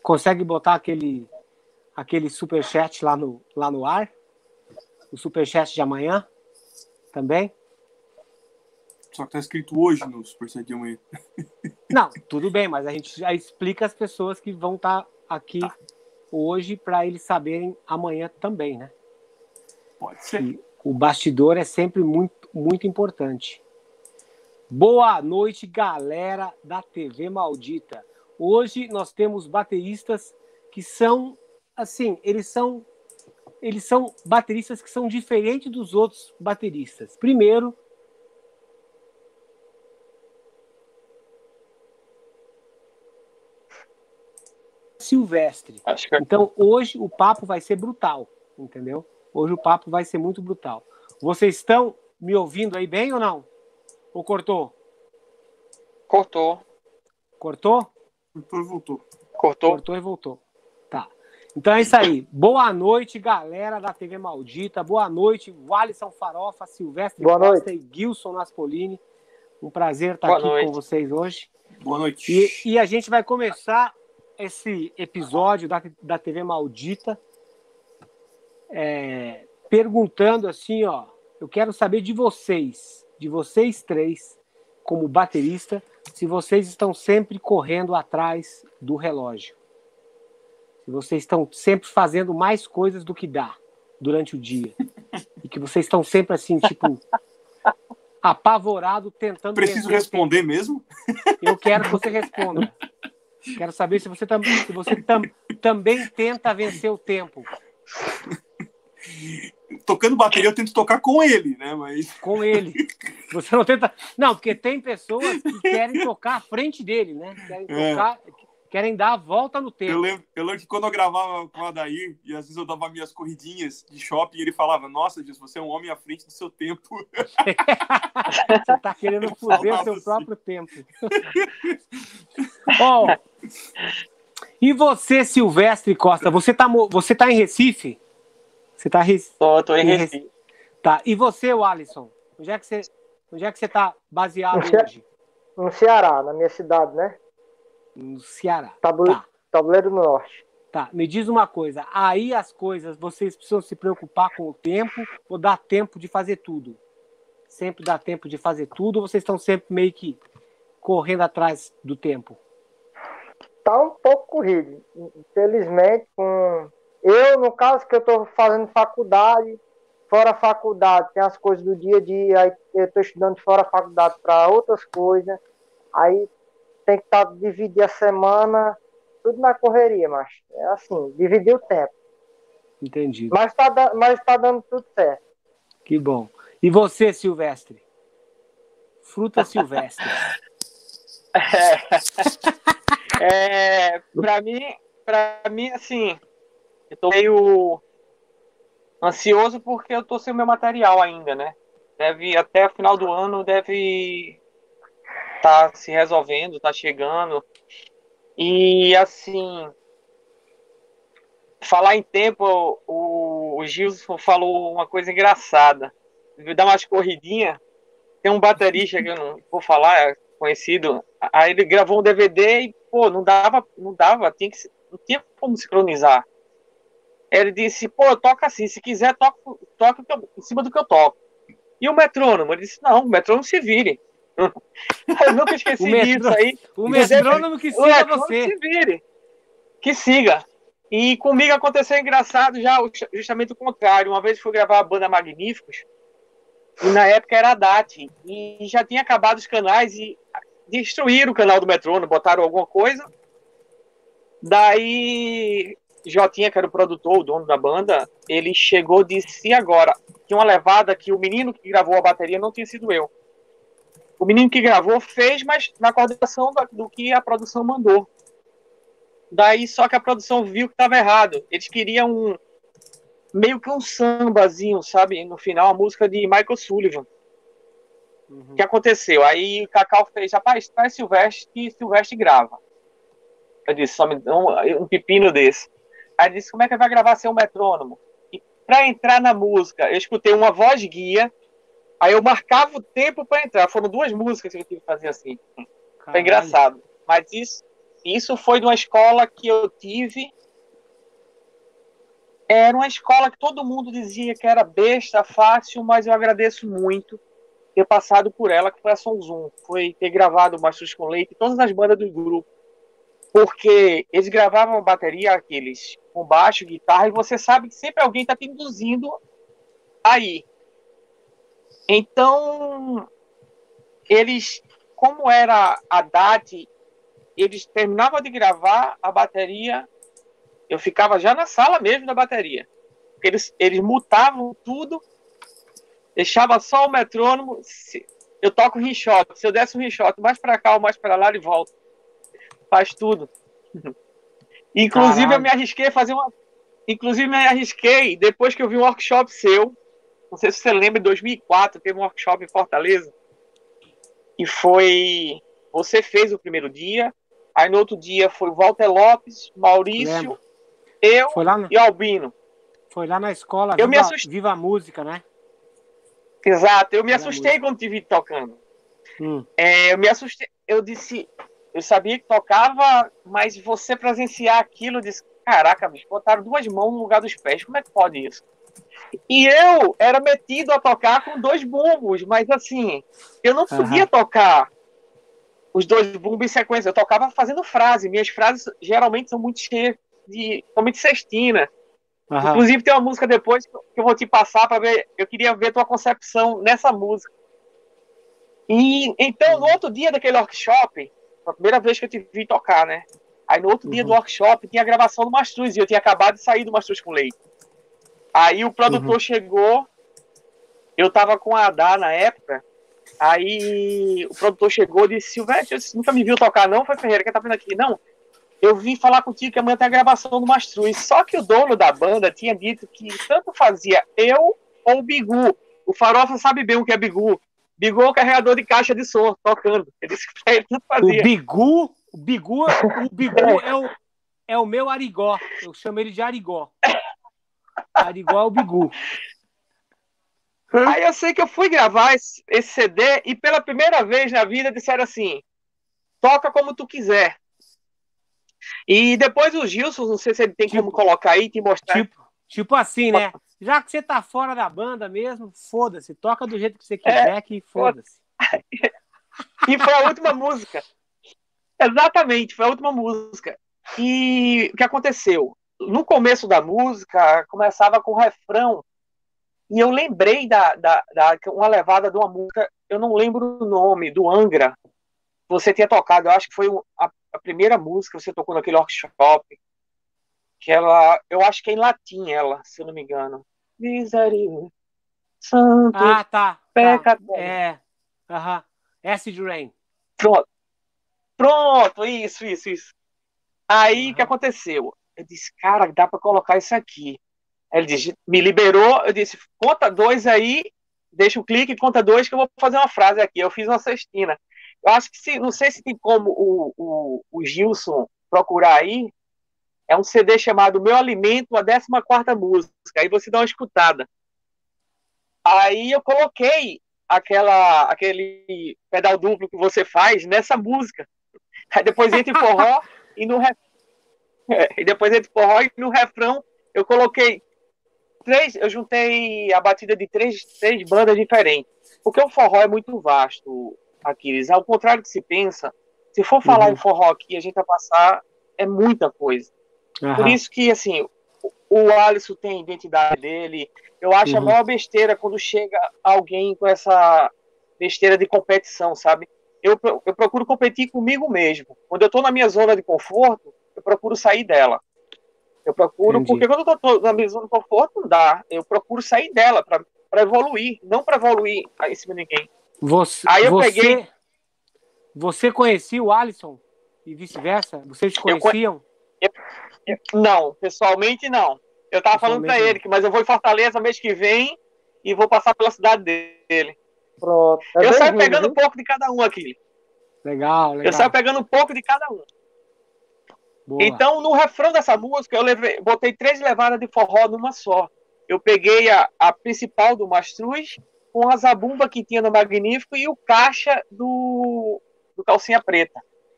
consegue botar aquele superchat lá no ar? O superchat de amanhã também? Só que tá escrito hoje no superchat de amanhã. Não, tudo bem, mas a gente já explica as pessoas que vão estar aqui hoje para eles saberem amanhã também, né? Pode ser. E o bastidor é sempre muito, muito importante. Boa noite, galera da TV Maldita. Hoje nós temos bateristas que são, assim, eles são bateristas que são diferentes dos outros bateristas. Primeiro, Silvestre. Então, hoje o papo vai ser brutal, entendeu? Hoje o papo vai ser muito brutal. Vocês estão me ouvindo aí bem ou não? Ou cortou? Cortou. Cortou? Cortou e voltou. Cortou e voltou. Tá. Então é isso aí. Boa noite, galera da TV Maldita. Boa noite, Walisson Farofa, Silvestre Costa e Gilson Naspolini. Um prazer estar aqui com vocês hoje. Boa noite. E a gente vai começar esse episódio da TV Maldita perguntando assim, ó, eu quero saber de vocês três, como baterista, se vocês estão sempre correndo atrás do relógio. Se vocês estão sempre fazendo mais coisas do que dá durante o dia. E que vocês estão sempre assim, tipo, apavorado, tentando... Preciso responder mesmo? Eu quero que você responda. Quero saber se você também tenta vencer o tempo. Tocando bateria, eu tento tocar com ele, né? Mas... Com ele. Você não tenta... Não, porque tem pessoas que querem tocar à frente dele, né? Querem dar a volta no tempo. Eu lembro que quando eu gravava com o Adair, e às vezes eu dava minhas corridinhas de shopping, e ele falava, nossa, Deus, você é um homem à frente do seu tempo. Você tá querendo foder o seu próprio tempo. Bom, e você, Silvestre Costa, você tá em Recife? Você tá Tô em Recife. Tá. E você, Walisson? Onde é que você tá baseado hoje? No Ceará, na minha cidade, né? No Ceará. Tabuleiro do Norte. Tá, me diz uma coisa. Aí as coisas, vocês precisam se preocupar com o tempo ou dá tempo de fazer tudo? Sempre dá tempo de fazer tudo ou vocês estão sempre meio que correndo atrás do tempo? Tá um pouco corrido. Infelizmente, eu, no caso, que eu tô fazendo faculdade, fora a faculdade, tem as coisas do dia a dia, aí eu tô estudando fora a faculdade para outras coisas, aí tem que dividir a semana, tudo na correria, mas é assim, dividir o tempo. Entendi. Mas tá dando tudo certo. Que bom. E você, Silvestre? Fruta silvestre. Pra mim, assim, eu tô meio ansioso porque eu tô sem o meu material ainda, né? Até o final do ano deve tá se resolvendo, tá chegando. E assim, falar em tempo, o Gilson falou uma coisa engraçada. Dá umas corridinhas. Tem um baterista que eu não vou falar, é conhecido. Aí ele gravou um DVD e, pô, não dava, não tinha como sincronizar. Ele disse, pô, toca assim, se quiser, toca em cima do que eu toco. E o metrônomo? Ele disse, não, o metrônomo se vire. Eu nunca esqueci disso aí. O metrônomo que siga você. Se vire. Que siga. E comigo aconteceu engraçado já justamente o contrário. Uma vez eu fui gravar a banda Magníficos, e na época era a DAT, e já tinha acabado os canais e destruíram o canal do metrônomo, botaram alguma coisa. Daí, Jotinha, que era o produtor, o dono da banda, ele chegou e disse, e agora? Tinha uma levada que o menino que gravou a bateria não tinha sido eu. O menino que gravou fez, mas na coordenação do que a produção mandou. Daí, só que a produção viu que estava errado. Eles queriam meio que um sambazinho, sabe? No final, a música de Michael Sullivan. O que aconteceu? Aí o Cacau fez, rapaz, traz Silvestre que Silvestre grava. Eu disse, só me dá um pepino desse. Aí ele disse, como é que vai gravar sem um metrônomo? E para entrar na música, eu escutei uma voz guia. Aí eu marcava o tempo para entrar. Foram 2 músicas que eu tive que fazer assim. Foi engraçado. Mas Isso foi de uma escola que eu tive. Era uma escola que todo mundo dizia que era besta, fácil, mas eu agradeço muito ter passado por ela, que foi a Som Zoom. Foi ter gravado o Mastruz com Leite e todas as bandas do grupo. Porque eles gravavam bateria, aqueles com baixo, guitarra, e você sabe que sempre alguém está te induzindo aí. Então, eles, como era a DAT, eles terminavam de gravar a bateria, eu ficava já na sala mesmo da bateria. Eles mutavam tudo, deixava só o metrônomo, eu toco rinshot, se eu desse um rinshot mais para cá ou mais para lá, ele volta. Faz tudo. Inclusive, Caralho. eu me arrisquei a fazer uma... Inclusive, me arrisquei, depois que eu vi um workshop seu, não sei se você lembra, em 2004, teve um workshop em Fortaleza, e foi... Você fez o primeiro dia, aí no outro dia foi o Walter Lopes, Maurício, Lembro. eu Foi lá, e Albino. foi lá na escola Eu me assustei. Viva a Música, né? Exato, eu me Viva a assustei Música. quando te vi tocando. Hum. Eu me assustei, eu disse, eu sabia que tocava, mas você presenciar aquilo, eu disse, caraca, bicho, botaram 2 mãos no lugar dos pés, como é que pode isso? E eu era metido a tocar com 2 bumbos, mas assim, eu não podia tocar os 2 bumbos em sequência, eu tocava fazendo frase, minhas frases geralmente são muito cheias somente sextina. Inclusive tem uma música depois que eu vou te passar para ver, eu queria ver tua concepção nessa música. E então, no outro dia daquele workshop, a primeira vez que eu te vi tocar, né? Aí no outro dia do workshop tinha a gravação do Mastruz, e eu tinha acabado de sair do Mastruz com Leite. Aí o produtor chegou, eu tava com a Adá na época, aí o produtor chegou e disse, Silvestre, você nunca me viu tocar não? Foi, Ferreira, quem tá vendo aqui? Não, eu vim falar contigo que amanhã tem a gravação do Mastruz. Só que o dono da banda tinha dito que tanto fazia eu ou o Bigu. O Farofa sabe bem o que é Bigu. Bigu é o carregador de caixa de som, tocando. Ele disse que pra ele tanto fazia. O Bigu é o meu Arigó. Eu chamo ele de Arigó. Arigó é o Bigu. Aí eu sei que eu fui gravar esse CD e pela primeira vez na vida disseram assim, toca como tu quiser. E depois o Gilson, não sei se ele tem como colocar aí e te mostrar. Tipo assim, né? Já que você tá fora da banda mesmo, foda-se. Toca do jeito que você quiser, que foda-se. E foi a última música. Exatamente, foi a última música. E o que aconteceu? No começo da música, começava com o refrão. E eu lembrei uma levada de uma música, eu não lembro o nome, do Angra. Você tinha tocado, eu acho que foi a primeira música que você tocou naquele workshop. Que ela, eu acho que é em latim ela, se eu não me engano. Misericórdia. Santo. Tá. Pecador. Acid Rain. Pronto, isso. Aí o que aconteceu? Eu disse, cara, dá pra colocar isso aqui. Aí ele disse, me liberou, eu disse, conta 2 aí, deixa o clique, conta 2 que eu vou fazer uma frase aqui. Eu fiz uma cestina. Eu acho que, não sei se tem como o Gilson procurar aí, é um CD chamado Meu Alimento, a 14ª música. Aí você dá uma escutada. Aí eu coloquei aquele pedal duplo que você faz nessa música. Aí depois entre forró e no refrão eu coloquei eu juntei a batida de três bandas diferentes. Porque o forró é muito vasto, Aquiles. Ao contrário do que se pensa, se for falar em forró aqui, a gente vai passar, é muita coisa. Por isso que, assim, o Alisson tem a identidade dele. Eu acho a maior besteira quando chega alguém com essa besteira de competição, sabe? Eu procuro competir comigo mesmo. Quando eu tô na minha zona de conforto, eu procuro sair dela. Eu procuro, porque quando eu tô na minha zona de conforto, não dá. Eu procuro sair dela para evoluir, não para evoluir em cima de ninguém. Peguei... Você conhecia o Alisson e vice-versa? Vocês se conheciam? Não, pessoalmente não. Eu tava falando para ele, mas eu vou em Fortaleza mês que vem e vou passar pela cidade dele. Pronto. Eu saio pegando um pouco de cada um aqui. Legal. Eu saio pegando um pouco de cada um. Boa. Então, no refrão dessa música, eu botei 3 levadas de forró numa só. Eu peguei a principal do Mastruz, com a zabumba que tinha no Magnífico e o caixa do Calcinha Preta.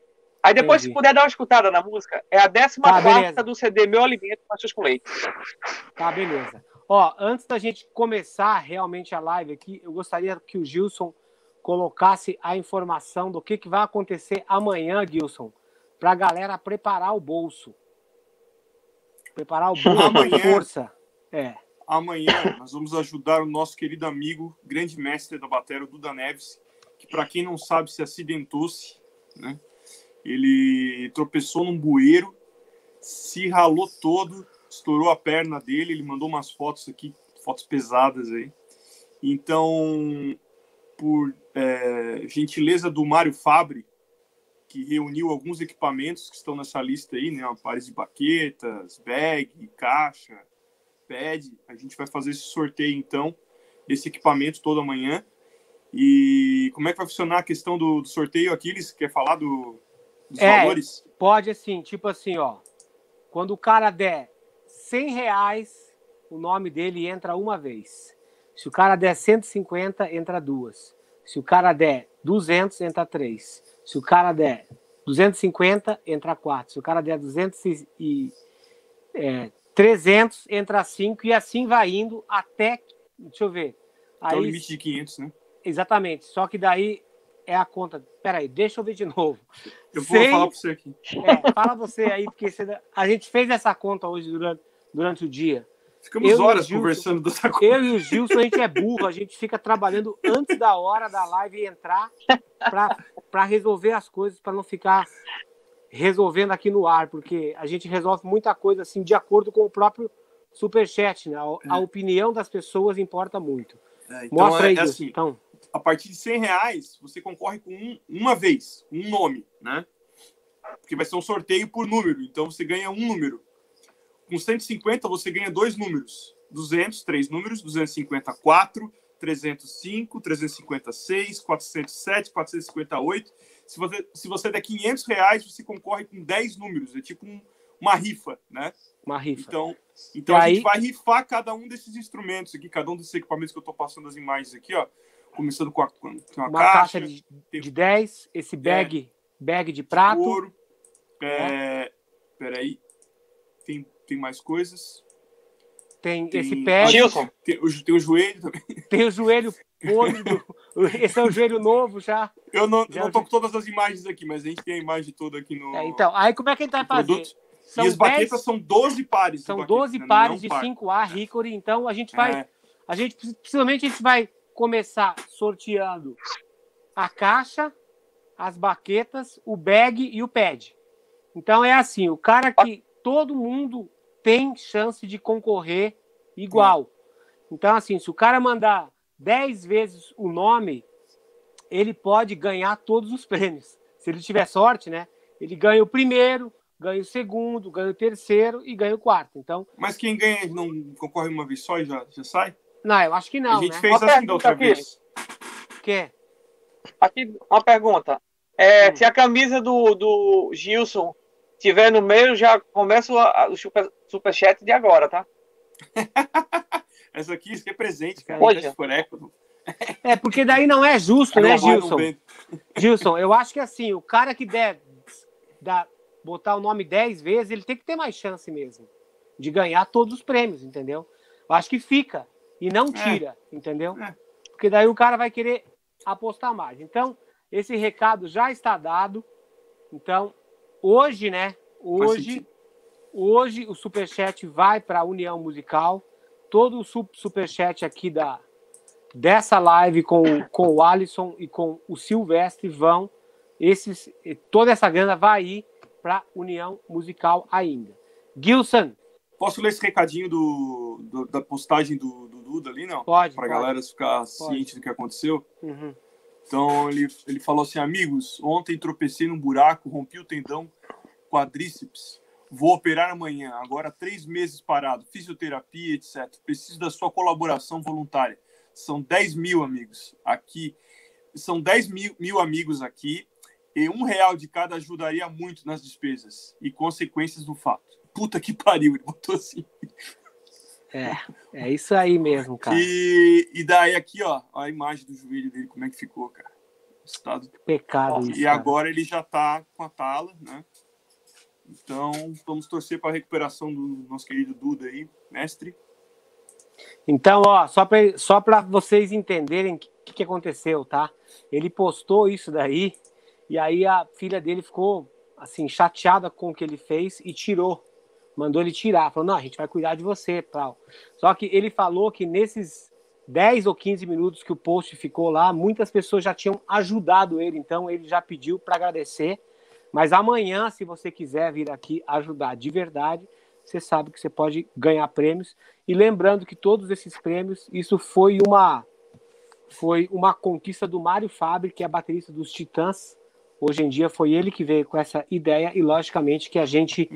Aí depois, Entendi. se puder dar uma escutada na música, é a 14ª Tá, beleza. do CD Meu Alimento Machos com Leite. Tá, beleza. Ó, antes da gente começar realmente a live aqui, eu gostaria que o Gilson colocasse a informação do que vai acontecer amanhã, Gilson, pra galera preparar o bolso. Preparar o bolso com Amanhã. força. É. Amanhã nós vamos ajudar o nosso querido amigo, grande mestre da bateria, o Duda Neves, que para quem não sabe se acidentou-se, né? Ele tropeçou num bueiro, se ralou todo, estourou a perna dele, ele mandou umas fotos aqui, fotos pesadas aí. Então, por gentileza do Mário Fabre, que reuniu alguns equipamentos que estão nessa lista aí, né? Pares de baquetas, bag, caixa, pad. A gente vai fazer esse sorteio, então, desse equipamento toda manhã. E como é que vai funcionar a questão do sorteio, Aquiles? Quer falar dos valores? Pode assim, tipo assim, ó. Quando o cara der R$100, o nome dele entra uma vez. Se o cara der 150, entra duas. Se o cara der 200, entra 3. Se o cara der 250, entra 4. Se o cara der 300, entra 5. E assim vai indo até... Deixa eu ver. Até aí, o limite de 500, né? Exatamente. Só que daí é a conta... Peraí, deixa eu ver de novo. Eu vou falar para você aqui. Fala você aí, porque a gente fez essa conta hoje durante o dia. Ficamos horas conversando dessa coisa. Eu e o Gilson, a gente é burro, a gente fica trabalhando antes da hora da live entrar para resolver as coisas, para não ficar resolvendo aqui no ar, porque a gente resolve muita coisa assim de acordo com o próprio Superchat, né? A opinião das pessoas importa muito. Então, mostra aí, Gilson. Assim, então, a partir de R$100, você concorre com uma vez, um nome, né? Porque vai ser um sorteio por número, então você ganha um número. Com 150, você ganha 2 números. 200, 3 números. 250, 4. 305, 356, 407, 458. Se você der R$500, você concorre com 10 números. É tipo uma rifa, né? Uma rifa. Então a gente vai rifar cada um desses instrumentos aqui, cada um desses equipamentos que eu estou passando as imagens aqui, ó. Começando com uma caixa de 10, esse bag de prato. Ouro. Peraí. Tem mais coisas. Tem esse pad. Tem o joelho também. Tem o joelho podre. Esse é o joelho novo já. Eu não tô com todas as imagens aqui, mas a gente tem a imagem toda aqui no. Então, aí como é que a gente vai fazer? E as baquetas são 12 pares. São 12 pares de 5A Hickory. Então a gente vai. Possivelmente a gente vai começar sorteando a caixa, as baquetas, o bag e o pad. Então é assim, o cara que todo mundo tem chance de concorrer igual. Então, assim, se o cara mandar 10 vezes o nome, ele pode ganhar todos os prêmios. Se ele tiver sorte, né? Ele ganha o primeiro, ganha o segundo, ganha o terceiro e ganha o quarto. Então, mas quem ganha não concorre uma vez só e já sai? Não, eu acho que não. A gente fez assim da outra vez. Que? Aqui, uma pergunta. Se a camisa do Gilson tiver no meio, já começa o superchat de agora, tá? Essa aqui é presente, cara. Porque daí não é justo, né, Gilson? Gilson, eu acho que assim, o cara que botar o nome 10 vezes, ele tem que ter mais chance mesmo de ganhar todos os prêmios, entendeu? Eu acho que fica e não tira, entendeu? Porque daí o cara vai querer apostar mais. Então, esse recado já está dado. Então, hoje, né? Hoje o Superchat vai para a União Musical. Todo o Superchat aqui dessa live com o Alisson e com o Silvestre vão. Toda essa grana vai ir para a União Musical ainda. Gilson. Posso ler esse recadinho da postagem do Duda ali, não? Pode. Para a galera ficar ciente do que aconteceu. Uhum. Então, ele falou assim: amigos, ontem tropecei num buraco, rompi o tendão quadríceps. Vou operar amanhã. Agora 3 meses parado. Fisioterapia, etc. Preciso da sua colaboração voluntária. São 10 mil amigos aqui. São 10 mil amigos aqui. E R$1 de cada ajudaria muito nas despesas e consequências do fato. Puta que pariu, ele botou assim. É isso aí mesmo, cara. E daí aqui, ó, a imagem do joelho dele, como é que ficou, cara. Estado. Pecado isso, E cara. agora ele já está com a tala, né? Então, vamos torcer para a recuperação do nosso querido Duda aí, mestre. Então, ó, só para vocês entenderem o que aconteceu, tá? Ele postou isso daí, e aí a filha dele ficou, assim, chateada com o que ele fez e tirou. Mandou ele tirar. Falou, não, a gente vai cuidar de você, tal. Só que ele falou que nesses 10 ou 15 minutos que o post ficou lá, muitas pessoas já tinham ajudado ele, então ele já pediu para agradecer. Mas amanhã, se você quiser vir aqui ajudar de verdade, você sabe que você pode ganhar prêmios. E lembrando que todos esses prêmios, isso foi uma conquista do Mário Fabre, que é baterista dos Titãs. Hoje em dia foi ele que veio com essa ideia e, logicamente, que a gente,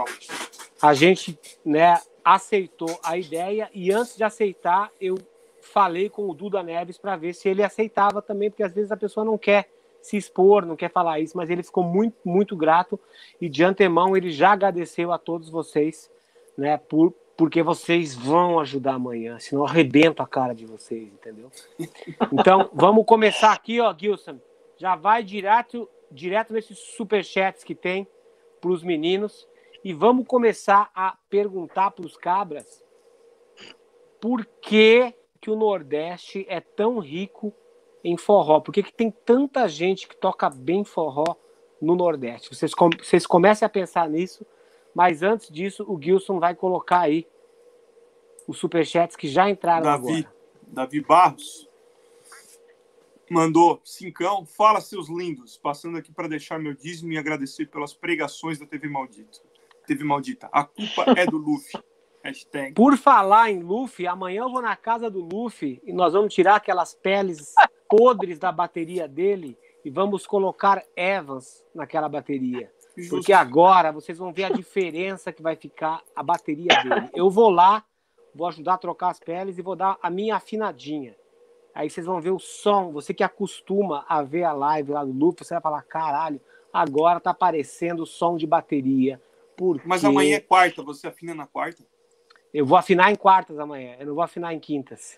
né, aceitou a ideia. E antes de aceitar, eu falei com o Duda Neves para ver se ele aceitava também, porque às vezes a pessoa não quer se expor, não quer falar isso, mas ele ficou muito, muito grato e de antemão ele já agradeceu a todos vocês, né, porque vocês vão ajudar amanhã, senão eu arrebento a cara de vocês, entendeu? Então, vamos começar aqui, ó, Gilson, já vai direto nesses superchats que tem para os meninos e vamos começar a perguntar para os cabras por que o Nordeste é tão rico em forró? Por que tem tanta gente que toca bem forró no Nordeste? Vocês comecem a pensar nisso, mas antes disso, o Gilson vai colocar aí os superchats que já entraram agora. Davi Barros mandou 5. Fala, seus lindos. Passando aqui para deixar meu dízimo e agradecer pelas pregações da TV Maldita. A culpa é do Luffy. Hashtag. Por falar em Luffy, amanhã eu vou na casa do Luffy e nós vamos tirar aquelas peles podres da bateria dele e vamos colocar Evans naquela bateria. Justo. Porque agora vocês vão ver a diferença que vai ficar a bateria dele. Eu vou lá, vou ajudar a trocar as peles e vou dar a minha afinadinha. Aí vocês vão ver o som. Você que acostuma a ver a live lá do Luffy, você vai falar, caralho, agora tá aparecendo o som de bateria. Mas amanhã é quarta, você afina na quarta? Eu vou afinar em quartas amanhã, eu não vou afinar em quintas.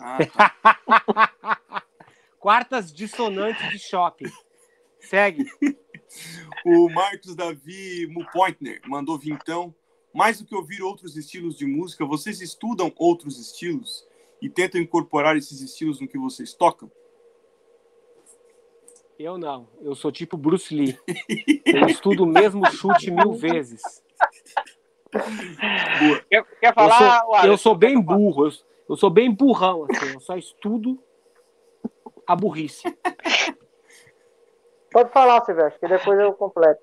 Tá. Quartas dissonantes de shopping. Segue. O Marcos Davi Mupointner mandou vintão. Mais do que ouvir outros estilos de música, vocês estudam outros estilos e tentam incorporar esses estilos no que vocês tocam? Eu não. Eu sou tipo Bruce Lee. Eu estudo o mesmo chute 1000 vezes. Quer falar? Eu sou bem burro. Eu sou bem burrão. Assim, eu só estudo a burrice. Pode falar, Silvestre, que depois eu completo.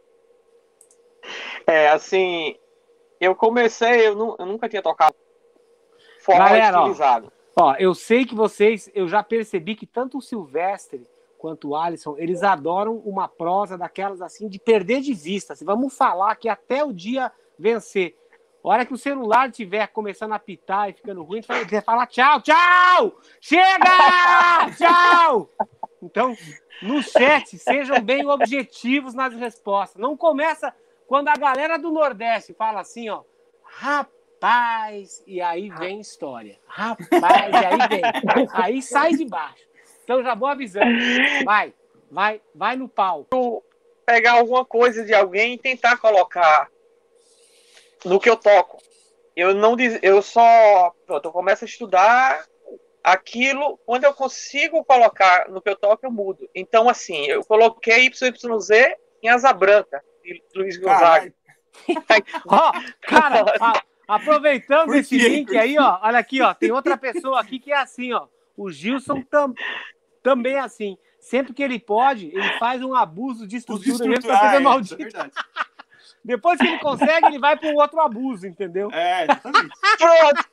Assim, eu comecei, eu nunca tinha tocado forró estilizado. Ó, eu sei que eu já percebi que tanto o Silvestre quanto o Alisson, eles adoram uma prosa daquelas assim, de perder de vista. Assim, vamos falar que até o dia vencer. A hora que o celular estiver começando a apitar e ficando ruim, você fala tchau, tchau! Chega! Tchau! Então, no chat, sejam bem objetivos nas respostas. Não começa quando a galera do Nordeste fala assim, ó, rapaz, e aí vem história. Rapaz, e aí vem. Aí sai de baixo. Então já vou avisando. Vai no pau. Pegar alguma coisa de alguém e tentar colocar no que eu toco. Eu começo a estudar aquilo, quando eu consigo colocar no que eu toco, eu mudo. Então, assim, eu coloquei YYZ em Asa Branca, de Luiz Gonzaga. Ó, cara, aproveitando esse link aí, ó, olha aqui, ó, tem outra pessoa aqui que é assim, ó, o Gilson também é assim. Sempre que ele pode, ele faz um abuso de estrutura mesmo pra TV Maldita. É verdade. Depois que ele consegue, ele vai para um outro abuso, entendeu? Exatamente. Pronto.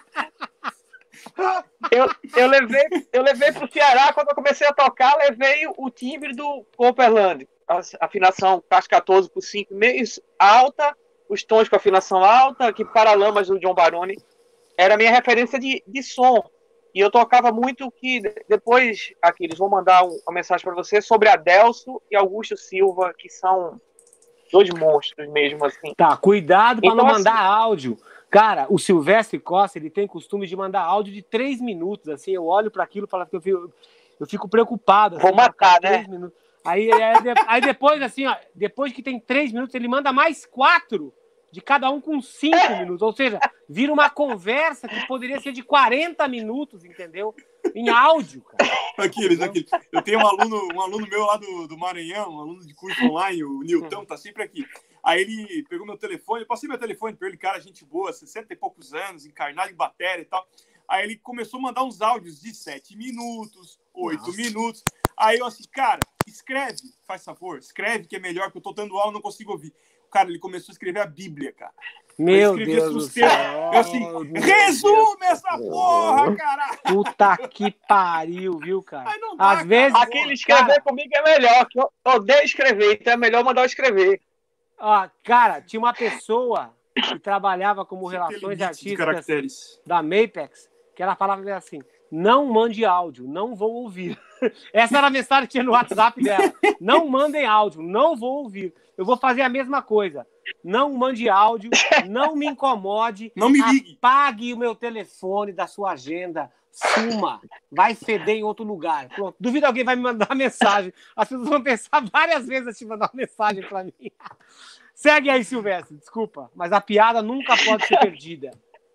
Eu levei pro Ceará, quando eu comecei a tocar, levei o timbre do Copperland. A afinação caixa 14 por 5 meios, alta, os tons com afinação alta, que Paralamas do John Baroni. Era a minha referência de som. E eu tocava muito que depois, aqui, eles vão mandar uma mensagem para você sobre Adelso e Augusto Silva, que são dois monstros mesmo, assim. Tá, cuidado para então, não mandar áudio. Cara, o Silvestre Costa, ele tem costume de mandar áudio de 3 minutos, assim, eu olho para aquilo e falo que eu fico preocupado. Vou matar, né? 3 minutos. Aí depois, assim, ó, depois que tem 3 minutos, ele manda mais 4 de cada um com 5 minutos. Ou seja, vira uma conversa que poderia ser de 40 minutos, entendeu? Em áudio, cara. Aquiles. Eu tenho um aluno meu lá do Maranhão, um aluno de curso online, o Nilton, tá sempre aqui. Aí ele pegou meu telefone, eu passei meu telefone pra ele, cara, gente boa, 60 e poucos anos, encarnado em bateria e tal. Aí ele começou a mandar uns áudios de 7 minutos, 8 minutos. Aí eu assim, cara, escreve, faz favor, escreve que é melhor, que eu tô dando aula e não consigo ouvir. Cara, ele começou a escrever a Bíblia, cara. Meu Deus do céu. Eu assim, resume essa porra, caralho. Puta que pariu, viu, cara? Aí não dá, Às vezes... Aquele escrever comigo é melhor, que eu odeio escrever, então é melhor mandar eu escrever. Ó, cara, tinha uma pessoa que trabalhava como relações artísticas da Mapex, que ela falava assim, não mande áudio, não vou ouvir. Essa era a mensagem que tinha no WhatsApp dela. Não mandem áudio, não vou ouvir. Eu vou fazer a mesma coisa. Não mande áudio, não me incomode. Não me ligue. Apague o meu telefone da sua agenda. Suma. Vai feder em outro lugar. Pronto. Duvido alguém vai me mandar mensagem. As pessoas vão pensar várias vezes antes de mandar uma mensagem para mim. Segue aí, Silvestre. Desculpa, mas a piada nunca pode ser perdida.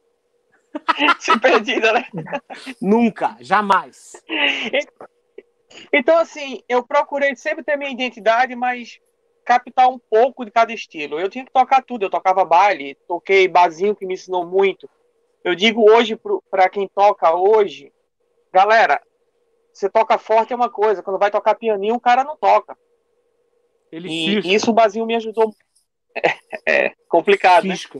Se perdida, né? Nunca, jamais. Então, assim, eu procurei sempre ter minha identidade, mas captar um pouco de cada estilo. Eu tinha que tocar tudo. Eu tocava baile, toquei barzinho, que me ensinou muito. Eu digo hoje para quem toca hoje, galera, você toca forte é uma coisa, quando vai tocar pianinho, o cara não toca. E isso o barzinho me ajudou. É complicado, Cisco. Né?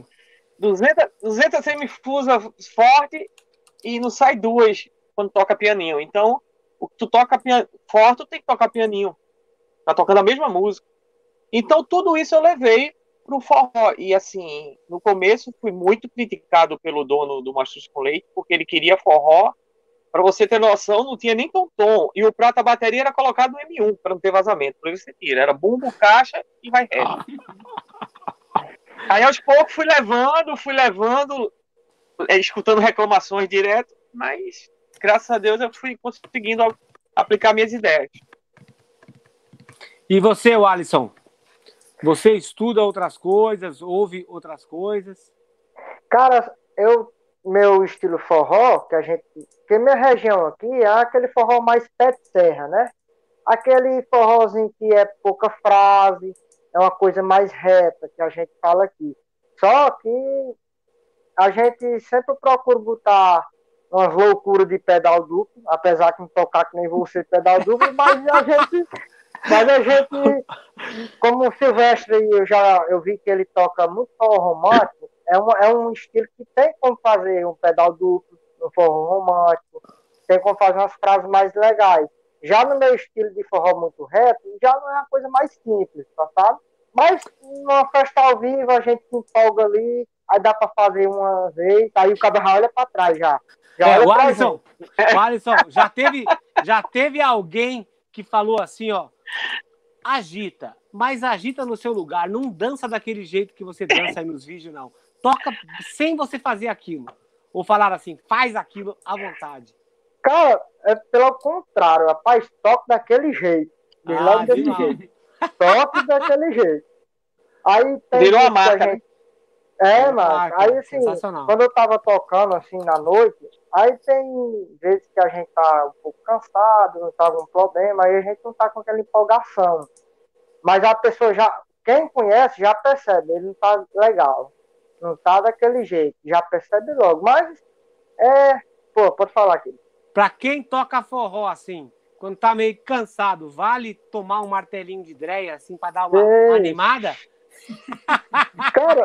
200 semifusa forte e não sai 2 quando toca pianinho. Então, o que tu toca forte, tu tem que tocar pianinho. Tá tocando a mesma música. Então, tudo isso eu levei pro forró. E, assim, no começo fui muito criticado pelo dono do Mastruz com Leite, porque ele queria forró. Para você ter noção, não tinha nem tom. E o prata bateria era colocado no M1, para não ter vazamento. Por isso você tira. Era bumbo, caixa e vai reto. Aí, aos poucos, fui levando, escutando reclamações direto, mas, graças a Deus, eu fui conseguindo aplicar minhas ideias. E você, Alisson? Você estuda outras coisas, ouve outras coisas? Cara, meu estilo forró, porque minha região aqui é aquele forró mais pé de serra, né? Aquele forrozinho que é pouca frase, é uma coisa mais reta que a gente fala aqui. Só que a gente sempre procura botar umas loucuras de pedal duplo, apesar que não tocar que nem você pedal duplo, mas a gente, como o Silvestre, eu vi que ele toca muito forró romântico, é um estilo que tem como fazer um pedal duplo no forró romântico, tem como fazer umas frases mais legais. Já no meu estilo de forró muito reto, já não é uma coisa mais simples, sabe? Mas numa festa ao vivo a gente se empolga ali, aí dá pra fazer uma vez, aí o cabra olha pra trás já. O Alisson, já teve alguém que falou assim, ó, agita, mas agita no seu lugar, não dança daquele jeito que você dança aí nos vídeos, não. Toca sem você fazer aquilo. Ou falar assim, faz aquilo à vontade. Cara, é pelo contrário, rapaz, toque daquele jeito. Logo desse jeito. Toque daquele jeito. Aí tem virou a marca, né? Mano. Aí, assim, quando eu tava tocando, assim, na noite, aí tem vezes que a gente tá um pouco cansado, não tá algum problema, aí a gente não tá com aquela empolgação. Mas a pessoa quem conhece já percebe, ele não tá legal. Não tá daquele jeito, já percebe logo. Mas, pode falar aqui. Pra quem toca forró, assim, quando tá meio cansado, vale tomar um martelinho de dreia, assim, pra dar uma animada? Cara,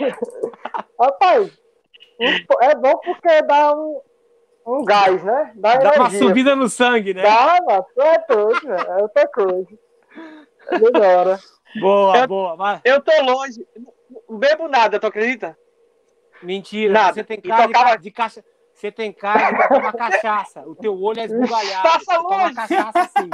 rapaz, é bom porque dá um gás, né? Dá uma subida no sangue, né? Dá, mas é tudo, é outra coisa. É melhor. Boa. Eu tô longe, não bebo nada, tu acredita? Mentira, nada. Você tem cara de caixa. Você tem cara de tomar cachaça. O teu olho é esbugalhado. Passa longe. Toma cachaça sim.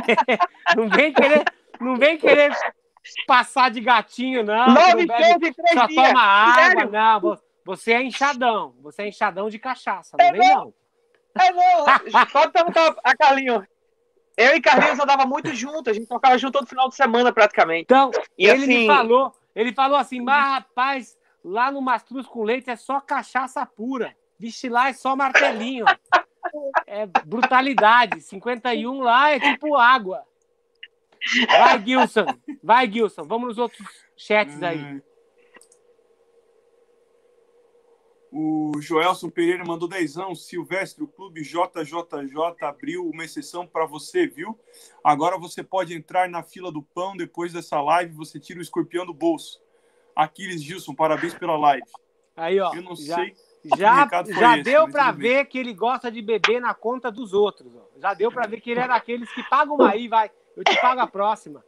Não vem querer passar de gatinho, não. 9 vezes em 3 só dias. toma água, Sério? não. Você é inchadão. Você é inchadão de cachaça. Não vem, não. Não. Pode perguntar a Carlinho. Eu e Carlinhos andava muito junto, a gente tocava junto todo final de semana praticamente. Então, E ele assim, me falou assim, mas rapaz, lá no Mastruz com Leite é só cachaça pura. Vixe, lá é só martelinho. É brutalidade. 51 lá é tipo água. Vai, Gilson. Vamos nos outros chats aí. O Joelson Pereira mandou 10. Silvestre, o Clube JJJ abriu uma exceção para você, viu? Agora você pode entrar na fila do pão. Depois dessa live, você tira o escorpião do bolso. Aquiles Gilson, parabéns pela live. Aí, ó. Eu não sei. Já deu para ver que ele gosta de beber na conta dos outros. Ó. Já deu para ver que ele é daqueles que pagam uma aí, vai. Eu te pago a próxima.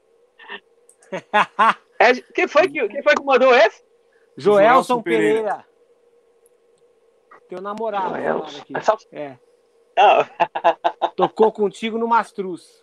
Quem foi que mandou esse? Joelson Pereira. Teu namorado. Aqui. É. Tocou contigo no Mastruz.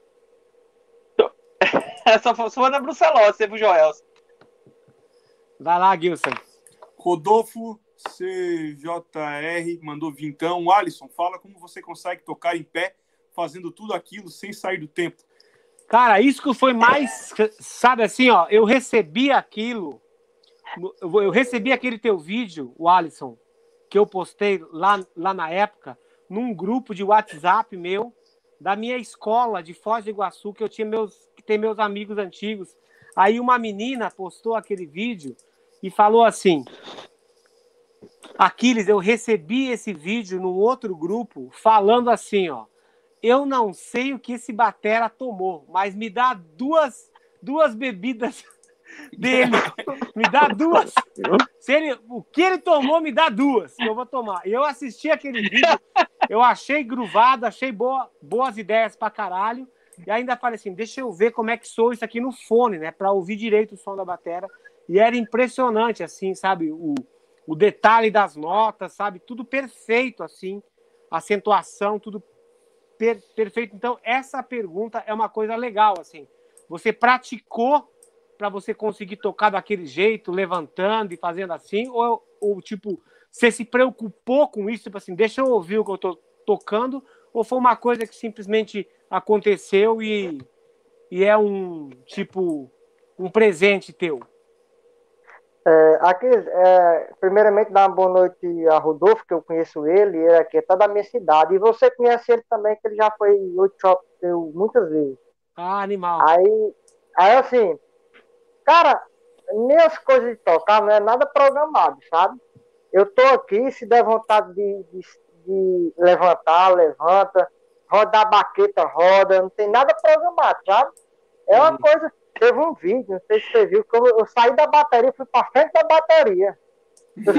Só foi na Brucelose, teve o Joelson. Vai lá, Gilson. Rodolfo CJR mandou vintão. Alisson, fala como você consegue tocar em pé, fazendo tudo aquilo sem sair do tempo. Cara, isso que foi mais... Sabe assim, ó, eu recebi aquilo... Eu recebi aquele teu vídeo, o Alisson, que eu postei lá na época, num grupo de WhatsApp meu, da minha escola de Foz do Iguaçu, que tem meus amigos antigos. Aí uma menina postou aquele vídeo e falou assim... Aquiles, eu recebi esse vídeo num outro grupo falando assim, ó, eu não sei o que esse batera tomou, mas me dá duas bebidas dele, me dá duas. O que ele tomou, me dá duas, que eu vou tomar. E eu assisti aquele vídeo, eu achei gruvado, achei boas ideias pra caralho, e ainda falei assim, deixa eu ver como é que soa isso aqui no fone, né, pra ouvir direito o som da batera, e era impressionante, assim, sabe, o detalhe das notas, sabe? Tudo perfeito, assim. Acentuação, tudo perfeito. Então, essa pergunta é uma coisa legal, assim. Você praticou para você conseguir tocar daquele jeito, levantando e fazendo assim? Ou, tipo, você se preocupou com isso? Tipo assim, deixa eu ouvir o que eu tô tocando? Ou foi uma coisa que simplesmente aconteceu e é um presente teu? Primeiramente, dar uma boa noite a Rodolfo, que eu conheço ele aqui é da minha cidade. E você conhece ele também, que ele já foi em workshop muitas vezes. Ah, animal. Aí assim, cara, minhas coisas de tocar não é nada programado, sabe? Eu tô aqui, se der vontade de levantar, levanta, rodar a baqueta, roda, não tem nada programado, sabe? É uma coisa... Teve um vídeo, não sei se você viu, que eu saí da bateria, fui pra frente da bateria. Eu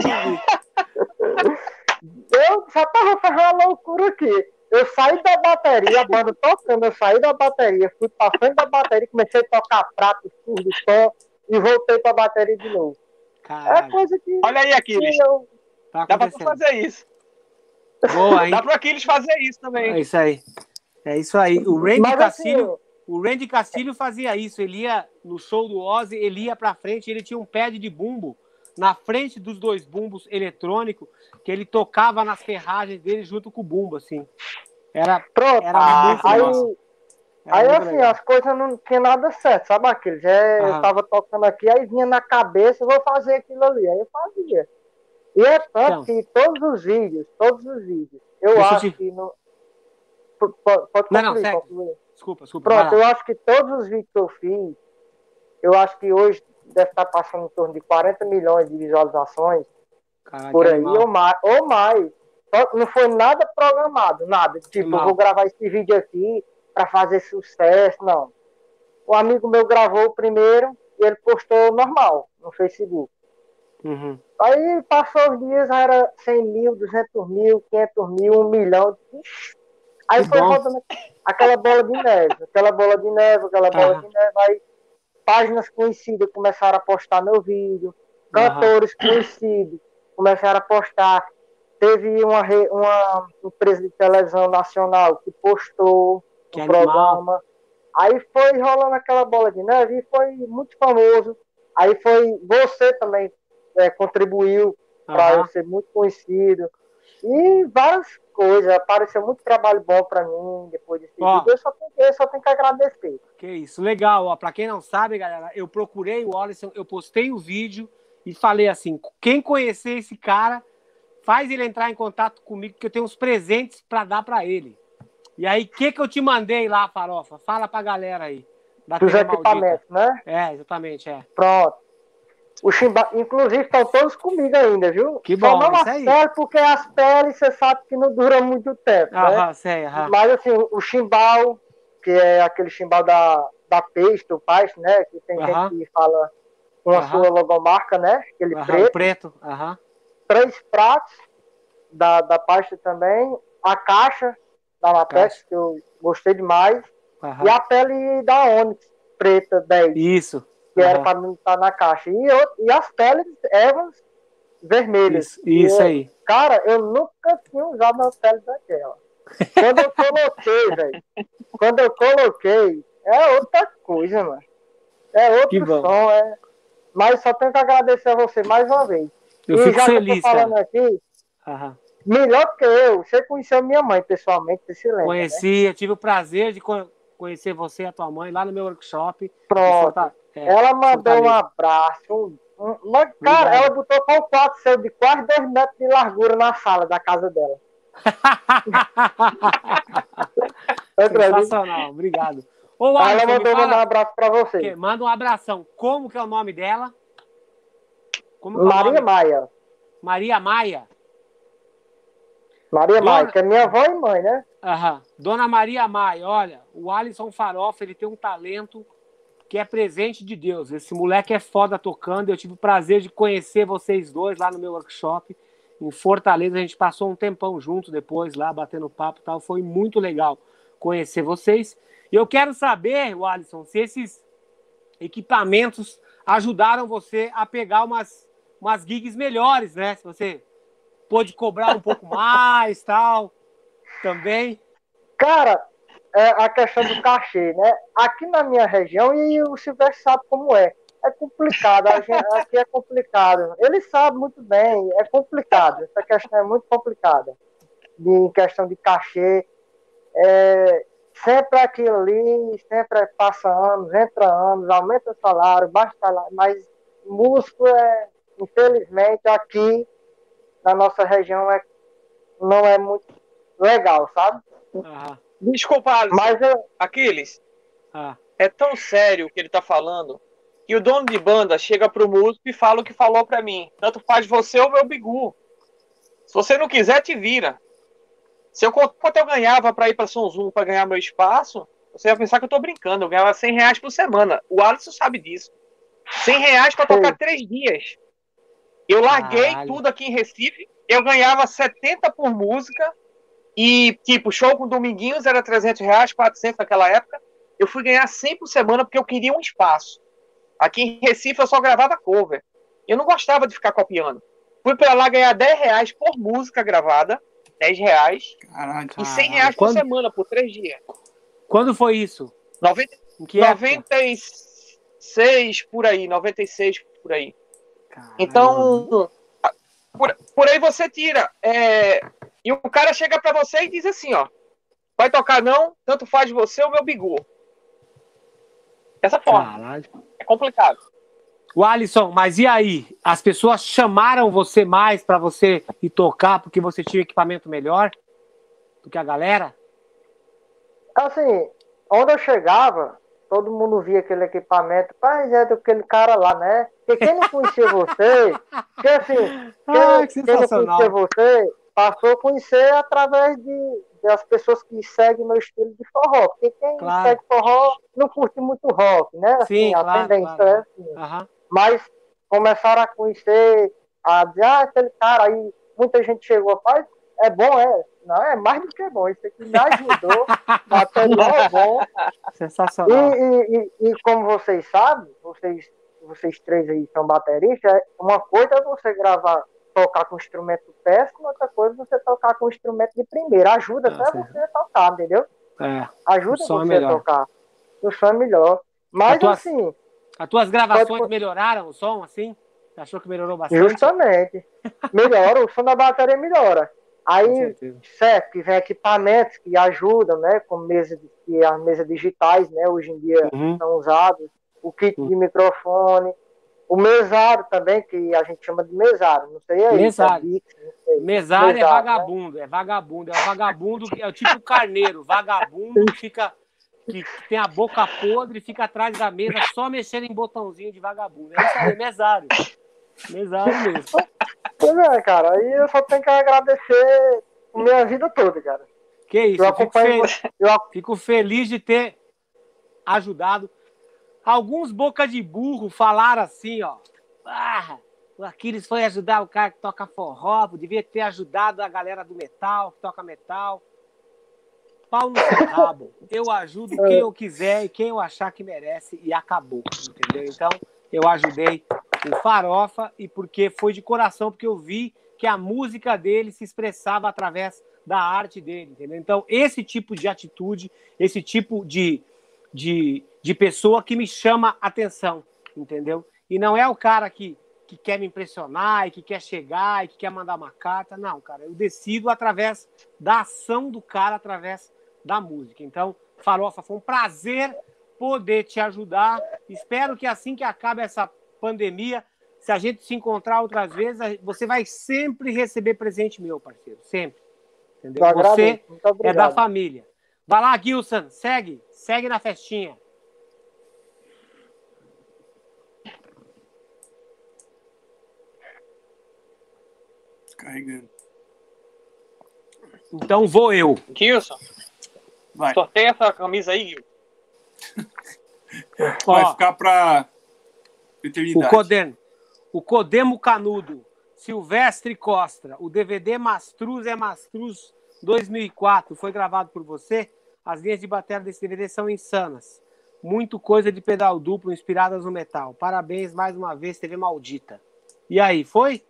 já tava fazendo uma loucura aqui. Eu saí da bateria, a banda tocando, eu saí da bateria, fui pra frente da bateria, comecei a tocar prato, surdo, som, e voltei pra bateria de novo. Caralho. É coisa que... Olha aí, Aquiles. Dá pra tu fazer isso. Boa, hein? Dá pro Aquiles fazer isso também. É isso aí. É isso aí. O Randy Castilho... O Randy Castilho fazia isso, ele ia no show do Ozzy, ele ia pra frente, ele tinha um pad de bumbo na frente dos dois bumbos eletrônicos, que ele tocava nas ferragens dele junto com o bumbo, assim. Era muito legal. Aí assim, legal. As coisas não tinha nada certo, sabe aquilo? Eu tava tocando aqui, aí vinha na cabeça, vou fazer aquilo ali, aí eu fazia. E é tanto que todos os vídeos, eu acho que não... Pode concluir. Desculpa. Pronto, eu acho que todos os vídeos que eu fiz, eu acho que hoje deve estar passando em torno de 40 milhões de visualizações. Caraca, por aí, ou mais. Não foi nada programado, nada. Tipo, eu vou gravar esse vídeo aqui para fazer sucesso, não. Um amigo meu gravou o primeiro e ele postou normal no Facebook. Uhum. Aí passou os dias, era 100 mil, 200 mil, 500 mil, 1 milhão. Aí foi rodando aquela bola de neve. Aí páginas conhecidas começaram a postar meu vídeo. Cantores conhecidos começaram a postar. Teve uma empresa de televisão nacional que postou o programa. Aí foi rolando aquela bola de neve e foi muito famoso. Aí foi... Você também contribuiu para eu ser muito conhecido. E várias coisas. Apareceu muito trabalho bom pra mim depois desse vídeo. Eu só tenho que agradecer. Que isso, legal. Ó, pra quem não sabe, galera, eu procurei o Alisson, eu postei o vídeo e falei assim, quem conhecer esse cara, faz ele entrar em contato comigo, que eu tenho uns presentes pra dar pra ele. E aí, o que eu te mandei lá, Farofa? Fala pra galera aí. Dos equipamentos, né? É, exatamente, é. Pronto. O chimbal, inclusive, estão todos comigo ainda, viu? Que bom, só não isso as aí. peles, porque as peles você sabe que não duram muito tempo, né? Sei, Mas assim, o chimbal, que é aquele chimbal da Paste, o Paste, né? Que tem gente que fala com a sua logomarca, né? Aquele preto. O preto. 3 pratos da Paste também. A caixa da Lapex, que eu gostei demais. E a pele da Onyx, preta, 10. Isso. Que era para mim estar na caixa. E as peles Evans vermelhas. Isso aí. Cara, eu nunca tinha usado uma pele daquela. Quando eu coloquei, velho. Quando eu coloquei, é outra coisa, mano. É outro som. Mas só tenho que agradecer a você mais uma vez. Eu fico já feliz, que eu tô falando aqui, melhor que eu, você conheceu minha mãe pessoalmente, você se lembra, Conheci, né? eu tive o prazer de conhecer você e a tua mãe lá no meu workshop. Pronto. Ela mandou um abraço. Cara, ela botou com o quarto seu de quase 2 metros de largura na sala da casa dela. Sensacional, obrigado. Ô, Alisson, ela mandou mandar um abraço pra você. Manda um abração. Como que é o nome dela? Maria Maia. Maria Maia? Maria Maia, que é minha avó e mãe, né? Dona Maria Maia, olha, o Alisson Farofa, ele tem um talento que é presente de Deus. Esse moleque é foda tocando. Eu tive o prazer de conhecer vocês dois lá no meu workshop em Fortaleza. A gente passou um tempão junto depois lá, batendo papo e tal. Foi muito legal conhecer vocês. E eu quero saber, Alisson, se esses equipamentos ajudaram você a pegar umas gigs melhores, né? Se você pôde cobrar um pouco mais, tal, também. Cara, a questão do cachê, né? Aqui na minha região, e o Silvestre sabe como é complicado, aqui é complicado. Ele sabe muito bem, é complicado. Essa questão é muito complicada. Em questão de cachê, sempre aquilo ali, sempre passa anos, entra anos, aumenta o salário, baixa o salário, mas músico infelizmente, aqui na nossa região não é muito legal, sabe? Desculpa, Alisson. Mas Aquiles, é tão sério o que ele tá falando que o dono de banda chega pro músico e fala o que falou pra mim. Tanto faz você ou meu bigu. Se você não quiser, te vira. Se eu quanto eu ganhava pra ir pra São Zoom pra ganhar meu espaço, você vai pensar que eu tô brincando. Eu ganhava R$100 por semana. O Alisson sabe disso. R$100 pra tocar 3 dias. Eu larguei tudo aqui em Recife. Eu ganhava 70 por música. E, tipo, show com Dominguinhos era R$300, 400 naquela época. Eu fui ganhar 100 por semana porque eu queria um espaço. Aqui em Recife eu só gravava cover. Eu não gostava de ficar copiando. Fui pra lá ganhar R$10 por música gravada. R$10. Caraca, e R$100 por semana, por 3 dias. Quando foi isso? 96 por aí. 96 por aí. Caramba. Então, por aí você tira. E o cara chega pra você e diz assim, ó. Vai tocar não, tanto faz você ou meu bigu. Dessa forma. Caralho. É complicado. O Alisson, mas e aí? As pessoas chamaram você mais pra você ir tocar porque você tinha equipamento melhor do que a galera? Assim, onde eu chegava, todo mundo via aquele equipamento, mas é daquele cara lá, né? Porque quem não conhecia você, porque assim, quem não conhecia você, passou a conhecer através das pessoas que seguem meu estilo de forró. Porque quem segue forró não curte muito rock, né? Assim, sim, a tendência é assim. Mas começaram a conhecer, a dizer, aquele cara aí, muita gente chegou, rapaz, é bom, Não, é mais do que bom. Isso aqui me ajudou, material é bom. Sensacional. E como vocês sabem, vocês três aí são bateristas, uma coisa é você tocar com instrumento péssimo, outra coisa é você tocar com instrumento de primeira. Ajuda até você a tocar, entendeu? Ajuda você a tocar. O som é melhor. Mas assim... As tuas gravações melhoraram o som, assim? Você achou que melhorou bastante? Justamente. Melhora, o som da bateria melhora. Aí, certo, que vem equipamentos que ajudam, né? Como as mesas digitais, né? Hoje em dia são usados. O kit de microfone. O mesário também, que a gente chama de mesário. Não sei aí. Mesário. Mesário é vagabundo. Né? É vagabundo. É o vagabundo, é o tipo carneiro. Vagabundo que tem a boca podre e fica atrás da mesa só mexendo em botãozinho de vagabundo. É isso aí, mesário. Mesário mesmo. Pois é, cara. Aí eu só tenho que agradecer a minha vida toda, cara. Que isso, fico feliz de ter ajudado. Alguns boca de burro falaram assim, ó. O Aquiles foi ajudar o cara que toca forró, devia ter ajudado a galera do metal, que toca metal. Pau no seu rabo. Eu ajudo quem eu quiser e quem eu achar que merece e acabou, entendeu? Então, eu ajudei o Farofa e porque foi de coração, porque eu vi que a música dele se expressava através da arte dele, entendeu? Então, esse tipo de atitude, esse tipo de pessoa que me chama atenção, entendeu? E não é o cara que quer me impressionar e que quer chegar e que quer mandar uma carta. Não, cara, eu decido através da ação do cara, através da música. Então, Farofa, foi um prazer poder te ajudar. Espero que assim que acabe essa pandemia, se a gente se encontrar outras vezes, você vai sempre receber presente meu, parceiro. Sempre. Entendeu? Você é da família. Vai lá, Gilson, segue na festinha. Carregando. Então vou eu. Gilson, sorteia essa camisa aí, Gilson. Vai ficar para eternidade. O Codemo Canudo, Silvestre Costa, o DVD Mastruz é Mastruz 2004, foi gravado por você? As linhas de bateria desse DVD são insanas. Muito coisa de pedal duplo inspiradas no metal. Parabéns mais uma vez, TV Maldita. E aí, foi?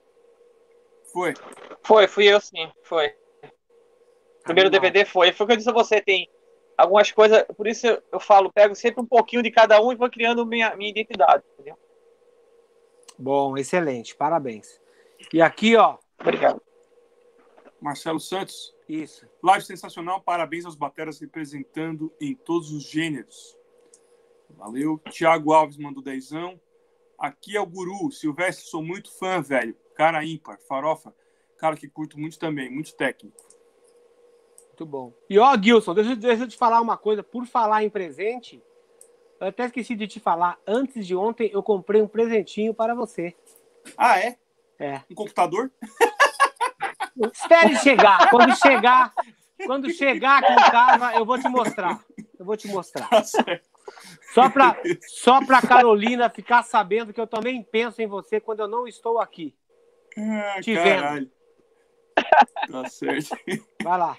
Fui eu sim, foi. Primeiro DVD foi. Foi o que eu disse a você, tem algumas coisas, por isso eu falo, pego sempre um pouquinho de cada um e vou criando minha identidade, entendeu? Bom, excelente, parabéns. E aqui, ó. Obrigado. Marcelo Santos. Isso. Live sensacional, parabéns aos bateras representando em todos os gêneros. Valeu. Thiago Alves mandou dezão. Aqui é o Guru. Silvestre, sou muito fã, velho. Cara ímpar. Farofa, cara que curto muito também, muito técnico. Muito bom. E ó, Gilson, deixa eu te falar uma coisa. Por falar em presente, eu até esqueci de te falar. Antes de ontem, eu comprei um presentinho para você. Ah, é? É. Um computador? Espere chegar. Quando chegar aqui em casa, eu vou te mostrar. Tá certo. Só pra Carolina ficar sabendo que eu também penso em você quando eu não estou aqui. Te caralho. Vendo. Tá certo. Vai lá.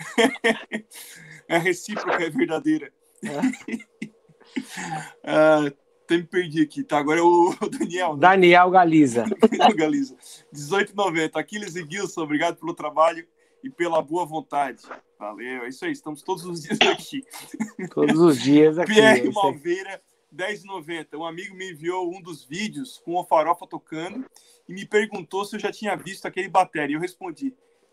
É recíproca, é verdadeira. Até me perdi aqui, tá? Agora é o Daniel. Né? Daniel Galiza. Daniel Galiza. 18,90. Aquiles e Gilson, obrigado pelo trabalho e pela boa vontade. Valeu, é isso aí. Estamos todos os dias aqui. Todos os dias aqui. Pierre Malveira, 10,90. Um amigo me enviou um dos vídeos com o Farofa tocando e me perguntou se eu já tinha visto aquele bateria. E eu respondi,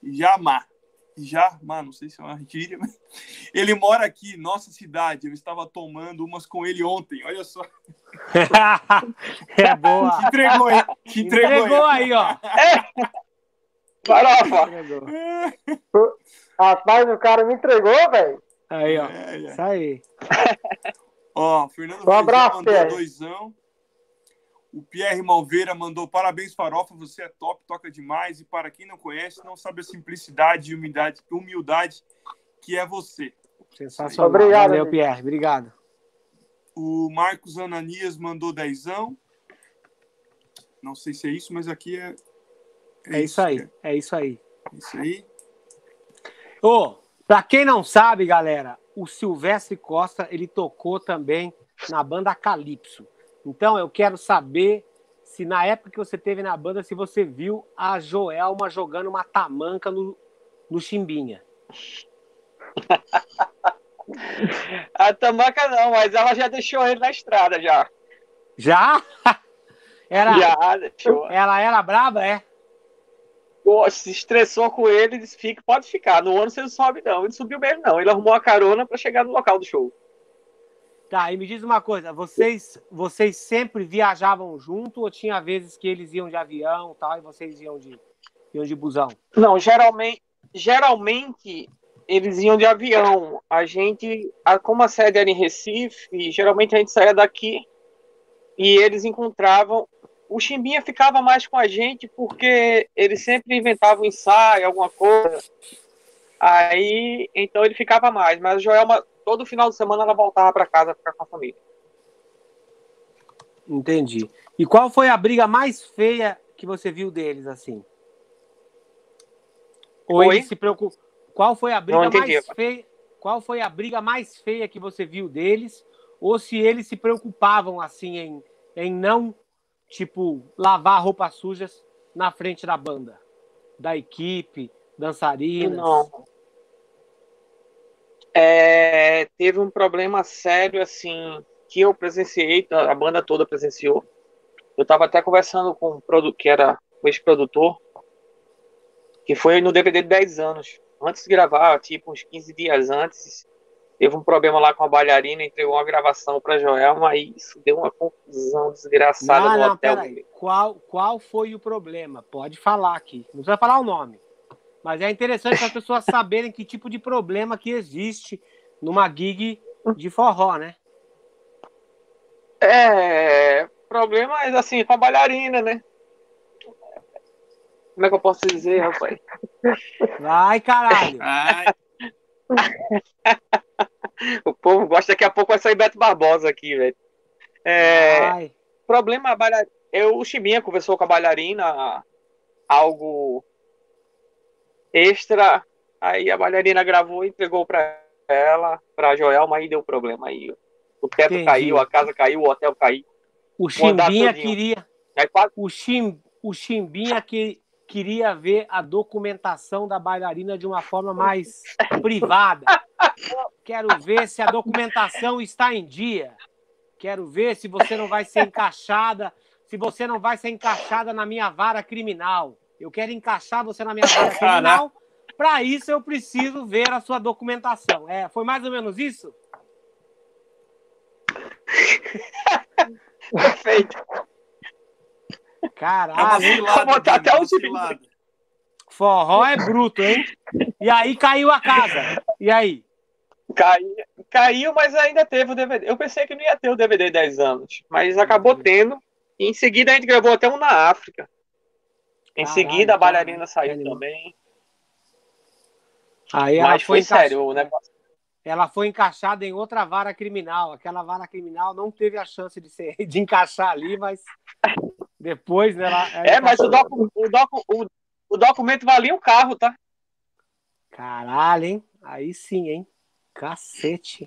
não sei se é uma gíria, mas ele mora aqui, nossa cidade. Eu estava tomando umas com ele ontem, olha só. É boa. Te entregou aí, ó. Farofa. Rapaz, o cara me entregou, velho. Aí, ó. Isso aí. Ó, Fernando um abraço, mandou Pierre. Dezão. O Pierre Malveira mandou parabéns, Farofa, você é top, toca demais. E para quem não conhece, não sabe a simplicidade e humildade que é você. Sensacional. Obrigado, valeu, Pierre. Obrigado. O Marcos Ananias mandou dezão. Não sei se é isso, mas aqui é isso aí. É isso aí. Isso aí. Pra quem não sabe, galera, o Silvestre Costa, ele tocou também na banda Calypso. Então, eu quero saber se na época que você teve na banda, se você viu a Joelma jogando uma tamanca no Chimbinha. A tamanca não, mas ela já deixou ele na estrada, já. Já? Já deixou. Ela era braba, é? se estressou com ele, disse, pode ficar. No ônibus ele não sobe, não. Ele subiu mesmo, não. Ele arrumou a carona para chegar no local do show. Tá, e me diz uma coisa, vocês sempre viajavam junto ou tinha vezes que eles iam de avião e tal, e vocês iam de busão? Não, geralmente eles iam de avião. Como a sede era em Recife, geralmente a gente saía daqui e eles encontravam. O Chimbinha ficava mais com a gente porque ele sempre inventava um ensaio, alguma coisa. Aí, então ele ficava mais. Mas a Joelma, todo final de semana, ela voltava para casa ficar com a família. Entendi. E qual foi a briga mais feia que você viu deles, assim? Ou Oi? ele se preocupa? Qual foi a briga Não entendi. mais feia? Qual foi a briga mais feia que você viu deles? Ou se eles se preocupavam assim em não, tipo, lavar roupas sujas na frente da banda, da equipe, dançarinas? Não. Teve um problema sério assim que eu presenciei, a banda toda presenciou. Eu estava até conversando com que era o ex-produtor, que foi no DVD de 10 anos. Antes de gravar, tipo uns 15 dias antes, teve um problema lá com a bailarina, entregou uma gravação para Joelma, e isso deu uma confusão desgraçada no hotel. Peraí. Qual foi o problema? Pode falar aqui. Não precisa falar o nome. Mas é interessante para as pessoas saberem que tipo de problema que existe numa gig de forró, né? Problema assim, com a bailarina, né? Como é que eu posso dizer, rapaz? Vai, caralho! O povo gosta, daqui a pouco vai sair Beto Barbosa aqui, velho. Problema, o Chimbinha conversou com a bailarina, algo extra, aí a bailarina gravou e entregou pra Joelma, aí deu problema. Aí o teto caiu, a casa caiu, o hotel caiu. O Chimbinha queria... O Chimbinha queria ver a documentação da bailarina de uma forma mais privada. Quero ver se a documentação está em dia. Quero ver se você não vai ser encaixada, na minha vara criminal. Eu quero encaixar você na minha vara criminal. Para isso eu preciso ver a sua documentação. Foi mais ou menos isso? Perfeito. Caralho. Até o Forró é bruto, hein? E aí caiu a casa. E aí? Caiu, mas ainda teve o DVD. Eu pensei que não ia ter o DVD 10 anos, mas acabou tendo. E em seguida a gente gravou até um na África. Em seguida a bailarina saiu também. Aí mas foi sério o negócio. Ela foi encaixada em outra vara criminal. Aquela vara criminal não teve a chance de encaixar ali, mas depois ela mas o documento valia um carro, tá? Caralho, hein? Aí sim, hein? Cacete.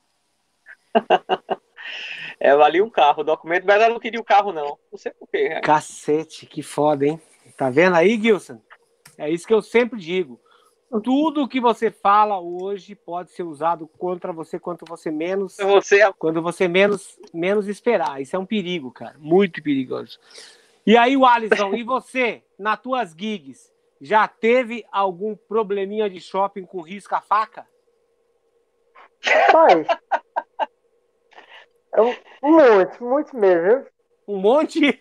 Valia um carro. O documento, mas ela não queria o carro, não. Não sei porquê. Né? Cacete, que foda, hein? Tá vendo aí, Gilson? É isso que eu sempre digo. Tudo que você fala hoje pode ser usado contra você quando você menos esperar. Isso é um perigo, cara. Muito perigoso. E aí, o Alisson, e você, nas tuas gigs, já teve algum probleminha de shopping com risca-faca? Pai, muitos mesmo, viu? Um monte?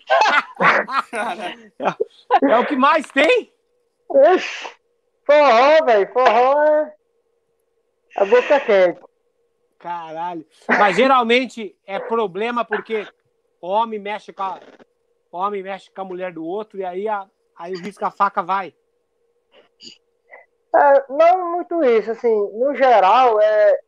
É o que mais tem? Ixi, forró, velho. Forró é a boca quente. Caralho. Mas geralmente é problema porque homem mexe com a mulher do outro e aí o risca-faca vai. Não muito isso, assim, no geral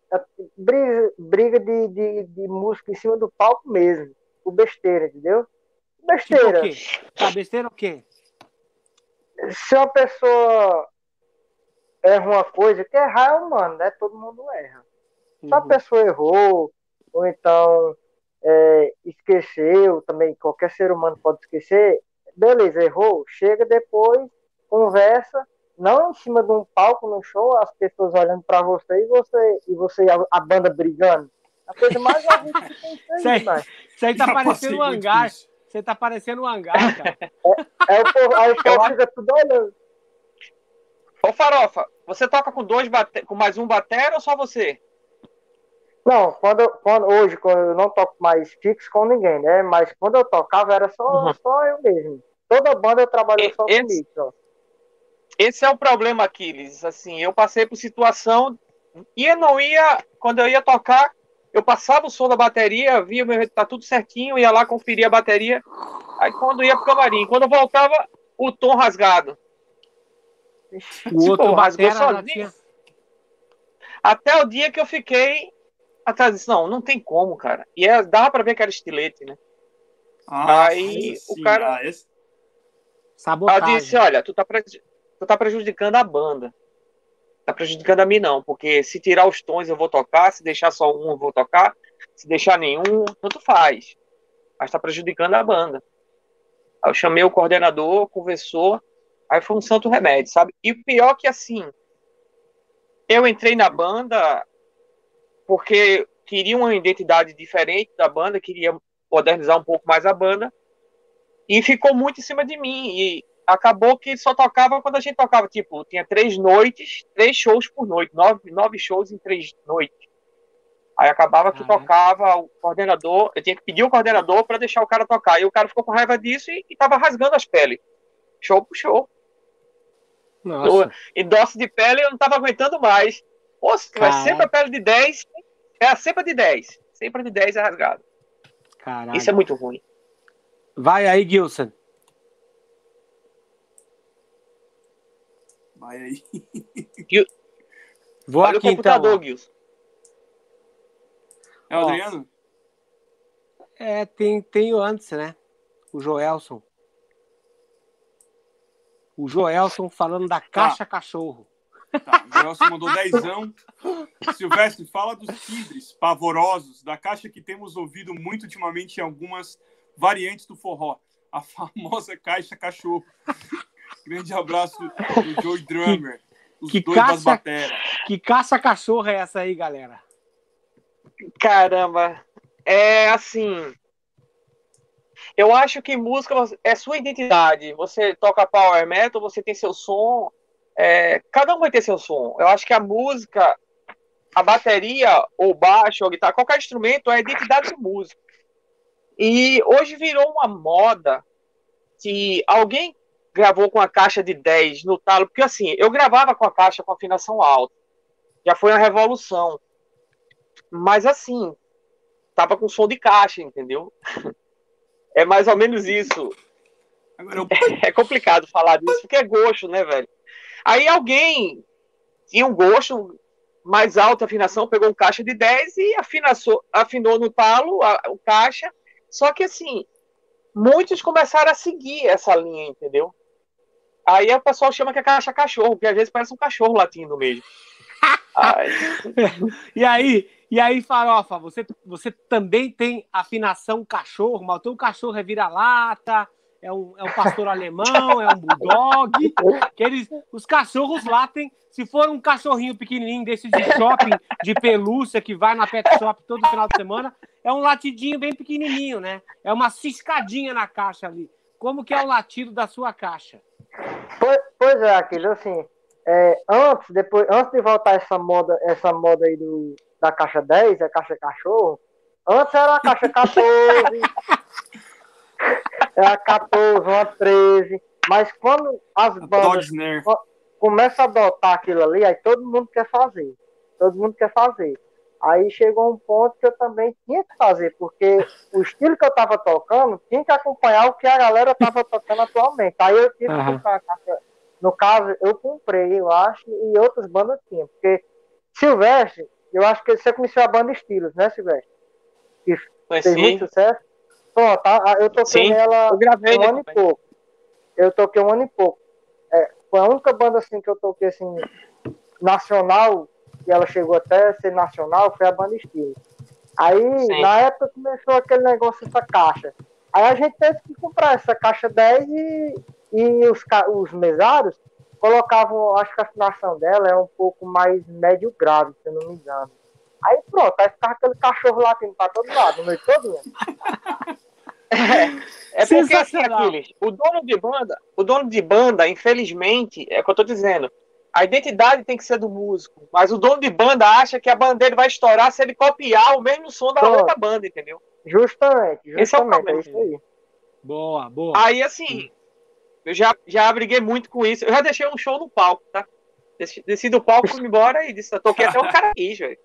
briga de música em cima do palco mesmo, por besteira, entendeu? Besteira. Tipo o quê? Tá, besteira o quê? Se uma pessoa erra uma coisa, que errar é humano, né? Todo mundo erra. Se a pessoa errou, ou então esqueceu, também qualquer ser humano pode esquecer, beleza, errou, chega depois, conversa, não em cima de um palco no show, as pessoas olhando para você e você a banda brigando. A coisa mais horrível que tem isso aí, mano. Isso aí tá parecendo um hangar. Você tá parecendo um hangar, cara. Aí o povo fica tudo olhando. Ô, Farofa, você toca com com mais um batera ou só você? Não, hoje quando eu não toco mais fixo com ninguém, né? Mas quando eu tocava era só eu mesmo. Toda banda eu trabalho só comigo. Só. Esse é o problema, Aquiles. Assim, eu passei por situação não ia, quando eu ia tocar, eu passava o som da bateria, via tá tudo certinho, ia lá conferir a bateria. Aí quando ia pro camarim, quando eu voltava, o tom rasgado. O outro batera já tinha... Até o dia que eu fiquei atrás disso, não tem como, cara. E dava pra ver que era estilete, né? Aí o cara... Sabotagem. Eu disse, olha, tu tá prejudicando a banda. Tá prejudicando a mim, não. Porque se tirar os tons eu vou tocar, se deixar só um eu vou tocar, se deixar nenhum, tanto faz. Mas tá prejudicando a banda. Aí eu chamei o coordenador, conversou, aí foi um santo remédio, sabe? E o pior que, assim, eu entrei na banda porque queria uma identidade diferente da banda, queria modernizar um pouco mais a banda, e ficou muito em cima de mim, e acabou que só tocava quando a gente tocava, tipo, tinha 3 shows por noite, 9 shows em 3 noites. Aí acabava que tocava o coordenador, eu tinha que pedir o coordenador para deixar o cara tocar, e o cara ficou com raiva disso e tava rasgando as peles, show por show. Nossa. E doce de pele eu não tava aguentando mais. Pô, vai sempre a pele de 10, é sempre a de 10. Sempre a de 10 é rasgada. Caralho. Isso é muito ruim. Vai aí, Gilson. Vai aí. Vou olha aqui, o computador, então. Gilson. É o Adriano? Tem o antes, né? O Joelson. O Joelson falando da caixa cachorro. Tá, o Joelson mandou 10. Silvestre, fala dos timbres pavorosos da caixa que temos ouvido muito ultimamente em algumas variantes do forró. A famosa caixa cachorro. Grande abraço do Joey Drummer. Os dois das bateras. Que caça cachorro é essa aí, galera? Caramba. É assim... Eu acho que música é sua identidade. Você toca power metal, você tem seu som. Cada um vai ter seu som. Eu acho que a música, a bateria, ou baixo, ou guitarra, qualquer instrumento é a identidade do músico. E hoje virou uma moda que alguém gravou com a caixa de 10 no talo. Porque assim, eu gravava com a caixa com afinação alta. Já foi uma revolução. Mas assim, tava com som de caixa, entendeu? É mais ou menos isso. É complicado falar disso, porque é gosto, né, velho? Aí alguém tinha um gosto mais alto, afinação, pegou um caixa de 10 e afinou no talo o caixa. Só que, assim, muitos começaram a seguir essa linha, entendeu? Aí o pessoal chama que é caixa cachorro, porque às vezes parece um cachorro latindo mesmo. E aí, Farofa, você também tem afinação cachorro, mas o teu cachorro é vira-lata, é um pastor alemão, é um bulldog. Os cachorros latem. Se for um cachorrinho pequenininho desses de shopping, de pelúcia, que vai na pet shop todo final de semana, é um latidinho bem pequenininho, né? É uma ciscadinha na caixa ali. Como que é o latido da sua caixa? Pois é, aquilo assim... antes de voltar essa moda aí da caixa 10, a caixa cachorro, antes era a caixa 14, era 14, uma 13, mas quando as bandas começam a adotar aquilo ali, aí todo mundo quer fazer. Aí chegou um ponto que eu também tinha que fazer, porque o estilo que eu estava tocando tinha que acompanhar o que a galera estava tocando atualmente. Aí eu tive que comprar a caixa. No caso, eu comprei, eu acho, e outras bandas tinham. Porque Silvestre, eu acho que você conheceu a banda Estilos, né, Silvestre? Que fez muito sucesso. Pronto, eu toquei nela um ano e pouco. Eu toquei um ano e pouco. Foi a única banda assim que eu toquei assim, nacional, que ela chegou até a ser nacional, foi a banda Estilos. Aí, na época, começou aquele negócio, essa caixa. Aí a gente teve que comprar essa caixa 10 e os mesários colocavam, acho que a afinação dela é um pouco mais médio grave, se eu não me engano. Aí pronto, aí ficava aquele cachorro latindo pra todo lado, no meio todo. Porque assim, Aquiles, o dono de banda, infelizmente, é o que eu tô dizendo, A identidade tem que ser do músico, mas o dono de banda acha que a banda dele vai estourar se ele copiar o mesmo som da outra banda, entendeu? Justamente, Esse é o problema. é isso aí. Boa, boa. Aí, assim, eu já briguei muito com isso. Eu já deixei um show no palco, tá? Desci do palco, fui embora e disse, eu toquei até um cara aqui, velho.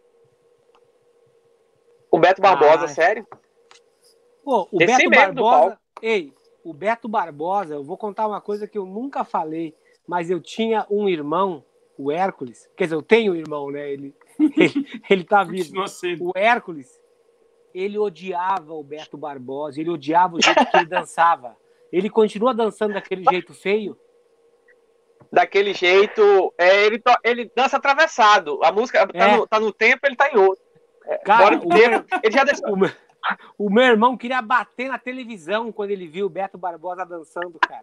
O Beto Barbosa, sério? Pô, o Desci Beto mesmo do Barbosa... palco. Ei, o Beto Barbosa, eu vou contar uma coisa que eu nunca falei, mas eu tinha um irmão, o Hércules, quer dizer, eu tenho um irmão, né? Ele tá vivo. Continua sendo. O Hércules, ele odiava o Beto Barbosa, ele odiava o jeito que ele dançava. Ele continua dançando daquele jeito feio? Daquele jeito, ele dança atravessado. A música tá no tempo, ele tá em outro. Cara, ele já deixou. O meu irmão queria bater na televisão quando ele viu o Beto Barbosa dançando, cara.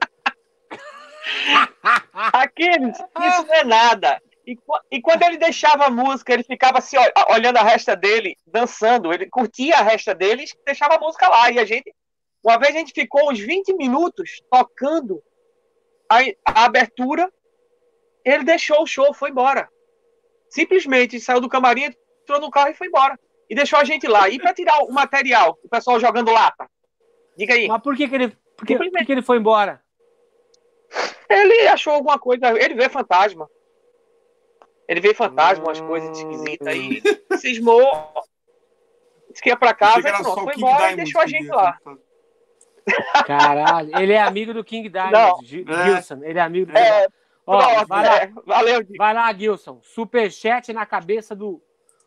Aqueles, isso não é nada. E quando ele deixava a música, ele ficava assim, olhando a resta dele, dançando. Ele curtia a resta dele e deixava a música lá. E uma vez a gente ficou uns 20 minutos tocando a abertura, ele deixou o show, foi embora. Simplesmente saiu do camarim, entrou no carro e foi embora. E deixou a gente lá. E para tirar o material, o pessoal jogando lata? Diga aí. Mas por que ele foi embora? Ele achou alguma coisa. Ele vê fantasma. Umas coisas esquisitas aí. Cismou. Disse que ia pra casa e pronto. Foi embora e deixou a gente lá. Caralho. Ele é amigo do King Diamond, Gilson. Ele é amigo do King Diamond. Ó, vai lá. Valeu, Diego. Vai lá, Gilson. Superchat na cabeça do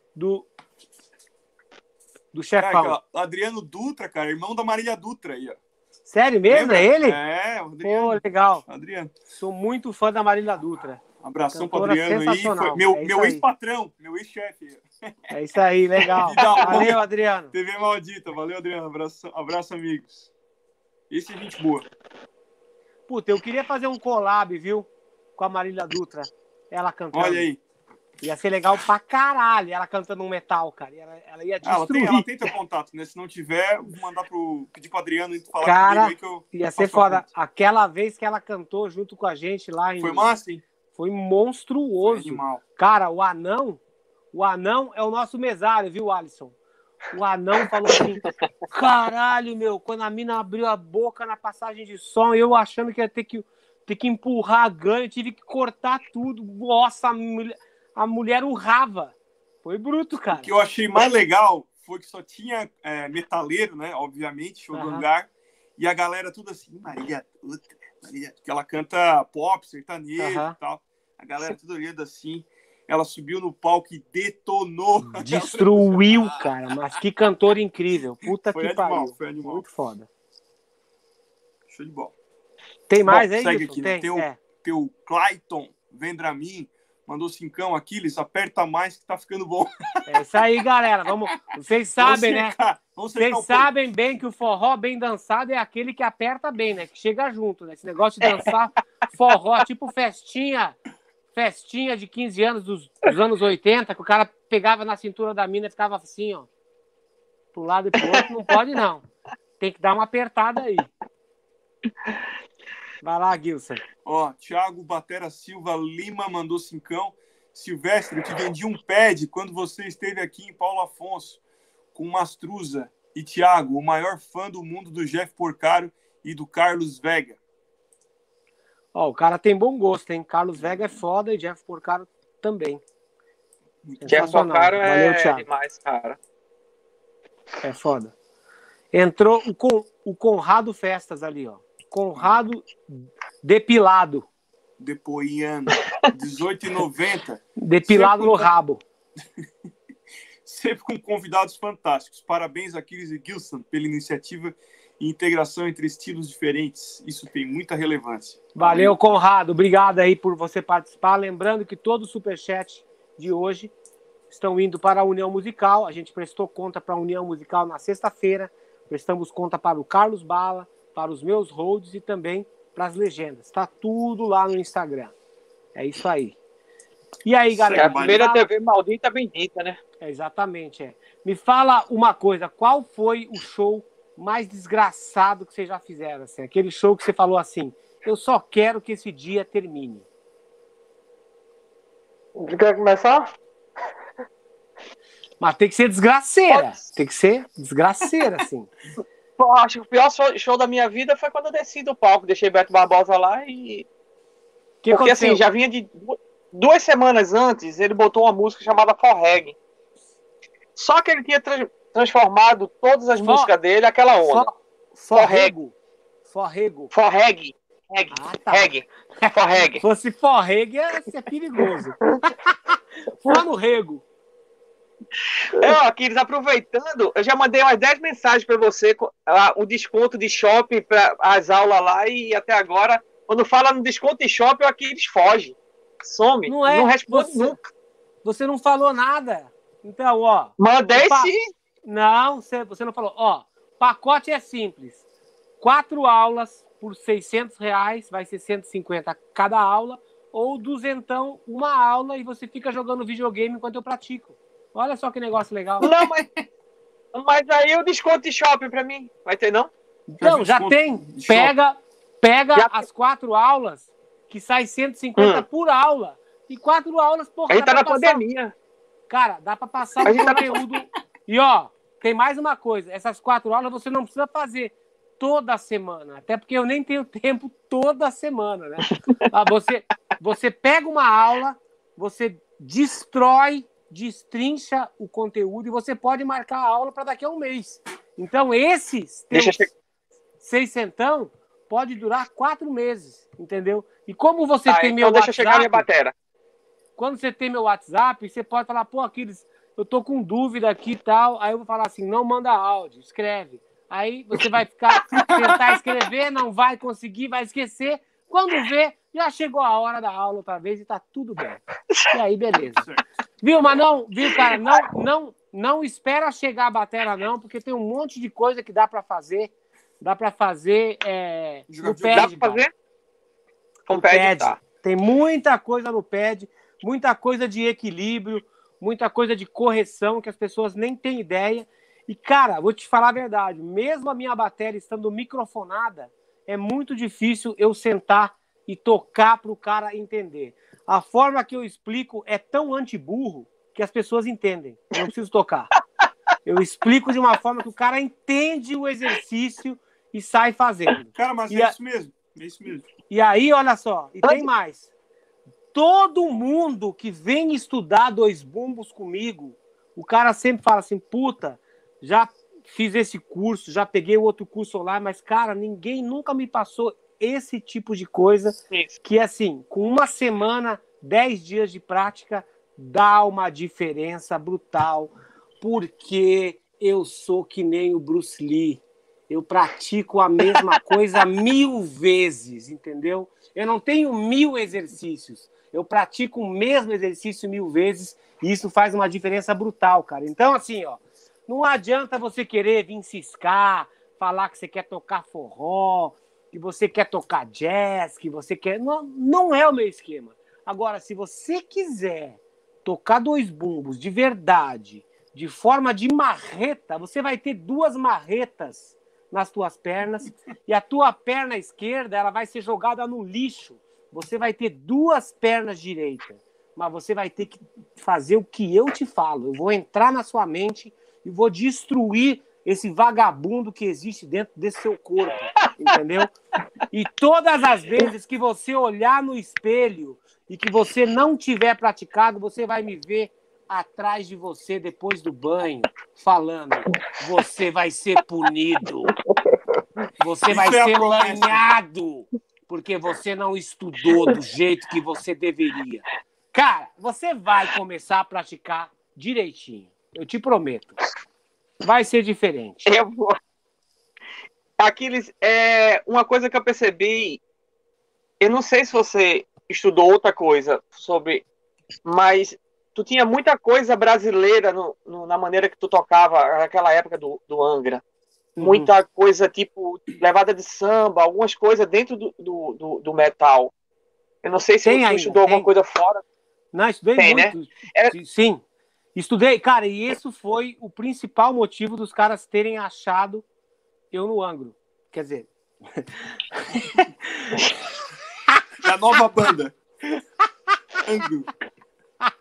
chefão. Cara, Adriano Dutra, cara, irmão da Marília Dutra aí, ó. Sério mesmo? Lembra? É ele? É, o Adriano. Pô, legal. Adriano. Sou muito fã da Marília Dutra. Abração pro Cantora Adriano aí. sensacional. Meu ex-patrão, meu ex-chefe. É isso aí, legal. Valeu, Adriano. TV Maldita, valeu, Adriano. Abraço, amigos. Esse é gente boa. Puta, eu queria fazer um collab, viu? Com a Marília Dutra. Ela cantando. Olha aí. Ia ser legal pra caralho ela cantando um metal, cara. Ela ia destruir. Ela tem teu contato, né? Se não tiver, vou mandar pedir pro Adriano falar cara, comigo aí que eu ia ser foda. Aquela vez que ela cantou junto com a gente lá em... Foi massa, hein? Foi monstruoso. Foi animal. Cara, o anão é o nosso mesário, viu, Alisson? O anão falou assim, caralho, meu, quando a mina abriu a boca na passagem de som, eu achando que ia ter que empurrar a ganho, eu tive que cortar tudo. Nossa, a mulher urrava. Foi bruto, cara. O que eu achei mais legal foi que só tinha metaleiro, né? Obviamente, show do lugar. E a galera tudo assim, Marília Dutra, que ela canta pop, sertanejo e tal. A galera tudo olhando assim. Ela subiu no palco e detonou. Destruiu, cara. Mas que cantor incrível. Puta foi que animal, pariu. Foi animal. Muito foda. Show de bola. Tem mais aí, segue Wilson? aqui, né? Tem o Clayton Vendramin. Mandou 5, Aquiles, aperta mais que tá ficando bom. É isso aí, galera. Vocês sabem, né? Vocês sabem bem que o forró bem dançado é aquele que aperta bem, né? Que chega junto, né? Esse negócio de dançar forró, tipo festinha de 15 anos dos anos 80, que o cara pegava na cintura da mina e ficava assim, ó. Pro lado e pro outro, não pode não. Tem que dar uma apertada aí. Vai lá, Gilson. Thiago Batera Silva Lima mandou 5. Silvestre, eu te vendi um pad quando você esteve aqui em Paulo Afonso com Mastruza. E Thiago, o maior fã do mundo do Jeff Porcaro e do Carlos Vega. O cara tem bom gosto, hein? Carlos Vega é foda e Jeff Porcaro também. Jeff Porcaro é demais, cara. É foda. Entrou o Conrado Festas ali, ó. Conrado depilado. Depoiano. 18,90. Depilado no rabo. Sempre com convidados fantásticos. Parabéns, Aquiles e Gilson, pela iniciativa e integração entre estilos diferentes. Isso tem muita relevância. Valeu, Conrado. Obrigado aí por você participar. Lembrando que todo o superchat de hoje estão indo para a União Musical. A gente prestou conta para a União Musical na sexta-feira. Prestamos conta para o Carlos Bala, para os meus holds e também para as legendas. Está tudo lá no Instagram. É isso aí. E aí, galera? É a primeira TV maldita bendita, né? Exatamente, Me fala uma coisa. Qual foi o show mais desgraçado que vocês já fizeram? Assim? Aquele show que você falou assim, eu só quero que esse dia termine. Quer começar? Mas tem que ser desgraceira. Tem que ser desgraceira, assim. Pô, acho que o pior show da minha vida foi quando eu desci do palco. Deixei Beto Barbosa lá e... Que Porque aconteceu? assim, já vinha de 2 semanas antes, ele botou uma música chamada Forreg. Só que ele tinha transformado todas as músicas dele naquela onda. Forrego. Forreg. Ah, tá. Forreg. Se fosse forrego, ia ser perigoso. Fó no rego. Aquiles, aproveitando, eu já mandei umas 10 mensagens para você, o desconto de shopping para as aulas lá, e até agora, quando fala no desconto de shopping, o Aquiles foge. Some. Não responde nunca. Você não falou nada. Então, ó. Mandei sim. Não, você não falou. Ó, pacote é simples. 4 aulas por R$600, vai ser 150 cada aula, ou 200 uma aula e você fica jogando videogame enquanto eu pratico. Olha só que negócio legal. Não, mas aí o desconto de shopping pra mim, vai ter não? Então, já tem. Pega as 4 aulas, que sai 150 por aula. E 4 aulas, porra, a gente tá na pandemia. Cara, dá pra passar o conteúdo. E ó, tem mais uma coisa. Essas 4 aulas você não precisa fazer toda semana. Até porque eu nem tenho tempo toda semana, né? Você pega uma aula, você destrincha o conteúdo e você pode marcar a aula para daqui a um mês. Então, esses 600 pode durar 4 meses, entendeu? E como você tem meu deixa WhatsApp... chegar minha batera. Quando você tem meu WhatsApp, você pode falar, pô, Aquiles, eu tô com dúvida aqui e tal. Aí eu vou falar assim, não manda áudio, escreve. Aí você vai tentar escrever, não vai conseguir, vai esquecer. Quando vê, já chegou a hora da aula outra vez e tá tudo bem. E aí, beleza. Viu, mas não, cara, não espera chegar a batera não, porque tem um monte de coisa que dá pra fazer. Dá pra fazer no pad. Dá pra fazer? Com pad, tá. Tem muita coisa no pad, muita coisa de equilíbrio, muita coisa de correção que as pessoas nem têm ideia. E, cara, vou te falar a verdade, mesmo a minha bateria estando microfonada, é muito difícil eu sentar e tocar para o cara entender. A forma que eu explico é tão anti-burro que as pessoas entendem. Eu não preciso tocar. Eu explico de uma forma que o cara entende o exercício e sai fazendo. Cara, mas é isso mesmo. É isso mesmo. E aí, olha só, e tem mais. Todo mundo que vem estudar 2 bumbos comigo, o cara sempre fala assim, puta, já fiz esse curso, já peguei o outro curso lá, mas, cara, ninguém nunca me passou esse tipo de coisa que, assim, com 1 semana, 10 dias de prática, dá uma diferença brutal, porque eu sou que nem o Bruce Lee. Eu pratico a mesma coisa 1000 vezes, entendeu? Eu não tenho 1000 exercícios. Eu pratico o mesmo exercício 1000 vezes e isso faz uma diferença brutal, cara. Então, assim, ó, não adianta você querer vir ciscar, falar que você quer tocar forró, que você quer tocar jazz, que você quer... Não é o meu esquema. Agora, se você quiser tocar 2 bumbos de verdade, de forma de marreta, você vai ter 2 marretas nas tuas pernas e a tua perna esquerda ela vai ser jogada no lixo. Você vai ter 2 pernas direitas, mas você vai ter que fazer o que eu te falo. Eu vou entrar na sua mente e vou destruir esse vagabundo que existe dentro desse seu corpo, entendeu? E todas as vezes que você olhar no espelho e que você não tiver praticado, você vai me ver atrás de você depois do banho, falando, você vai ser punido, você vai ser lanhado, porque você não estudou do jeito que você deveria. Cara, você vai começar a praticar direitinho, eu te prometo. Vai ser diferente. Eu vou. Aquiles, uma coisa que eu percebi, eu não sei se você estudou outra coisa sobre, mas tu tinha muita coisa brasileira na maneira que tu tocava naquela época do Angra. Muita coisa, tipo, levada de samba, algumas coisas dentro do metal. Eu não sei se tu estudou alguma coisa fora. Não, estudei muito. Né? Sim. Estudei, cara, e esse foi o principal motivo dos caras terem achado eu no Angro. Quer dizer... É a nova banda. Angro.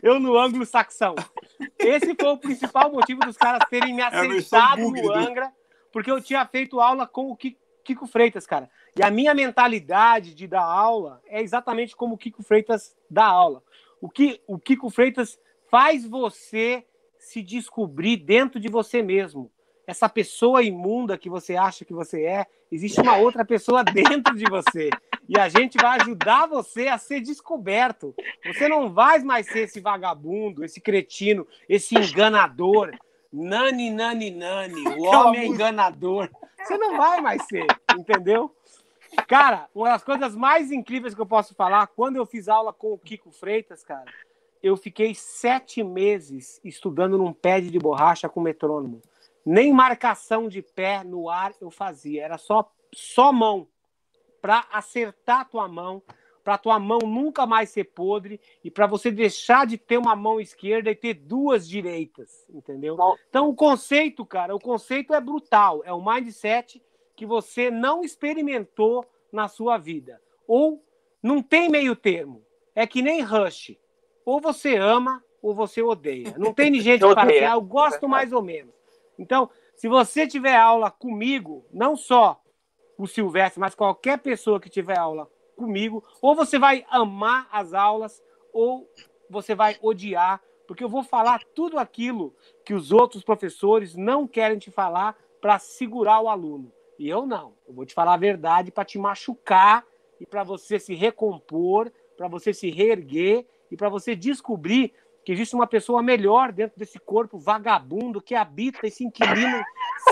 eu no anglo-saxão. Esse foi o principal motivo dos caras terem me aceitado no Angra, porque eu tinha feito aula com o Kiko Freitas, cara. E a minha mentalidade de dar aula é exatamente como o Kiko Freitas dá aula. O Kiko Freitas faz você se descobrir dentro de você mesmo. Essa pessoa imunda que você acha que você é, existe uma outra pessoa dentro de você. E a gente vai ajudar você a ser descoberto. Você não vai mais ser esse vagabundo, esse cretino, esse enganador. Nani, o homem é enganador. Você não vai mais ser, entendeu? Cara, uma das coisas mais incríveis que eu posso falar, quando eu fiz aula com o Kiko Freitas, cara, eu fiquei 7 meses estudando num pad de borracha com metrônomo. Nem marcação de pé no ar eu fazia, era só mão, para acertar tua mão, para tua mão nunca mais ser podre e para você deixar de ter uma mão esquerda e ter 2 direitas, entendeu? Então o conceito, cara, é brutal, é um mindset que você não experimentou na sua vida. Ou não tem meio termo, é que nem Rush, ou você ama ou você odeia. Não tem gente que fala assim, eu gosto mais ou menos. Então, se você tiver aula comigo, não só o Silvestre, mas qualquer pessoa que tiver aula comigo, ou você vai amar as aulas, ou você vai odiar, porque eu vou falar tudo aquilo que os outros professores não querem te falar para segurar o aluno. E eu não. Eu vou te falar a verdade para te machucar e para você se recompor, para você se reerguer e para você descobrir que existe uma pessoa melhor dentro desse corpo vagabundo que habita esse inquilino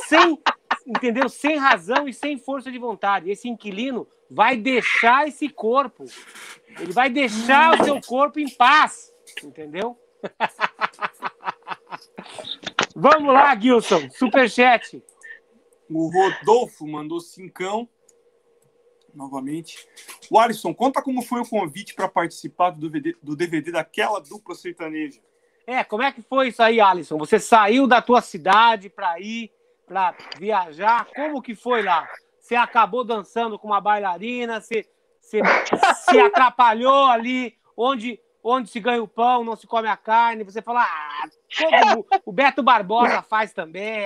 sem razão e sem força de vontade. Esse inquilino vai deixar esse corpo. Ele vai deixar o seu corpo em paz. Entendeu? Vamos lá, Gilson. Superchat. O Rodolfo mandou 5. Novamente. O Alisson, conta como foi o convite para participar do DVD daquela dupla sertaneja. Como é que foi isso aí, Alisson? Você saiu da tua cidade para viajar? Como que foi lá? Você acabou dançando com uma bailarina? Você se atrapalhou ali? Onde se ganha o pão, não se come a carne? Você falou, o Beto Barbosa faz também.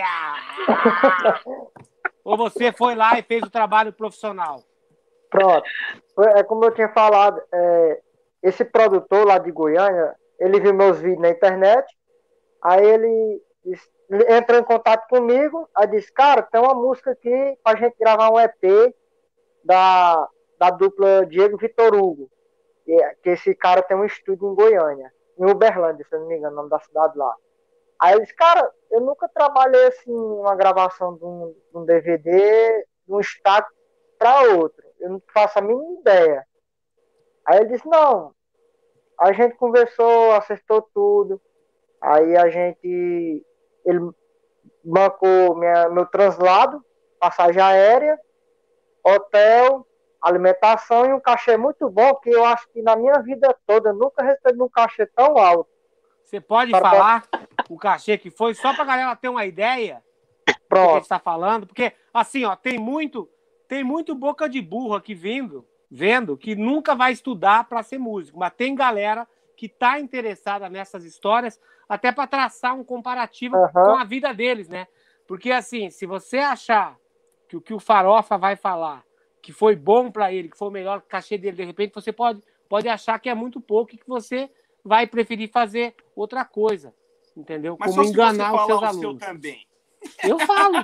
Ou você foi lá e fez o trabalho profissional? Pronto. É como eu tinha falado, esse produtor lá de Goiânia, ele viu meus vídeos na internet, aí ele entrou em contato comigo, aí disse, cara, tem uma música aqui pra gente gravar um EP da dupla Diego Vitor Hugo, que esse cara tem um estúdio em Goiânia, em Uberlândia, se eu não me engano, o nome da cidade lá. Aí ele disse, cara, eu nunca trabalhei assim, uma gravação de um DVD, de um estado para outro. Eu não faço a mínima ideia. Aí ele disse, não. A gente conversou, acertou tudo. Aí ele bancou meu translado, passagem aérea, hotel, alimentação e um cachê muito bom, que eu acho que na minha vida toda eu nunca recebi um cachê tão alto. Você pode falar o cachê que foi, só pra galera ter uma ideia do que a gente tá falando? Porque, assim, ó, tem muito boca de burro aqui vendo, que nunca vai estudar para ser músico, mas tem galera que tá interessada nessas histórias até para traçar um comparativo com a vida deles, né? Porque, assim, se você achar que o que o Farofa vai falar que foi bom para ele, que foi o melhor cachê dele, de repente você pode achar que é muito pouco e que você vai preferir fazer outra coisa, entendeu? Mas como só enganar se você os seus falar alunos. O seu também. Eu falo.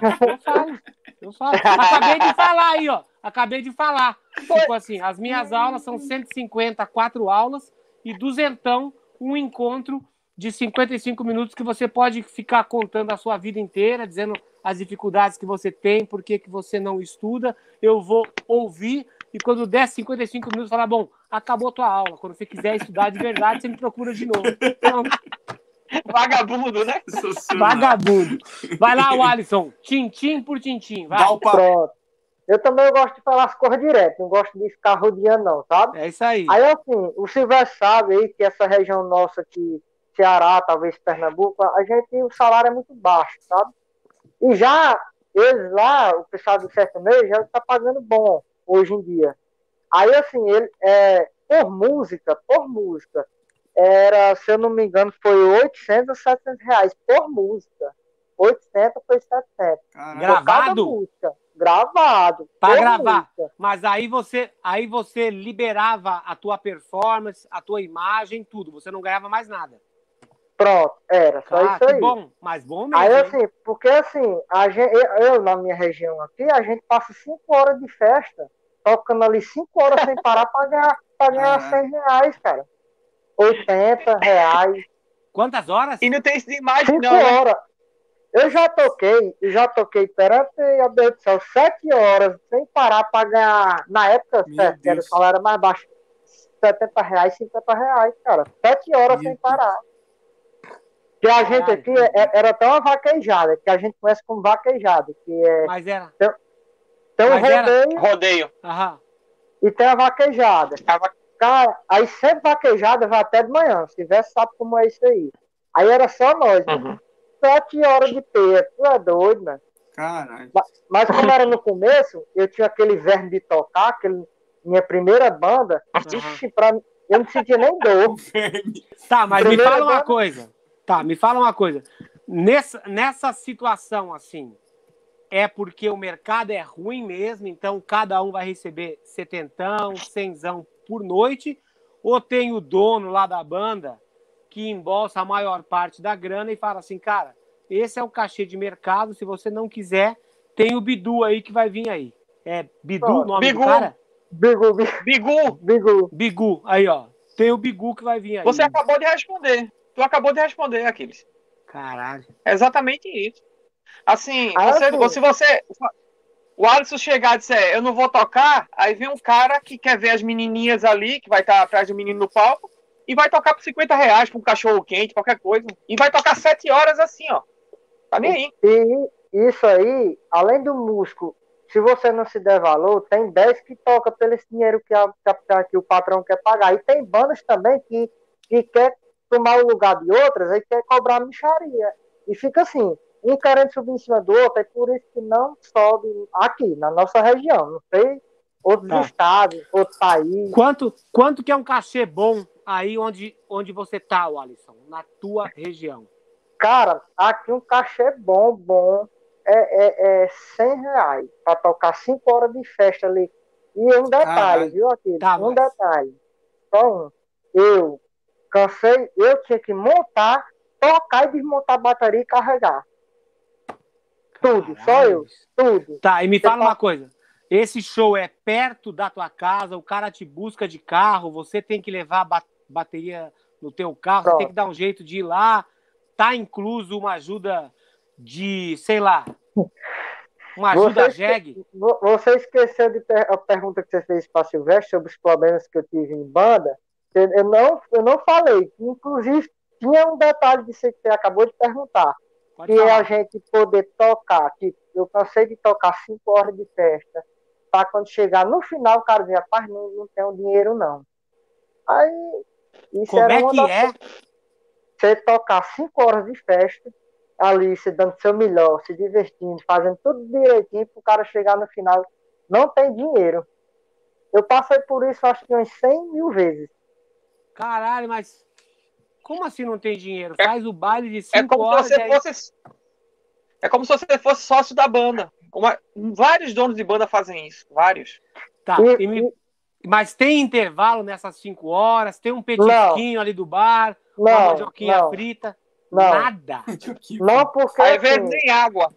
Acabei de falar aí, ó. Acabei de falar. Tipo assim, as minhas aulas são 150, 4 aulas e 200, um encontro de 55 minutos que você pode ficar contando a sua vida inteira, dizendo as dificuldades que você tem, por que você não estuda. Eu vou ouvir e quando der 55 minutos, falar, bom, acabou tua aula. Quando você quiser estudar de verdade, você me procura de novo. Então, vagabundo, né? Vagabundo. Vai lá, o Alisson. Tintim por tintim. Vai. Pronto. Eu também gosto de falar as coisas direto. Não gosto de ficar rodeando, não, sabe? É isso aí. Aí, assim, o Silvestre sabe aí que essa região nossa aqui, Ceará, talvez Pernambuco, o salário é muito baixo, sabe? E já eles lá, o pessoal do sertanejo, já está pagando bom hoje em dia. Aí, assim, por música, era, se eu não me engano, foi 800 ou 700 reais por música. 800 foi 700. Caralho. Por cada Gravado? música. Gravado. Para por gravar. música. Mas aí você liberava a tua performance, a tua imagem, tudo. Você não ganhava mais nada. Pronto, era só isso que aí. bom, mas bom mesmo. Aí hein? assim, porque assim, eu na minha região aqui, a gente passa 5 horas de festa, tocando ali 5 horas sem parar pra ganhar 100 reais, cara. 80 reais. Quantas horas? E não tem isso de imagem, 5 não, né? horas. Eu já toquei perante a Deus do céu, 7 horas sem parar pra ganhar, na época, Meu certo, que era o Deus. salário mais baixo, 70 reais, 50 reais, cara. 7 horas Meu sem parar. Que a gente Caralho. aqui era até uma vaquejada, que a gente conhece como vaquejada, que é Mas era. tem um Mas era- rodeio Rodeio. Aham. e tem a vaquejada. Cara, aí sempre vaquejada vai até de manhã, se tiver sabe como é isso aí. Aí era só nós, né? Uhum. 7 horas de peia, tu é doido, né? Caralho. Mas como era no começo, eu tinha aquele verme de tocar, minha primeira banda, ixi, eu não sentia nem dor. Tá, mas me Primeira fala uma banda- coisa. Tá, me fala uma coisa. Nessa situação assim, é porque o mercado é ruim mesmo, então cada um vai receber setentão, cenzão por noite, ou tem o dono lá da banda que embolsa a maior parte da grana e fala assim, cara, esse é o cachê de mercado, se você não quiser, tem o Bidu aí que vai vir aí. É Bidu o nome Bigu. do cara? Bigu, Bigu, bigu. Bigu, aí ó, tem o Bigu que vai vir aí. você acabou de responder. Tu acabou de responder, Aquiles. Caralho. É exatamente isso. Assim, Ah, se você. O Alisson chegar e disser, eu não vou tocar, aí vem um cara que quer ver as menininhas ali, que vai estar atrás do menino no palco, e vai tocar por 50 reais, pra um cachorro quente, qualquer coisa. E vai tocar 7 horas assim, ó. Tá nem aí. E isso aí, além do músico, se você não se der valor, tem 10 que toca pelo esse dinheiro que o patrão quer pagar. E tem bandas também que quer tomar o lugar de outras e quer cobrar mixaria. E fica assim, um querendo subir em cima do outro, é por isso que não sobe aqui, na nossa região. Não sei outros Tá. estados, outros países. Quanto que é um cachê bom aí onde você tá, Alisson? Na tua região? Cara, aqui um cachê bom é 100 reais para tocar 5 horas de festa ali. E um detalhe, Caralho. viu, aqui? Tá, Um mas- detalhe. Só um. Eu cansei, eu tinha que montar, tocar e desmontar a bateria e carregar. Tudo, só Caralho, eu. bicho. Tudo. Tá, e me fala Você uma coisa. Esse show é perto da tua casa, o cara te busca de carro, você tem que levar a bateria no teu carro, você tem que dar um jeito de ir lá, tá incluso uma ajuda de, sei lá, uma ajuda jegue. Você esqueceu a pergunta que você fez para Silvestre sobre os problemas que eu tive em banda. Eu não falei. Inclusive, tinha um detalhe disso que você acabou de perguntar. Pode Que é a falar. gente poder tocar. Tipo, eu cansei de tocar 5 horas de festa. Para quando chegar no final, o cara dizer, rapaz, não tenho dinheiro, não. Aí, isso Como era é uma que das é? Você tocar 5 horas de festa, ali, se dando seu melhor, se divertindo, fazendo tudo direitinho, para o cara chegar no final, não tem dinheiro. Eu passei por isso, acho que umas 100 mil vezes. Caralho, mas como assim não tem dinheiro? Faz o baile de É 5 como horas se e você aí... fosse. É como se você fosse sócio da banda. Vários donos de banda fazem isso. Vários. Tá, mas tem intervalo nessas 5 horas? Tem um petisquinho ali do bar? Uma mandioquinha frita? Não. Nada? Não, porque Às assim, vezes nem água.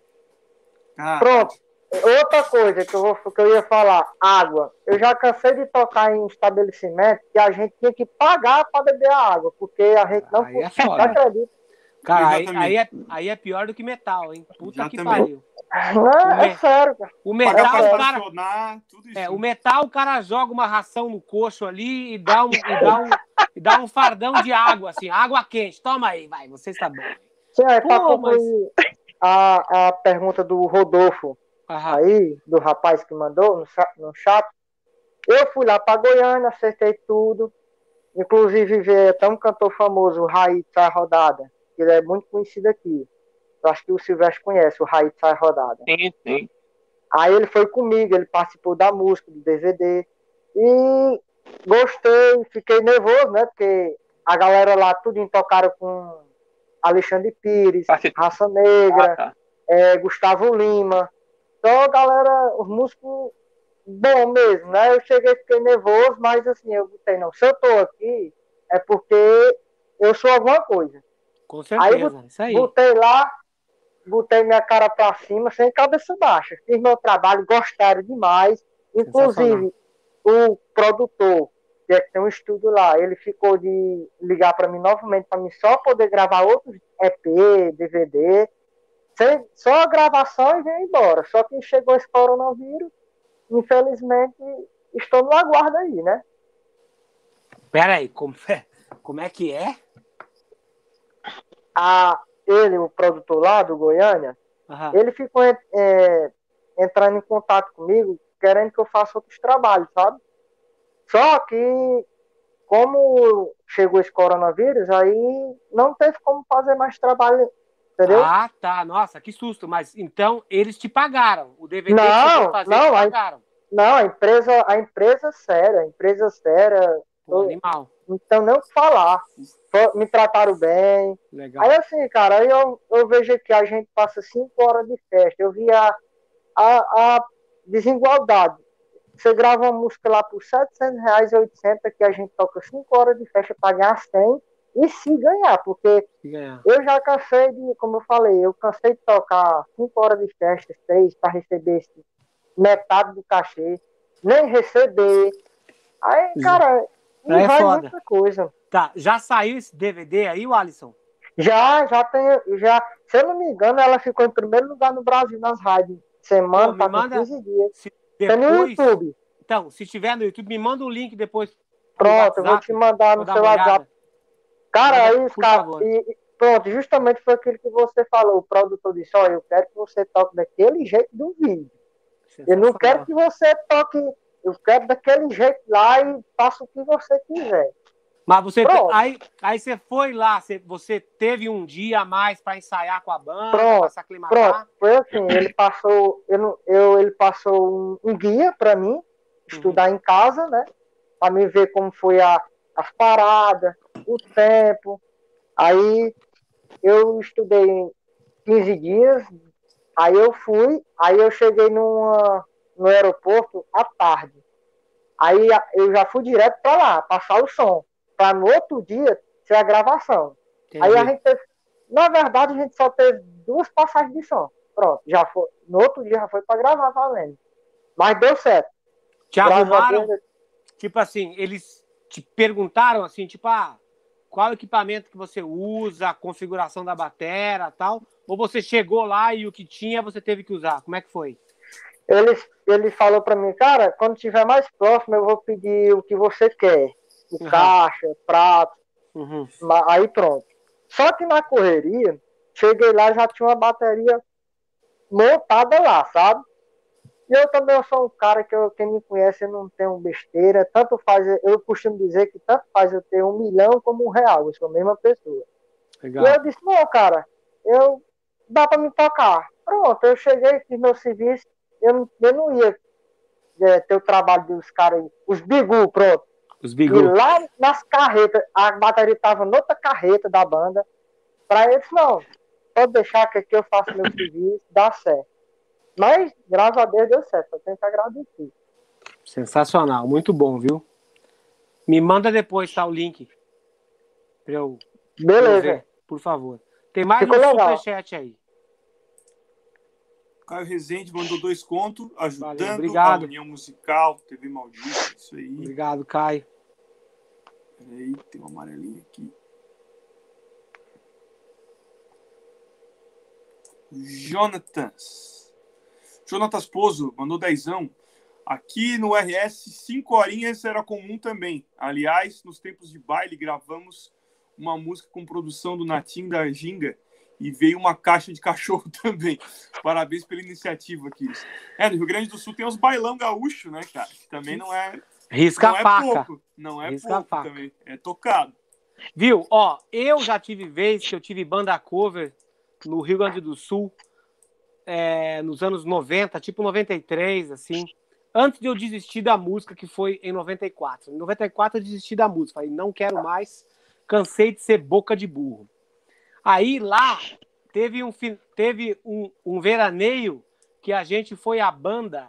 pronto. Outra coisa que eu ia falar, água. Eu já cansei de tocar em estabelecimento que a gente tinha que pagar para beber a água, porque a gente não Aí é foda. acredita. Cara, aí é pior do que metal, hein? Puta que pariu. É sério, cara. O metal, o cara... tudo isso. O metal, o cara joga uma ração no coxo ali e dá um fardão de água, assim, água quente. Toma aí, vai, você está bom. Para concluir a pergunta do Rodolfo, aí, do rapaz que mandou no chat, eu fui lá para Goiânia, acertei tudo, inclusive veio até um cantor famoso, o Raí Sai Rodada, que ele é muito conhecido aqui. Eu acho que o Silvestre conhece o Raí Sai Rodada. Sim. Aí ele foi comigo, ele participou da música, do DVD, e gostei, fiquei nervoso, né, porque a galera lá tudo tocaram com Alexandre Pires, Parti- Raça Negra, tá. Gustavo Lima. Então, a galera, os músicos bom mesmo, né? Eu cheguei, fiquei nervoso, mas assim, eu botei, não, se eu tô aqui, é porque eu sou alguma coisa. Com Aí certeza, isso aí. botei lá, botei minha cara pra cima, sem cabeça baixa. Fiz meu trabalho, gostaram demais. Sensacional. Inclusive, o produtor, que é que tem um estúdio lá, ele ficou de ligar para mim novamente, para mim só poder gravar outros EP, DVD, só a gravação e veio embora. Só que chegou esse coronavírus, infelizmente, estou no aguardo aí, né? Pera aí, como é que é? Ele, o produtor lá do Goiânia, Aham. ele ficou entrando em contato comigo, querendo que eu faça outros trabalhos, sabe? Só que, como chegou esse coronavírus, aí não teve como fazer mais trabalho, entendeu? Ah, tá. Nossa, que susto. Mas então eles te pagaram. O DVD que você foi Não, fazer, não, te pagaram. não, a empresa séria, Pô, animal. então nem o que falar. Me trataram bem. Legal. Aí assim, cara, aí eu vejo que a gente passa 5 horas de festa. Eu vi a desigualdade. Você grava uma música lá por R$ 700, 800, que a gente toca 5 horas de festa para ganhar 100 e se ganhar, porque Se ganhar. eu já cansei de, como eu falei, eu cansei de tocar 5 horas de festa, 6, para receber metade do cachê, nem receber. Aí, cara, Aí e é vai foda. muita coisa. Tá, já saiu esse DVD aí, Alisson? Já tem, se eu não me engano, ela ficou em primeiro lugar no Brasil nas rádios. Semana, Pô, me tá com manda 15 dias. se Tá no depois. YouTube. Então, se estiver no YouTube, me manda o link depois pro Pronto, eu vou te WhatsApp. mandar Vou no dar seu uma olhada. WhatsApp. Cara, Manda, aí os por caras. favor. Pronto, justamente foi aquilo que você falou. O produtor disse: olha, eu quero que você toque daquele jeito do vídeo. Eu não quero Sensacional. que você toque. Eu quero daquele jeito lá e faça o que você quiser. Mas você Pronto. aí você foi lá, você teve um dia a mais para ensaiar com a banda, Pronto, para se aclimatar? Foi assim, ele passou, ele passou um guia para mim estudar em casa, né? Para mim ver como foi as paradas, o tempo. Aí eu estudei 15 dias, aí eu cheguei no aeroporto à tarde. Aí eu já fui direto para lá, passar o som, para no outro dia ser a gravação. Entendi. Aí a gente teve, na verdade, a gente só teve 2 passagens de som. Pronto, já foi. No outro dia já foi para gravar valendo. Mas deu certo. Te Graças arrumaram, a Deus. tipo assim, eles te perguntaram assim, tipo, qual equipamento que você usa, a configuração da bateria, tal? Ou você chegou lá e o que tinha você teve que usar? Como é que foi? Ele falou para mim, cara, quando estiver mais próximo eu vou pedir o que você quer. O caixa, prato. Aí pronto. Só que na correria, cheguei lá já tinha uma bateria montada lá, sabe? E eu também sou um cara que quem me conhece, eu não tenho besteira. Tanto faz, eu costumo dizer que tanto faz eu ter 1 milhão como R$ 1. Eu sou a mesma pessoa. Legal. E eu disse, não, cara, dá pra me tocar. Pronto, eu cheguei, fiz meu serviço. Eu não ia ter o trabalho dos caras aí. Os bigu, pronto. Os bigu. E lá nas carretas, a bateria tava noutra carreta da banda. Pra eles, não, pode deixar que aqui eu faço meu serviço, dá certo. Mas, graças a Deus, deu certo. Eu tenho que agradecer. Sensacional. Muito bom, viu? Me manda depois, tá, o link. Pra eu ver, por favor. Tem mais um superchat aí. Caio Rezende mandou 2 contos, ajudando a União Musical, TV Maldita, isso aí. Obrigado, Caio. Peraí, tem um amarelinho aqui. Jonatas Pozo mandou 10. Aqui no RS, 5 horinhas era comum também. Aliás, nos tempos de baile, gravamos uma música com produção do Natim da Ginga e veio uma caixa de cachorro também. Parabéns pela iniciativa aqui. No Rio Grande do Sul tem os bailão gaúcho, né, cara? Que também não é... Risca a faca. Não é Risca pouco faca. também. É tocado. Viu? Ó, eu já tive vez que eu tive banda cover no Rio Grande do Sul, nos anos 90, tipo 93, assim, antes de eu desistir da música, que foi em 94. Em 94 eu desisti da música, falei, não quero mais, cansei de ser boca de burro. Aí lá teve um veraneio que a gente foi a banda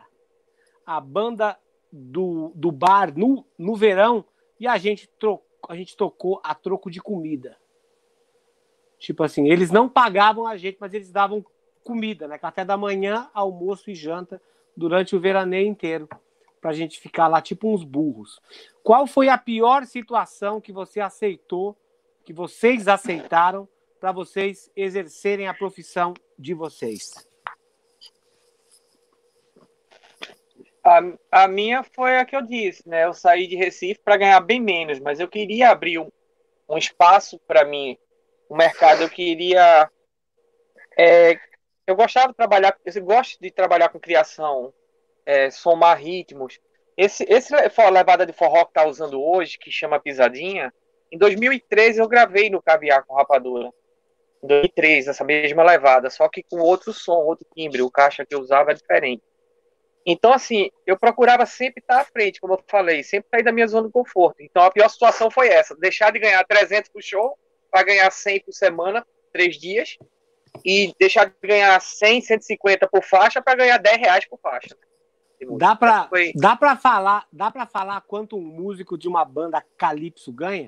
do bar no verão, e a gente tocou a troco de comida. Tipo assim, eles não pagavam a gente, mas eles davam comida, né? Café da manhã, almoço e janta durante o veraneio inteiro, pra gente ficar lá tipo uns burros. Qual foi a pior situação que você aceitou, que vocês aceitaram, para vocês exercerem a profissão de vocês? A minha foi a que eu disse, né? Eu saí de Recife para ganhar bem menos, mas eu queria abrir um espaço para mim, um mercado. Eu queria. Eu gostava de trabalhar, eu gosto de trabalhar com criação, somar ritmos. Esse levada de forró que tá usando hoje, que chama Pisadinha, em 2013 eu gravei no Caviar com Rapadura. Em 2013, essa mesma levada, só que com outro som, outro timbre. O caixa que eu usava é diferente. Então, assim, eu procurava sempre estar à frente, como eu falei, sempre sair da minha zona de conforto. Então, a pior situação foi essa: deixar de ganhar 300 por show para ganhar 100 por semana, 3 dias, e deixar de ganhar 100, 150 por faixa para ganhar R$10 por faixa. Dá para falar quanto um músico de uma banda calypso ganha?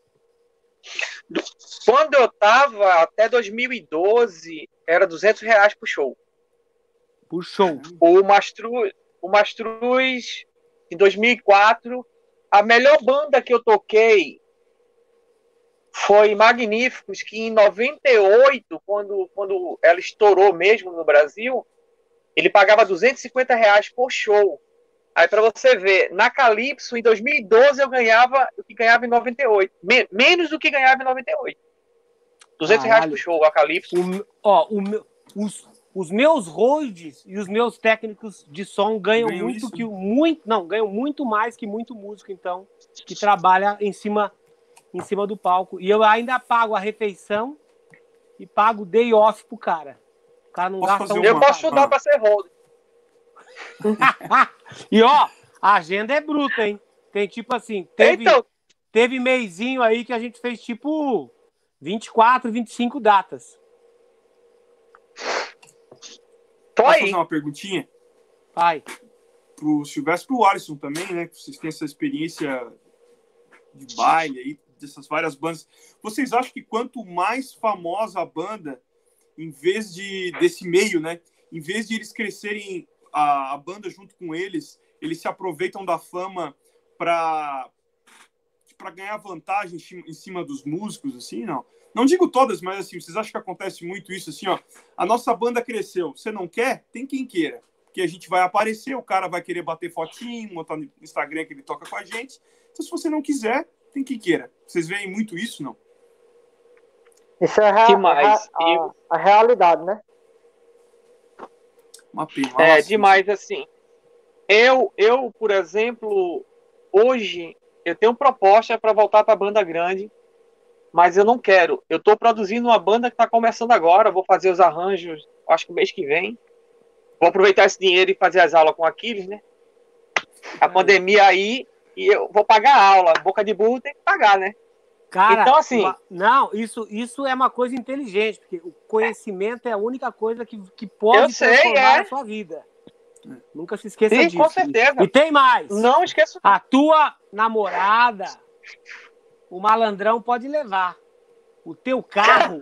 Quando eu tava, até 2012, era R$200 por show. Por show. O Mastruz, em 2004, a melhor banda que eu toquei foi Magníficos, que em 98, quando ela estourou mesmo no Brasil, ele pagava R$250 por show. Aí, para você ver, na Calypso, em 2012, eu ganhava o que ganhava em 98. Menos do que ganhava em 98. R$200 por show, a Calypso. Os meus holds e os meus técnicos de som ganham muito mais que muito músico, então, que trabalha em cima do palco. E eu ainda pago a refeição e pago day off pro cara. O cara não gasta Eu posso estudar para ser hold. E a agenda é bruta, hein? Tem tipo assim, teve meizinho aí que a gente fez tipo 24, 25 datas. Posso fazer uma perguntinha? Vai. Pro Silvestre e pro Alisson também, né? Que vocês têm essa experiência de baile aí, dessas várias bandas. Vocês acham que quanto mais famosa a banda, em vez desse meio, né? Em vez de eles crescerem a banda junto com eles se aproveitam da fama para ganhar vantagem em cima dos músicos, assim, não? Não digo todas, mas assim, vocês acham que acontece muito isso, assim, ó, a nossa banda cresceu, você não quer? Tem quem queira, porque a gente vai aparecer, o cara vai querer bater fotinho, botar no Instagram que ele toca com a gente, então se você não quiser, tem quem queira. Vocês veem muito isso, não? Isso é a realidade, né? Uma pena. Demais, assim. Eu, por exemplo, hoje, eu tenho proposta para voltar para a banda grande, mas eu não quero. Eu estou produzindo uma banda que está começando agora, vou fazer os arranjos, acho que mês que vem. Vou aproveitar esse dinheiro e fazer as aulas com Aquiles, né? A pandemia aí, e eu vou pagar a aula. Boca de burro tem que pagar, né? Cara, então, assim, não, isso é uma coisa inteligente, porque o conhecimento é a única coisa que pode transformar a sua vida. Nunca se esqueça disso. Com certeza. E tem mais. Não esqueço. A tua namorada, o malandrão pode levar. O teu carro,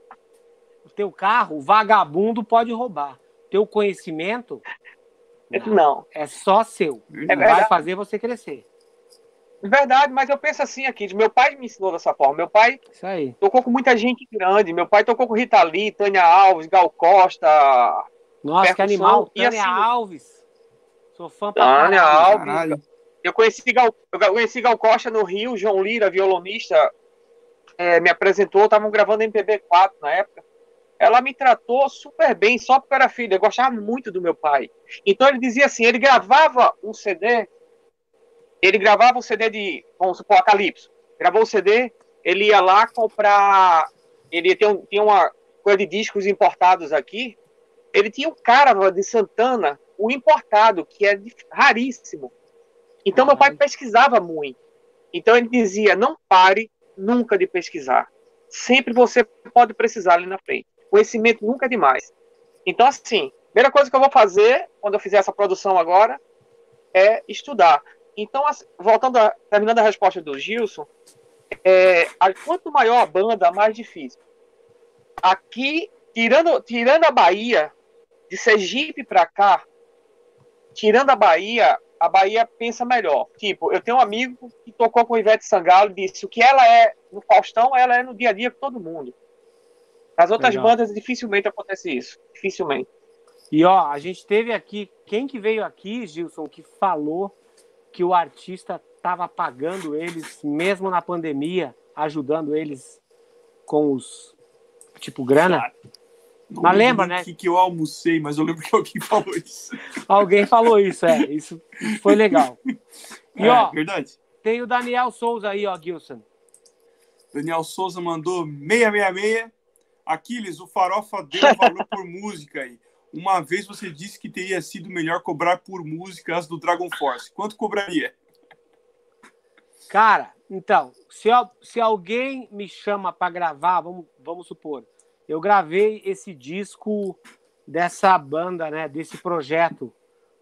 o vagabundo pode roubar. Teu conhecimento, não. É só seu. Vai fazer você crescer. Verdade, mas eu penso assim aqui, meu pai me ensinou dessa forma. Meu pai tocou com muita gente grande. Meu pai tocou com Rita Lee, Tânia Alves, Gal Costa. Nossa, que animal. Tânia Alves. Sou fã pra Tânia Alves. Caralho. Eu conheci Gal Costa no Rio, João Lira, violonista, me apresentou, estavam gravando MPB4 na época. Ela me tratou super bem, só porque eu era filho. Eu gostava muito do meu pai. Então ele dizia assim, ele gravava um CD de, vamos supor, a Calypso. Gravou o CD, ele ia lá comprar, ele tinha uma coisa de discos importados aqui, ele tinha um cara de Santana, o importado, que é raríssimo. Então meu pai pesquisava muito. Então ele dizia, não pare, nunca de pesquisar. Sempre você pode precisar ali na frente. Conhecimento nunca é demais. Então, assim, a primeira coisa que eu vou fazer quando eu fizer essa produção agora é estudar. Então, terminando a resposta do Gilson, quanto maior a banda, mais difícil. Aqui, tirando a Bahia, de Sergipe para cá, tirando a Bahia pensa melhor. Tipo, eu tenho um amigo que tocou com Ivete Sangalo e disse o que ela é no Faustão, ela é no dia a dia com todo mundo. Nas outras bandas, dificilmente acontece isso. Dificilmente. E, ó, a gente teve aqui... Quem que veio aqui, Gilson, que falou que o artista estava pagando eles, mesmo na pandemia, ajudando eles com os... Tipo, grana? Mas lembra, né? Que eu almocei, mas eu lembro que alguém falou isso. Alguém falou isso, Isso foi legal. E, ó, verdade. Tem o Daniel Souza aí, ó, Gilson. Daniel Souza mandou 666. Aquiles, o Farofa deu valor por música aí. Uma vez você disse que teria sido melhor cobrar por músicas do Dragon Force. Quanto cobraria? Cara, então, se alguém me chama para gravar, vamos supor, eu gravei esse disco dessa banda, né, desse projeto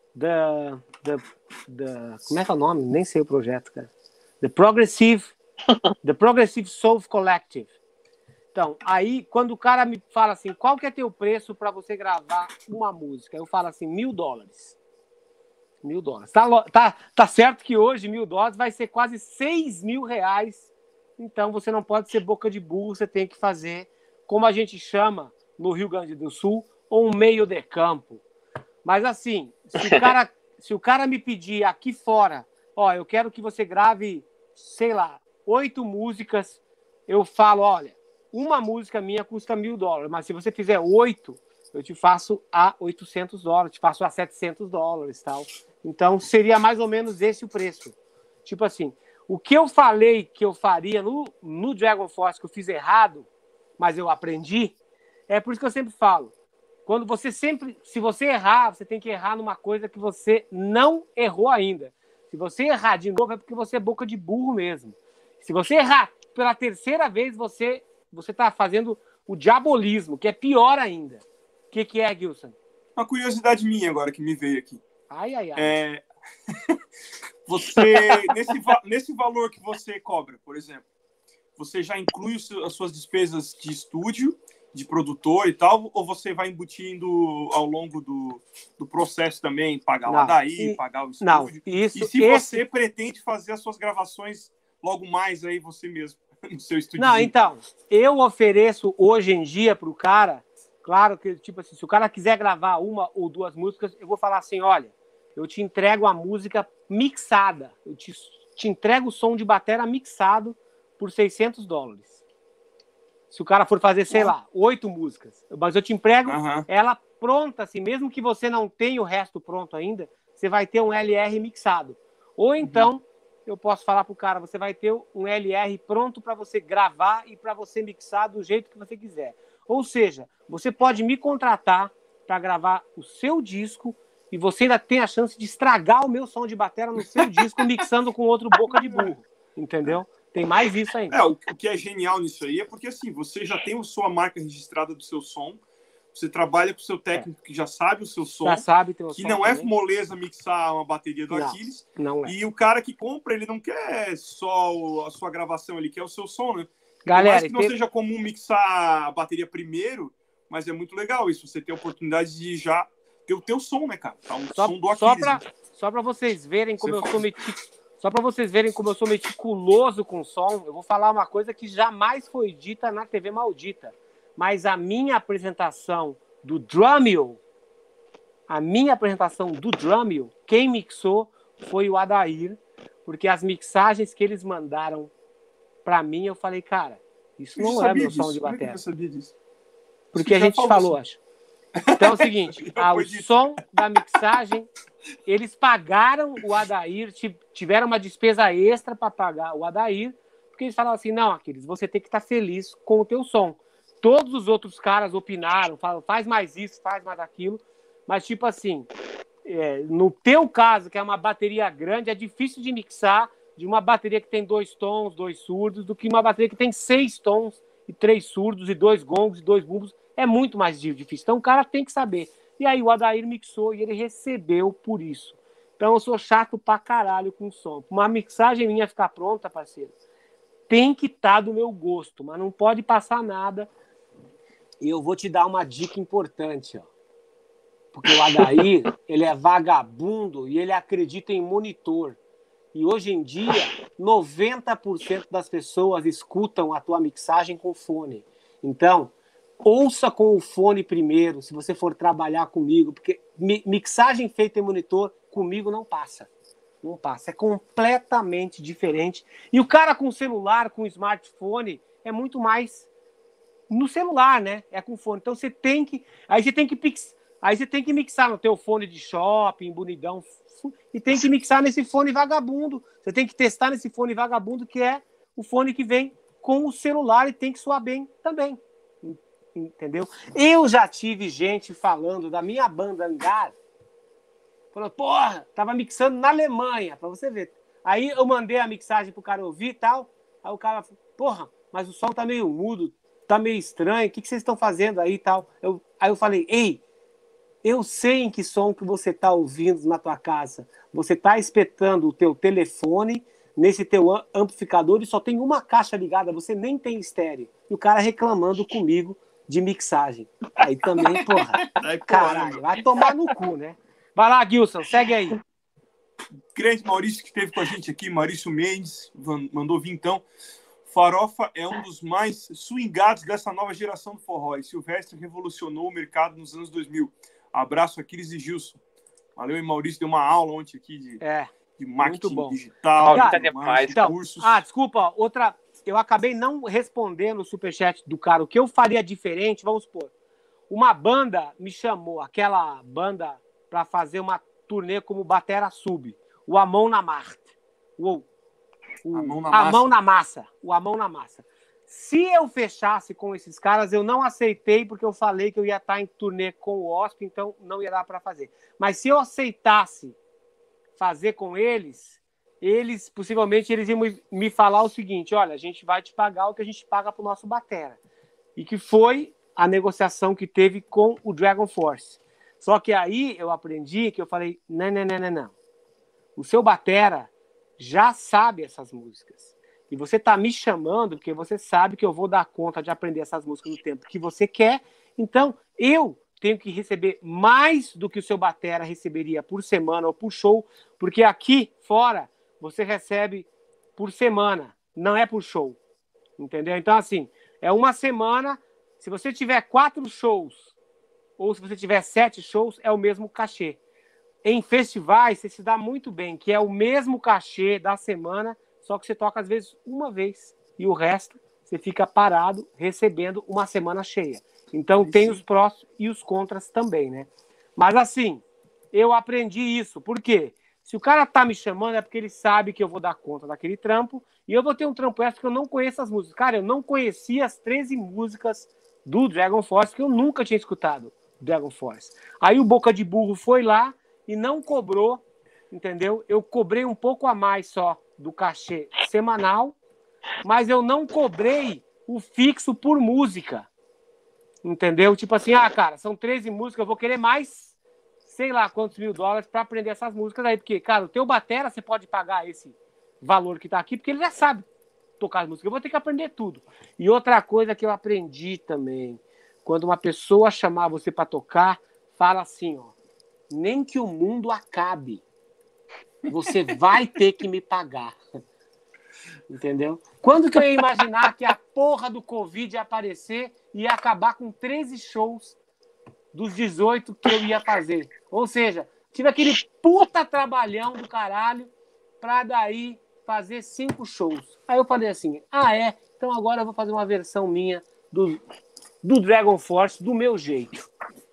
como é que é o nome? Nem sei o projeto, cara. The Progressive Soul Collective. Então, aí, quando o cara me fala assim, qual que é teu preço para você gravar uma música? Eu falo assim, $1.000. $1.000. Tá certo que hoje $1.000 vai ser quase R$6.000. Então, você não pode ser boca de burro, você tem que fazer, como a gente chama no Rio Grande do Sul, um meio de campo. Mas assim, se o cara me pedir aqui fora, ó, eu quero que você grave, sei lá, 8 músicas, eu falo, olha, uma música minha custa $1.000, mas se você fizer 8, eu te faço a $800, te faço a $700 e tal. Então, seria mais ou menos esse o preço. Tipo assim, o que eu falei que eu faria no Dragon Force, que eu fiz errado, mas eu aprendi, é por isso que eu sempre falo, se você errar, você tem que errar numa coisa que você não errou ainda. Se você errar de novo, é porque você é boca de burro mesmo. Se você errar pela terceira vez, você está fazendo o diabolismo, que é pior ainda. O que é, Gilson? Uma curiosidade minha agora que me veio aqui. Ai. Você, nesse valor que você cobra, por exemplo, você já inclui as suas despesas de estúdio, de produtor e tal, ou você vai embutindo ao longo do processo também, pagar o ADAI, pagar o estúdio? Não, você pretende fazer as suas gravações logo mais aí você mesmo, no seu estúdio? Não, então, eu ofereço hoje em dia para o cara, claro que, tipo assim, se o cara quiser gravar uma ou duas músicas, eu vou falar assim, olha, eu te entrego a música mixada, eu te entrego o som de bateria mixado por $600. Se o cara for fazer, sei lá, 8 músicas, mas eu te entrego ela pronta, assim, mesmo que você não tenha o resto pronto ainda, você vai ter um LR mixado. Ou então, eu posso falar pro cara, você vai ter um LR pronto para você gravar e para você mixar do jeito que você quiser. Ou seja, você pode me contratar para gravar o seu disco e você ainda tem a chance de estragar o meu som de bateria no seu disco mixando com outro boca de burro, entendeu? Tem mais isso ainda. O que é genial nisso aí é porque assim, você já tem a sua marca registrada do seu som, você trabalha com o seu técnico que já sabe o seu som, já sabe ter o que som não também. É moleza mixar uma bateria do Aquiles. Não é. E o cara que compra, ele não quer só a sua gravação, ele quer o seu som, né? Galera, por mais que não seja comum mixar a bateria primeiro, mas é muito legal isso, você ter a oportunidade de já ter o teu som, né, cara? Tá som do Aquiles. Só para vocês verem como eu sou Só para vocês verem como eu sou meticuloso com som, eu vou falar uma coisa que jamais foi dita na TV Maldita. Mas a minha apresentação do Drumeo, quem mixou foi o Adair, porque as mixagens que eles mandaram para mim, eu falei, cara, isso não é meu som de bateria. Eu sabia disso. Porque a gente falou, acho. Então é o seguinte, o som da mixagem, eles pagaram o Adair, tiveram uma despesa extra para pagar o Adair, porque eles falaram assim, não, Aquiles, você tem que estar feliz com o teu som. Todos os outros caras opinaram, falaram, faz mais isso, faz mais aquilo, mas tipo assim, no teu caso, que é uma bateria grande, é difícil de mixar de uma bateria que tem 2 tons, 2 surdos, do que uma bateria que tem 6 tons e 3 surdos e 2 gongos e 2 bumbos. É muito mais difícil. Então o cara tem que saber. E aí o Adair mixou e ele recebeu por isso. Então eu sou chato pra caralho com som. Uma mixagem minha ficar pronta, parceiro, tem que estar do meu gosto, mas não pode passar nada. E eu vou te dar uma dica importante, ó. Porque o Adair, ele é vagabundo e ele acredita em monitor. E hoje em dia, 90% das pessoas escutam a tua mixagem com fone. Então, ouça com o fone primeiro, se você for trabalhar comigo, porque mixagem feita em monitor, comigo não passa. Não passa. É completamente diferente. E o cara com celular, com smartphone, é muito mais no celular, né? É com fone. Então você tem que... Aí você tem que mixar no teu fone de shopping, bonitão, e tem que mixar nesse fone vagabundo. Você tem que testar nesse fone vagabundo, que é o fone que vem com o celular e tem que soar bem também. Entendeu? Eu já tive gente falando da minha banda Hangar, falando, porra, tava mixando na Alemanha, pra você ver. Aí eu mandei a mixagem pro cara ouvir e tal, aí o cara falou, porra, mas o som tá meio mudo, tá meio estranho, o que vocês estão fazendo aí e tal? Aí eu falei, ei, eu sei em que som que você tá ouvindo na tua casa. Você tá espetando o teu telefone nesse teu amplificador e só tem uma caixa ligada, você nem tem estéreo. E o cara reclamando comigo de mixagem. Aí também, porra, caralho, vai tomar no cu, né? Vai lá, Gilson, segue aí. Grande Maurício que esteve com a gente aqui, Maurício Mendes, mandou vir então. Farofa é um dos mais swingados dessa nova geração do forró. E Silvestre revolucionou o mercado nos anos 2000. Abraço, Aquiles e Gilson. Valeu, e Maurício deu uma aula ontem aqui de marketing digital, cursos. Desculpa, outra... Eu acabei não respondendo o superchat do cara. O que eu faria diferente, vamos supor, uma banda me chamou, aquela banda para fazer uma turnê como Batera Sub, o Amon na Marte. O Amon na Massa. Se eu fechasse com esses caras, eu não aceitei, porque eu falei que eu ia estar em turnê com o OSP, então não ia dar para fazer. Mas se eu aceitasse fazer com eles, possivelmente eles iam me falar o seguinte, olha, a gente vai te pagar o que a gente paga pro nosso batera. E que foi a negociação que teve com o Dragon Force. Só que aí eu aprendi que eu falei, não. O seu batera já sabe essas músicas. E você tá me chamando porque você sabe que eu vou dar conta de aprender essas músicas no tempo que você quer. Então, eu tenho que receber mais do que o seu batera receberia por semana ou por show, porque aqui fora você recebe por semana, não é por show. Entendeu? Então, assim, é uma semana, se você tiver 4 shows ou se você tiver 7 shows, é o mesmo cachê. Em festivais, você se dá muito bem, que é o mesmo cachê da semana, só que você toca às vezes uma vez e o resto você fica parado recebendo uma semana cheia. Então tem os prós e os contras também, né? Mas assim, eu aprendi isso. Por quê? Se o cara tá me chamando é porque ele sabe que eu vou dar conta daquele trampo e eu vou ter um trampo extra que eu não conheço as músicas. Cara, eu não conhecia as 13 músicas do Dragon Force, que eu nunca tinha escutado Dragon Force. Aí o Boca de Burro foi lá e não cobrou, entendeu? Eu cobrei um pouco a mais só do cachê semanal, mas eu não cobrei o fixo por música. Entendeu? Tipo assim, cara, são 13 músicas, eu vou querer mais, sei lá quantos $1000 para aprender essas músicas aí, porque, cara, o teu batera você pode pagar esse valor que tá aqui, porque ele já sabe tocar as músicas, eu vou ter que aprender tudo. E outra coisa que eu aprendi também, quando uma pessoa chamar você para tocar, fala assim, ó, nem que o mundo acabe, você vai ter que me pagar. Entendeu? Quando que eu ia imaginar que a porra do Covid ia aparecer e ia acabar com 13 shows dos 18 que eu ia fazer? Ou seja, tive aquele puta trabalhão do caralho pra daí fazer 5 shows. Aí eu falei assim, então agora eu vou fazer uma versão minha do Dragon Force do meu jeito.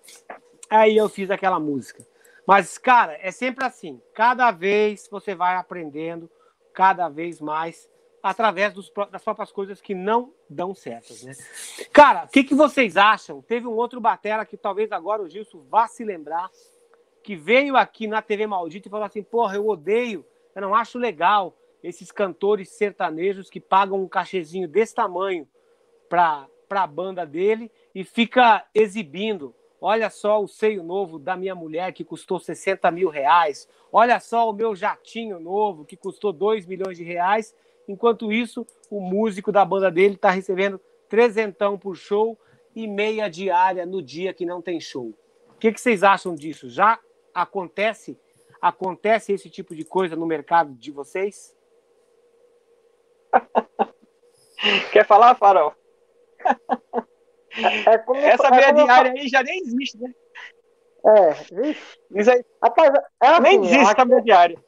Aí eu fiz aquela música. Mas, cara, é sempre assim. Cada vez você vai aprendendo cada vez mais através das próprias coisas que não dão certas, né? Cara, o que vocês acham? Teve um outro batera que talvez agora o Gilson vá se lembrar, que veio aqui na TV Maldita e falou assim, porra, eu odeio, eu não acho legal esses cantores sertanejos que pagam um cachezinho desse tamanho para a banda dele e fica exibindo. Olha só o seio novo da minha mulher que custou 60 mil reais. Olha só o meu jatinho novo que custou 2 milhões de reais. Enquanto isso, o músico da banda dele está recebendo trezentão por show e meia diária no dia que não tem show. O que vocês acham disso? Já acontece esse tipo de coisa no mercado de vocês? Quer falar, Farol? Essa meia diária aí já nem existe, né? Vixe. Diz aí. Rapaz, assim, nem existe essa meia diária.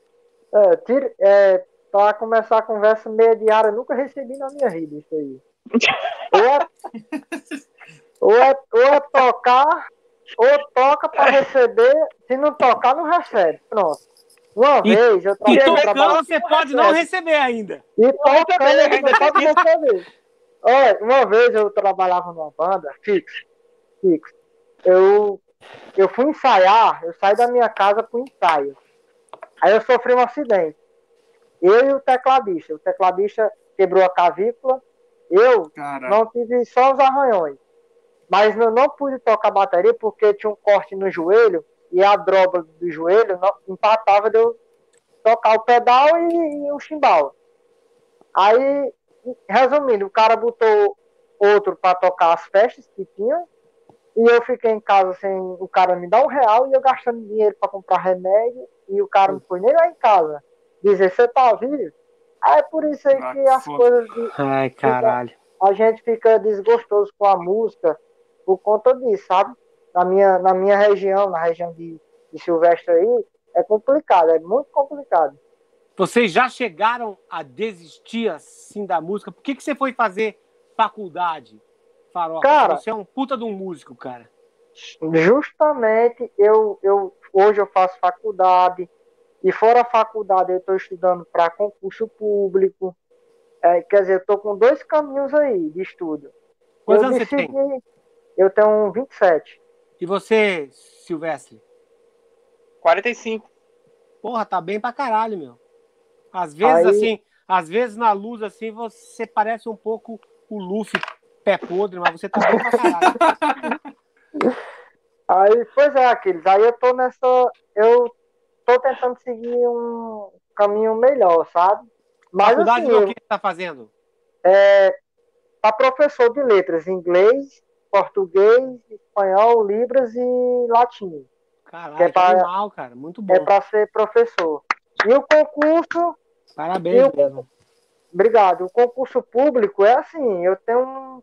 Para começar a conversa, meia diária, eu nunca recebi na minha vida isso aí. ou é tocar, ou toca para receber, se não tocar, não recebe. Pronto. Uma vez eu tocando, você pode não receber ainda. E tocando, ainda pode receber. Olha, uma vez eu trabalhava numa banda, fixo. Eu fui ensaiar, eu saí da minha casa pro ensaio. Aí eu sofri um acidente. Eu e o tecladista quebrou a clavícula. Eu não tive só os arranhões. Mas eu não pude tocar bateria porque tinha um corte no joelho e a dobra do joelho empatava de eu tocar o pedal e o chimbal. Aí, resumindo, o cara botou outro para tocar as festas que tinha e eu fiquei em casa sem o cara me dar R$1 e eu gastando dinheiro para comprar remédio e o cara não foi nem lá em casa dizer, você tá vivo? É por isso aí que as coisas... Ai, caralho. A gente fica desgostoso com a música por conta disso, sabe? Na minha região, na região de Silvestre aí, é complicado, é muito complicado. Vocês já chegaram a desistir assim da música? Por que você foi fazer faculdade, Farofa? Cara, você é um puta de um músico, cara. Justamente, hoje eu faço faculdade, e fora a faculdade eu estou estudando para concurso público. Quer dizer, eu estou com 2 caminhos aí de estudo. Quantos anos você tem? Eu tenho 27. E você, Silvestre? 45. Porra, tá bem pra caralho, meu. Às vezes na luz assim, você parece um pouco o Luffy pé podre, mas você tá bem pra caralho. Aí, pois é, Aquiles. Aí eu tô eu tô tentando seguir um caminho melhor, sabe? Mas faculdade assim, do que você tá fazendo? Para professor de letras, inglês, português, espanhol, libras e latim. Caralho, que animal, cara. Muito bom. É para ser professor. E o concurso... Parabéns mesmo. Obrigado. O concurso público é assim, eu tenho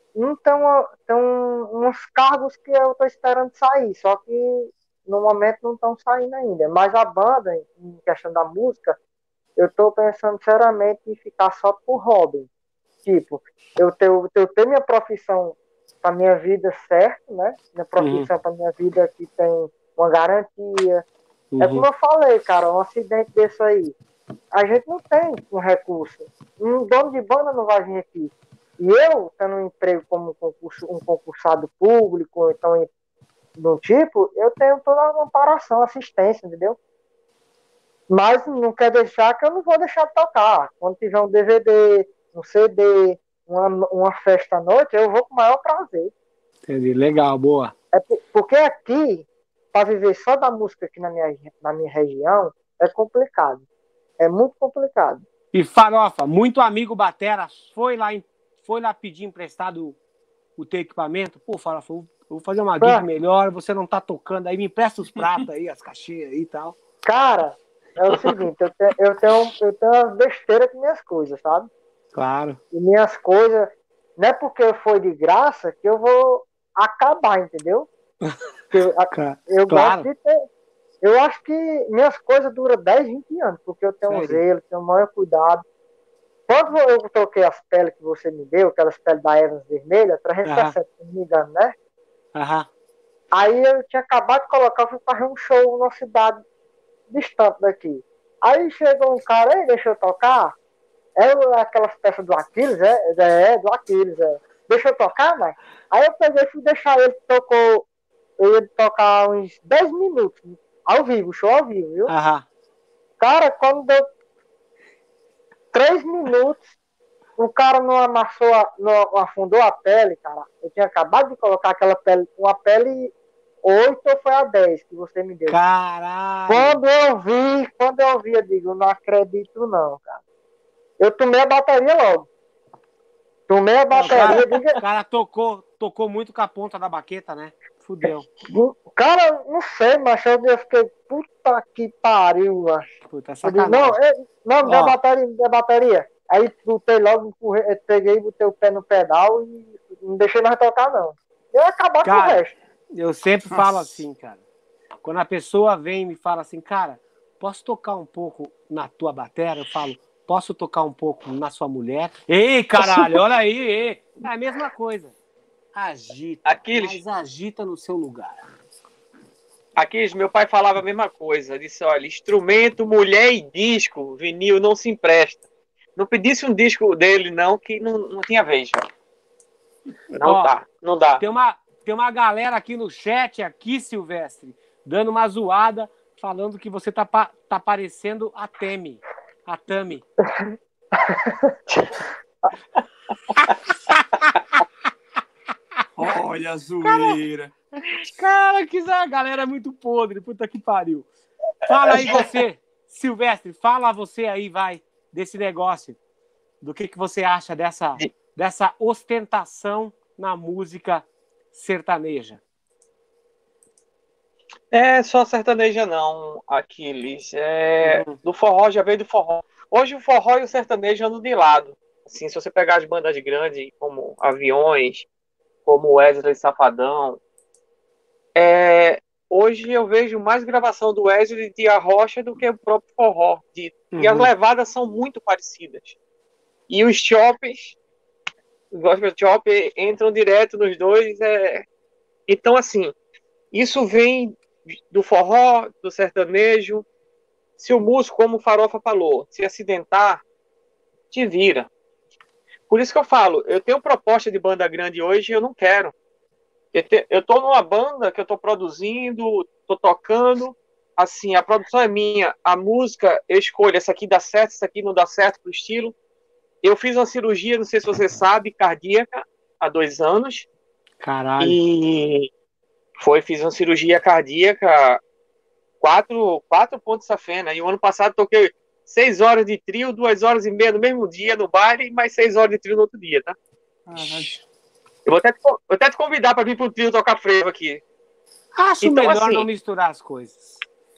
uns cargos que eu estou esperando sair, só que no momento não estão saindo ainda. Mas a banda, em questão da música, eu estou pensando seriamente em ficar só por hobby. Tipo, eu ter minha profissão para minha vida certo, né? Minha profissão para minha vida que tem uma garantia. É como eu falei, cara, um acidente desse aí. A gente não tem um recurso. Um dono de banda não vai vir aqui. E eu, tendo um emprego como um concursado público, então, do tipo, eu tenho toda a comparação, assistência, entendeu? Mas não quer deixar que eu não vou deixar de tocar. Quando tiver um DVD, um CD, uma festa à noite, eu vou com o maior prazer. Entendi, legal, boa. Porque aqui, para viver só da música aqui na minha região, é complicado. É muito complicado. E Farofa, muito amigo batera, foi lá pedir emprestado o teu equipamento? Pô, Farofa, eu vou fazer uma gig melhor, você não tá tocando, aí me empresta os pratos aí, as caixinhas aí e tal. Cara, é o seguinte, eu tenho umas besteiras com minhas coisas, sabe? Claro. E minhas coisas, não é porque foi de graça que eu vou acabar, entendeu? Eu gosto de ter... Eu acho que minhas coisas duram 10, 20 anos, porque eu tenho um zelo, tenho o maior cuidado. Quando eu troquei as peles que você me deu, aquelas peles da Evans vermelha, 360, se não me engano, né? Aí eu tinha acabado de colocar, eu fui fazer um show numa cidade distante daqui. Aí chegou um cara, aí deixa eu tocar. Aquelas peças do Aquiles, do Aquiles, deixa eu tocar, mas... Aí eu peguei e fui deixar ele, tocou, eu ia tocar uns 10 minutos, ao vivo, show ao vivo, viu? Cara, quando 3 minutos, o cara não amassou, não afundou a pele, cara. Eu tinha acabado de colocar aquela pele, uma pele 8 ou foi a 10 que você me deu. Caralho! Quando eu vi, eu digo, não acredito não, cara. Eu tomei a bateria logo. Tomei a bateria, O cara tocou muito com a ponta da baqueta, né? Fudeu. Cara, não sei, mas eu fiquei, puta que pariu, macho. Puta, Eu disse, sacanagem. não, me dá bateria. Aí botei logo, empurrei, peguei, botei o pé no pedal e não deixei mais tocar, não. Eu ia acabar com o resto. Eu sempre falo assim, cara. Quando a pessoa vem e me fala assim, cara, posso tocar um pouco na tua bateria? Eu falo, posso tocar um pouco na sua mulher? Ei, caralho, olha aí, ei. É a mesma coisa. Agita, mas agita no seu lugar. Aquiles, meu pai falava a mesma coisa. Disse, olha, instrumento, mulher e disco, vinil não se empresta. Não pedisse um disco dele, não, que não tinha vez. Não dá. Tem uma galera aqui no chat, aqui, Silvestre, dando uma zoada, falando que você tá parecendo a Tami. A Tami. Olha a zoeira. Cara, que essa galera é muito podre, puta que pariu. Fala aí você, Silvestre, fala você aí, vai, desse negócio. Do que você acha dessa ostentação na música sertaneja? É só sertaneja não, Aquiles. Do forró, já veio do forró. Hoje o forró e o sertanejo andam de lado. Assim, se você pegar as bandas grandes, como Aviões, como Wesley Safadão, hoje eu vejo mais gravação do Wesley de Arrocha do que o próprio forró. E as levadas são muito parecidas. E os choppers, os gospel chop entram direto nos dois. Então, assim, isso vem do forró, do sertanejo. Se o músico, como o Farofa falou, se acidentar, te vira. Por isso que eu falo, eu tenho proposta de banda grande hoje e eu não quero. Eu tô numa banda que eu tô produzindo, tô tocando, assim, a produção é minha, a música, eu escolho, essa aqui dá certo, essa aqui não dá certo pro estilo. Eu fiz uma cirurgia, não sei se você sabe, cardíaca, há 2 anos. Caralho. E fiz uma cirurgia cardíaca, 4 pontos safena. E o ano passado toquei 6 horas de trio, 2 horas e meia no mesmo dia no baile, e mais 6 horas de trio no outro dia, tá? Eu vou até te convidar para vir pro trio tocar frevo aqui. Acho então, melhor assim, não misturar as coisas.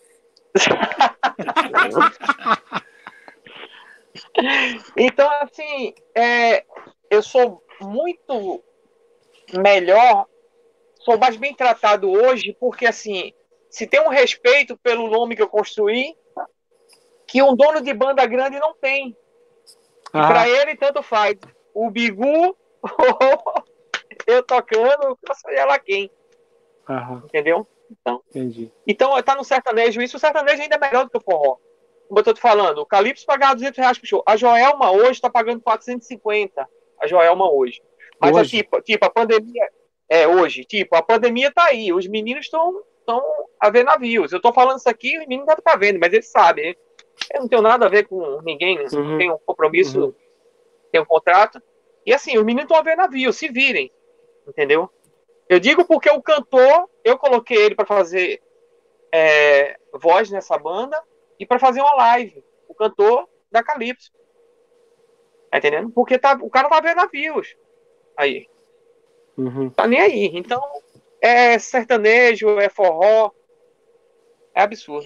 Então, assim, eu sou muito melhor, sou mais bem tratado hoje, porque, assim, se tem um respeito pelo nome que eu construí, que um dono de banda grande não tem. E para ele, tanto faz. O Bigu, eu tocando, eu sou ela quem. Entendeu? Entendi. Então, tá no sertanejo. Isso, o sertanejo ainda é melhor do que o forró. Como eu tô te falando, o Calypso pagava R$200 pro show. A Joelma hoje tá pagando 450. A Joelma hoje. Mas hoje? Tipo, a pandemia... hoje. Tipo, a pandemia tá aí. Os meninos estão a ver navios. Eu tô falando isso aqui, os meninos devem estar vendo, mas eles sabem, né? Eu não tenho nada a ver com ninguém, não tenho um compromisso, tenho um contrato. E assim, os meninos estão a ver navios, se virem. Entendeu? Eu digo porque o cantor, eu coloquei ele para fazer voz nessa banda e para fazer uma live. O cantor da Calypso. Tá entendendo? Porque o cara tá vendo navios. Aí. Tá nem aí. Então, é sertanejo, é forró. É absurdo.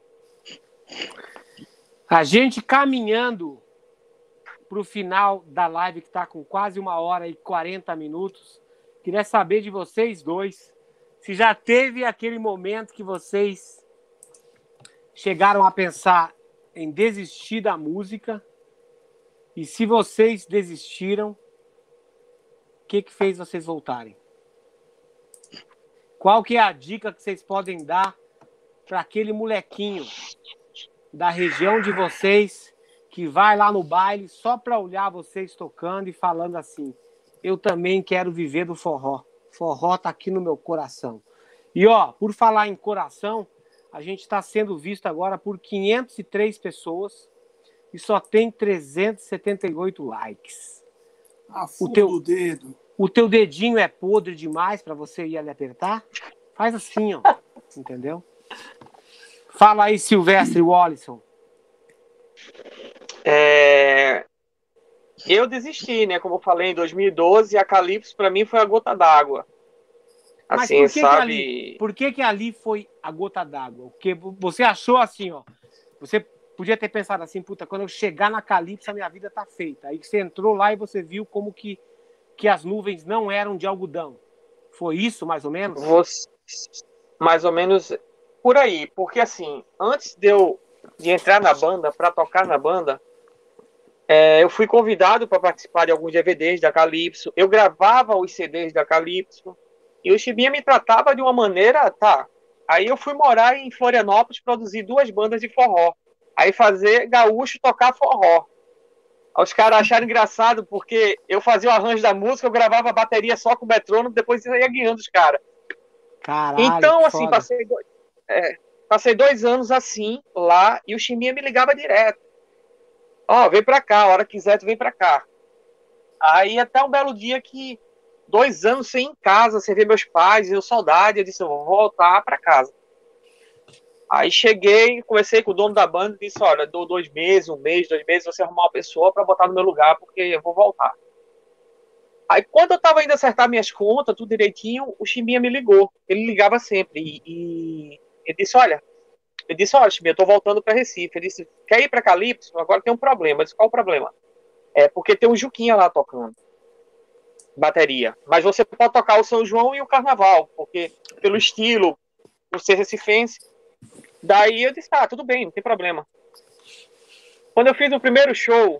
A gente caminhando pro final da live, que tá com quase 1h e 40 minutos. Queria saber de vocês dois se já teve aquele momento que vocês chegaram a pensar em desistir da música, e se vocês desistiram, o que fez vocês voltarem? Qual que é a dica que vocês podem dar para aquele molequinho da região de vocês que vai lá no baile só para olhar vocês tocando e falando assim: eu também quero viver do forró. Forró tá aqui no meu coração. E ó, por falar em coração, a gente está sendo visto agora por 503 pessoas e só tem 378 likes. Afundo o dedo. O teu dedinho é podre demais para você ir ali apertar? Faz assim, ó. Entendeu? Fala aí, Silvestre Wallison. Eu desisti, né? Como eu falei, em 2012, a Calypso para mim foi a gota d'água. Mas Assim, por que ali foi a gota d'água? Porque você achou assim, ó. Você podia ter pensado assim, puta, quando eu chegar na Calypso, a minha vida tá feita. Aí você entrou lá e você viu como que as nuvens não eram de algodão. Foi isso, mais ou menos? Mais ou menos por aí. Porque, assim, antes de entrar na banda, para tocar na banda, eu fui convidado para participar de alguns DVDs da Calypso. Eu gravava os CDs da Calypso. E o Chibinha me tratava de uma maneira, tá. Aí eu fui morar em Florianópolis, produzir 2 bandas de forró. Aí fazer gaúcho tocar forró. Aí os caras acharam engraçado, porque eu fazia o arranjo da música, eu gravava a bateria só com o metrônomo, depois eu ia guiando os caras. Caralho, Então, que assim, foda. passei 2 anos assim, lá, e o Chibinha me ligava direto. Ó, vem pra cá, a hora que quiser tu vem pra cá. Aí até um belo dia que 2 anos sem ir em casa, sem ver meus pais, eu saudade, eu disse, eu vou voltar pra casa. Aí cheguei, conversei com o dono da banda e disse, olha, dou 2 meses, 1 mês, 2 meses, você arrumar uma pessoa pra botar no meu lugar, porque eu vou voltar. Aí quando eu tava indo acertar minhas contas, tudo direitinho, o Chimbinha me ligou. Ele ligava sempre e ele disse, olha, Chimbinha, eu tô voltando pra Recife. Ele disse, quer ir pra Calypso? Agora tem um problema. Eu disse, qual o problema? Porque tem um Juquinha lá tocando bateria. Mas você pode tocar o São João e o Carnaval, porque pelo estilo, por ser recifense. Daí eu disse, tudo bem, não tem problema. Quando eu fiz o primeiro show,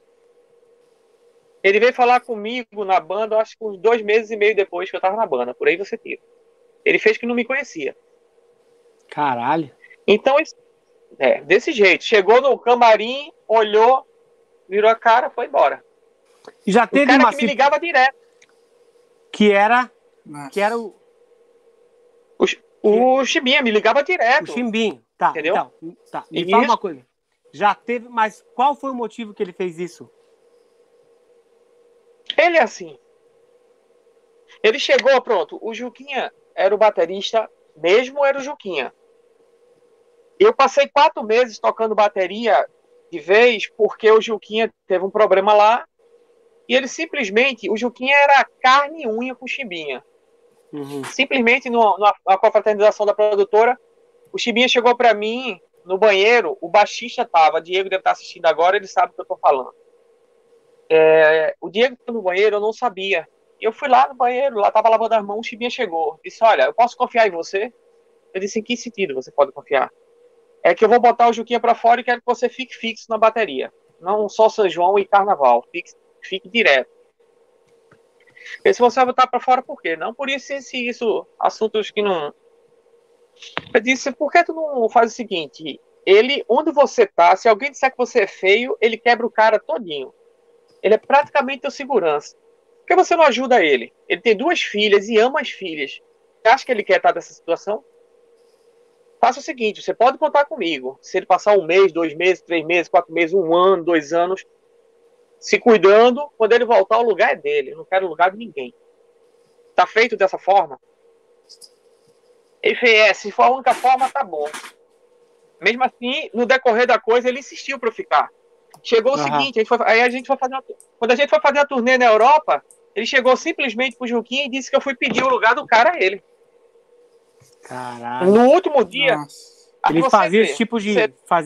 ele veio falar comigo na banda, acho que uns 2 meses e meio depois que eu tava na banda, por aí você tira. Ele fez que não me conhecia. Caralho. Então, desse jeito. Chegou no camarim, olhou, virou a cara, foi embora. E já teve o cara uma que me ligava direto. Que era o Chimbinha me ligava direto. O Chimbinho, tá. Entendeu? Então, tá. Me fala uma coisa. Já teve, mas qual foi o motivo que ele fez isso? Ele é assim. Ele chegou, pronto. O Juquinha era o baterista, mesmo era o Juquinha. Eu passei 4 meses tocando bateria de vez, porque o Juquinha teve um problema lá. E ele simplesmente, o Juquinha era carne e unha com o Chimbinha. Uhum. Simplesmente, na confraternização da produtora, o Chimbinha chegou para mim no banheiro, o baixista tava, Diego deve estar assistindo agora, ele sabe o que eu tô falando. O Diego no banheiro, eu não sabia. Eu fui lá no banheiro, lá tava lavando as mãos, o Chimbinha chegou. Disse, olha, eu posso confiar em você? Eu disse, em que sentido você pode confiar? É que eu vou botar o Juquinha para fora e quero que você fique fixo na bateria. Não só São João e Carnaval. Fique direto. E se você vai botar para fora, por quê? Não por isso, assuntos que não... Eu disse, por que tu não faz o seguinte? Onde você tá, se alguém disser que você é feio, ele quebra o cara todinho. Ele é praticamente teu segurança. Por que você não ajuda ele? Ele tem 2 filhas e ama as filhas. Você acha que ele quer estar nessa situação? Faça o seguinte, você pode contar comigo. Se ele passar 1 mês, 2 meses, 3 meses, 4 meses, 1 ano, 2 anos, se cuidando, quando ele voltar, o lugar é dele. Eu não quero o lugar de ninguém. Tá feito dessa forma? Ele fez, se for a única forma, tá bom. Mesmo assim, no decorrer da coisa, ele insistiu para eu ficar. Chegou o seguinte, quando a gente foi fazer a turnê na Europa, ele chegou simplesmente pro Juquinha e disse que eu fui pedir o lugar do cara a ele. Caralho. No último dia, ele fazia esse tipo de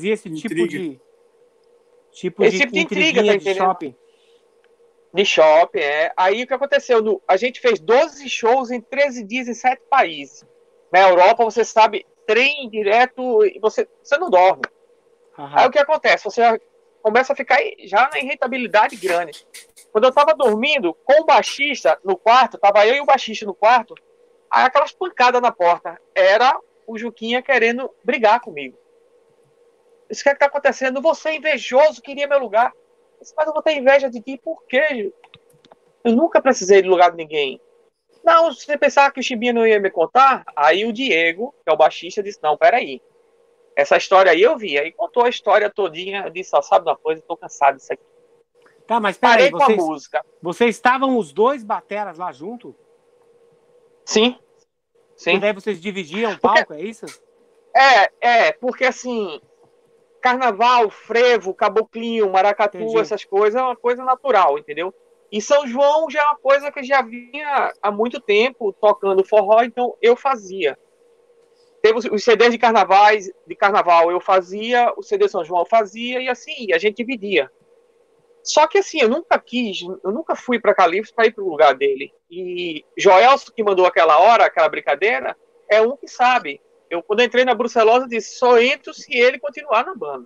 intriga, tá de shopping. De shopping, Aí o que aconteceu? A gente fez 12 shows em 13 dias em 7 países. Na Europa, você sabe, trem direto e você não dorme. Aí o que acontece? Você já começa a ficar já na irritabilidade grande. Quando eu tava dormindo com o baixista no quarto, tava eu e o baixista no quarto, aí aquelas pancadas na porta. Era o Juquinha querendo brigar comigo. Isso que é que tá acontecendo? Você invejoso queria meu lugar. Mas eu vou ter inveja de ti, por quê? Eu nunca precisei de lugar de ninguém. Não, se você pensar que o Chimbinha não ia me contar, aí o Diego, que é o baixista, disse, não, peraí. Essa história aí eu vi. Aí contou a história todinha. Eu disse, ó, sabe uma coisa? Tô cansado disso aqui. Tá, mas Parei peraí, com a música. vocês estavam os dois bateras lá junto? Sim. E Sim. daí vocês dividiam o palco, é isso? Porque assim, carnaval, frevo, caboclinho, maracatu, Entendi. essas coisas é uma coisa natural, entendeu? E São João já é uma coisa que já vinha há muito tempo tocando forró, então eu fazia. Teve os CDs de carnaval eu fazia, o CD São João eu fazia, e assim, a gente dividia. Só que assim, eu nunca fui para Calypso para ir pro lugar dele. E Joelson, que mandou aquela hora, aquela brincadeira, é um que sabe. Eu, quando entrei na Brucelosa, disse, só entro se ele continuar na banda.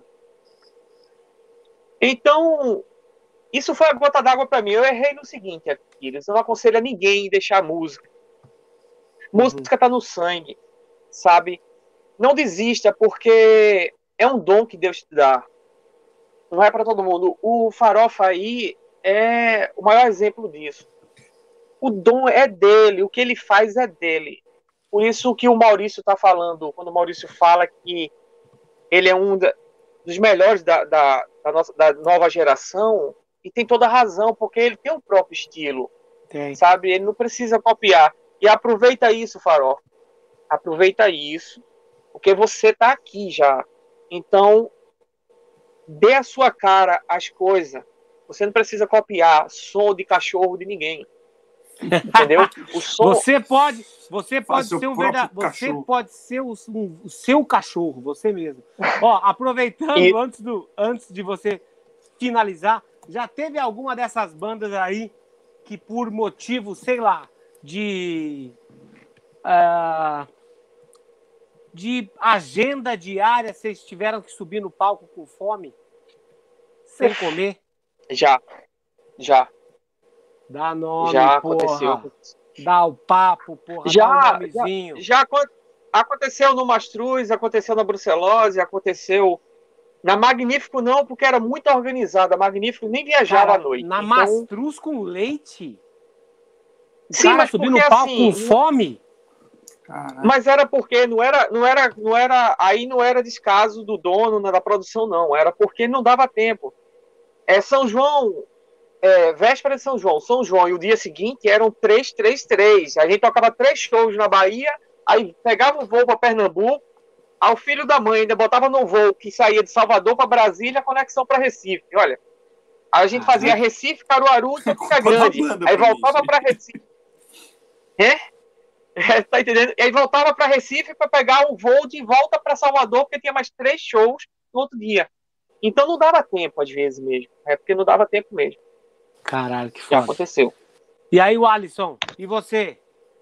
Então, isso foi a gota d'água para mim. Eu errei no seguinte, Aquiles, eu não aconselho a ninguém deixar a música. Música tá no sangue, sabe? Não desista, porque é um dom que Deus te dá. Não é para todo mundo. O Farofa aí é o maior exemplo disso. O dom é dele, o que ele faz é dele. Por isso que o Maurício está falando, quando o Maurício fala que ele é um dos melhores da nova geração, e tem toda a razão, porque ele tem o próprio estilo, sabe? Ele não precisa copiar. E aproveita isso, Farofa. Aproveita isso, porque você está aqui já. Então, dê a sua cara às coisas. Você não precisa copiar som de cachorro de ninguém. Entendeu? O som... Você pode ser um verdadeiro. Você pode ser o seu cachorro, você mesmo. Ó, aproveitando, antes de você finalizar, já teve alguma dessas bandas aí que por motivo, sei lá, de agenda diária, vocês tiveram que subir no palco com fome? Sem comer? Já. Dá nome, já porra. Aconteceu. Dá o papo, porra. Já, dá um nomezinho. Já aconteceu no Mastruz, aconteceu na Brucelose, aconteceu na Magnífico não, porque era muito organizada. A Magnífico nem viajava à noite. Na Mastruz com leite? O sim, cara mas subir no palco assim, com fome? Mas era porque não era aí não era descaso do dono da produção, não. Era porque não dava tempo. São João, véspera de São João e o dia seguinte eram 3. A gente tocava 3 shows na Bahia, aí pegava um voo para Pernambuco, ao filho da mãe ainda botava no voo que saía de Salvador para Brasília, conexão para Recife. Olha, a gente fazia Recife, Caruaru e Campina Grande, aí voltava para Recife. Tá entendendo? E aí voltava para Recife para pegar um voo de volta para Salvador, porque tinha mais 3 shows no outro dia. Então não dava tempo, às vezes mesmo. É porque não dava tempo mesmo. Caralho, que foda. Já aconteceu. E aí, o Alisson, e você?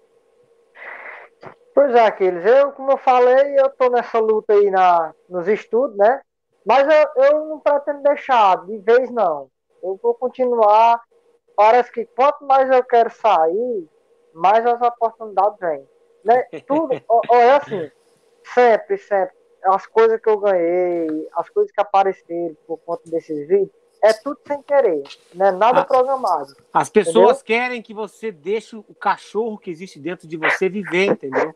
Pois é, Aquiles, como eu falei, eu tô nessa luta aí nos estudos, né? Mas eu não pretendo deixar de vez, não. Eu vou continuar. Parece que quanto mais eu quero sair, mais as oportunidades vêm. Né? Tudo, é assim, sempre. As coisas que eu ganhei, as coisas que apareceram por conta desses vídeos, é tudo sem querer, não é nada programado. As pessoas querem que você deixe o cachorro que existe dentro de você viver, entendeu?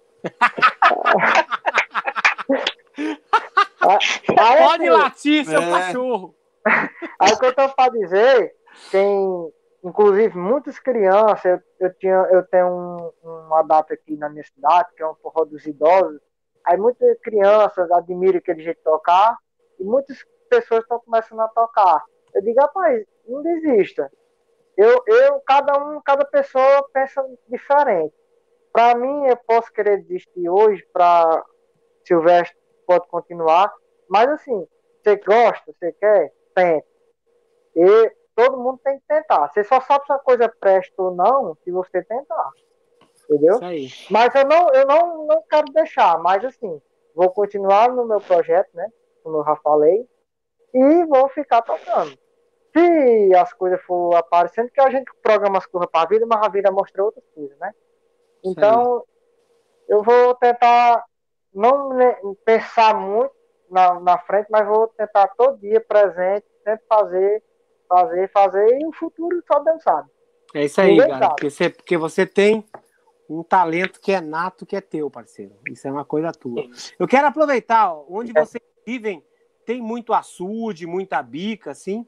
Pode latir, seu cachorro. Aí o que eu tô para dizer, tem inclusive muitas crianças, eu tenho uma data aqui na minha cidade, que é um forró dos idosos. Aí muitas crianças admiram aquele jeito de tocar e muitas pessoas estão começando a tocar. Eu digo, rapaz, não desista. Cada pessoa pensa diferente. Para mim, eu posso querer desistir hoje, para Silvestre pode continuar, mas assim, você gosta, você quer, tenta. E todo mundo tem que tentar. Você só sabe se a coisa presta ou não se você tentar. Entendeu? Isso aí. Mas eu não quero deixar, mas assim, vou continuar no meu projeto, né? Como eu já falei, e vou ficar tocando. Se as coisas for aparecendo, que a gente programa as coisas para a vida, mas a vida mostra outras coisas, né? Então, eu vou tentar não pensar muito na frente, mas vou tentar todo dia presente, sempre fazer, e o futuro só Deus sabe. É isso aí, cara. Porque você tem Um talento que é nato, que é teu, parceiro. Isso é uma coisa tua. Eu quero aproveitar, ó, onde vocês vivem, tem muito açude, muita bica, assim?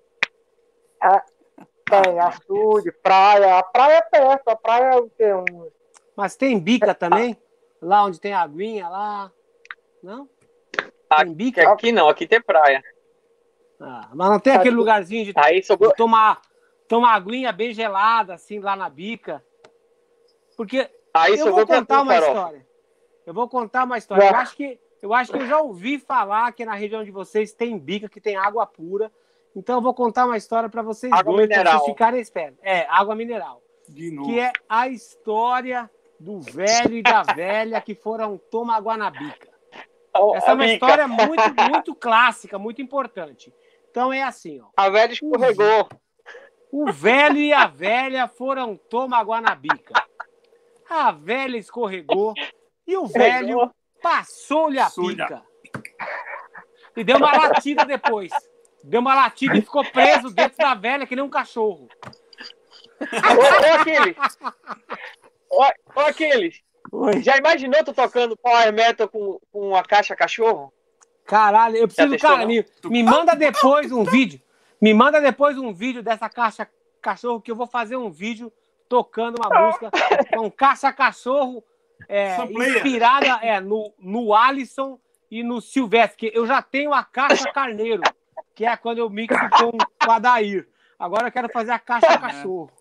Tem açude, praia. A praia é perto. A praia é o quê? Mas tem bica também? Lá onde tem aguinha, lá? Não? Tem bica? Aqui não, aqui tem praia. Mas não tem aquele lugarzinho de Aí sobrou... tomar aguinha bem gelada, assim, lá na bica? Porque Aí eu vou contar uma história. Eu vou contar uma história. Eu acho que eu já ouvi falar que na região de vocês tem bica, que tem água pura. Então eu vou contar uma história para vocês água dois, mineral. pra vocês ficarem espertos. Água mineral. De novo. Que é a história do velho e da velha que foram tomar água na bica. Essa é uma história muito, muito clássica, muito importante. Então é assim, ó. A velha escorregou. O velho e a velha foram tomar água na bica. A velha escorregou e o velho passou-lhe a pica. E deu uma latida depois. Deu uma latida e ficou preso dentro da velha que nem um cachorro. Ô, Aquiles. Oi. Já imaginou tu tocando Power Metal com uma caixa cachorro? Caralho, eu preciso, cara, me manda depois um vídeo. Me manda depois um vídeo dessa caixa cachorro que eu vou fazer um vídeo tocando uma música com caixa cachorro inspirada no Alisson e no Silvestre. Que eu já tenho a caixa carneiro, que é quando eu mixo com o Adair. Agora eu quero fazer a caixa cachorro.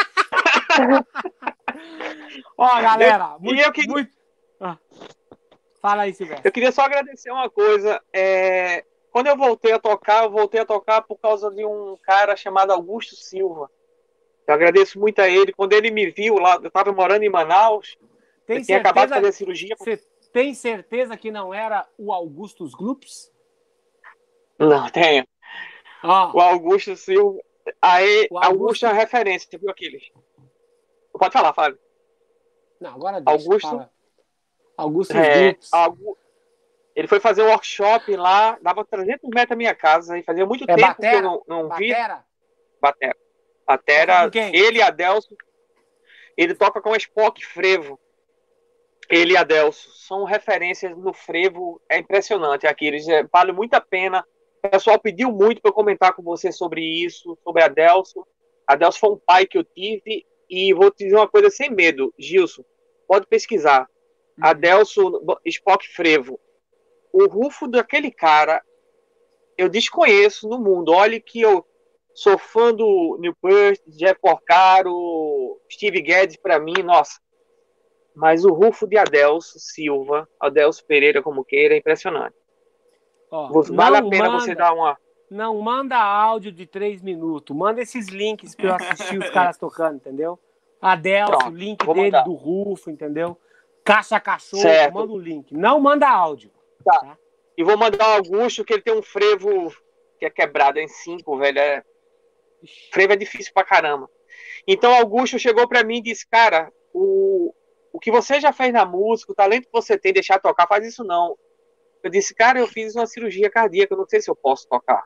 Ó, galera, muito... Fala aí, Silvestre. Eu queria só agradecer uma coisa. Quando eu voltei a tocar por causa de um cara chamado Augusto Silva. Eu agradeço muito a ele. Quando ele me viu lá, eu estava morando em Manaus, eu tinha acabado de fazer a cirurgia. Você tem certeza que não era o Augustus Glups? Não, tenho. O Augusto Silva. Aí, Augusto é uma referência, viu, Aquiles? Pode falar, Fábio. Não, agora deixa. Augusto Glups. Ele foi fazer um workshop lá, dava 300 metros da minha casa, e fazia muito tempo que eu não via. Batera. Ele e Adelso. Ele toca com a Spock Frevo. Ele e Adelso são referências no frevo, é impressionante aqui. Vale muito a pena. O pessoal pediu muito para eu comentar com você sobre isso, sobre Adelso. Adelso foi um pai que eu tive, e vou te dizer uma coisa sem medo, Gilson, pode pesquisar. Adelso, Spock Frevo. O rufo daquele cara, eu desconheço no mundo. Olha que eu sou fã do Neil Peart, Jeff Porcaro, Steve Guedes, para mim, nossa. Mas o rufo de Adelso Silva, Adelso Pereira, como queira, é impressionante. Vale a pena você dar uma... Não manda áudio de 3 minutos. Manda esses links para eu assistir os caras tocando, entendeu? Adelso, o link dele mandar. Do rufo, entendeu? Caixa cachorro, certo. Manda o link. Não manda áudio. Tá. E vou mandar o Augusto, que ele tem um frevo que é quebrado em 5, velho. Frevo é difícil pra caramba. Então o Augusto chegou pra mim e disse, cara, o que você já fez na música, o talento que você tem, deixar tocar, faz isso não. Eu disse, cara, eu fiz uma cirurgia cardíaca, eu não sei se eu posso tocar.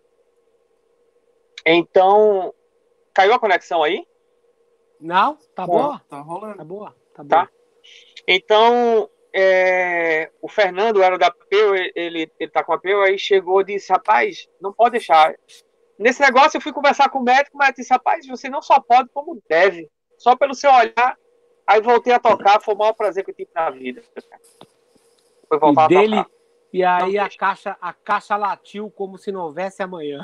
Então, caiu a conexão aí? Não, tá boa. Tá rolando. Tá boa. Tá. Então, o Fernando era da Peu, ele tá com a Peu, aí chegou e disse, rapaz, não pode deixar. Nesse negócio eu fui conversar com o médico disse, rapaz, você não só pode, como deve. Só pelo seu olhar. Aí voltei a tocar, foi o maior prazer que eu tive na vida. Foi voltar a tocar. E aí a caixa latiu como se não houvesse amanhã.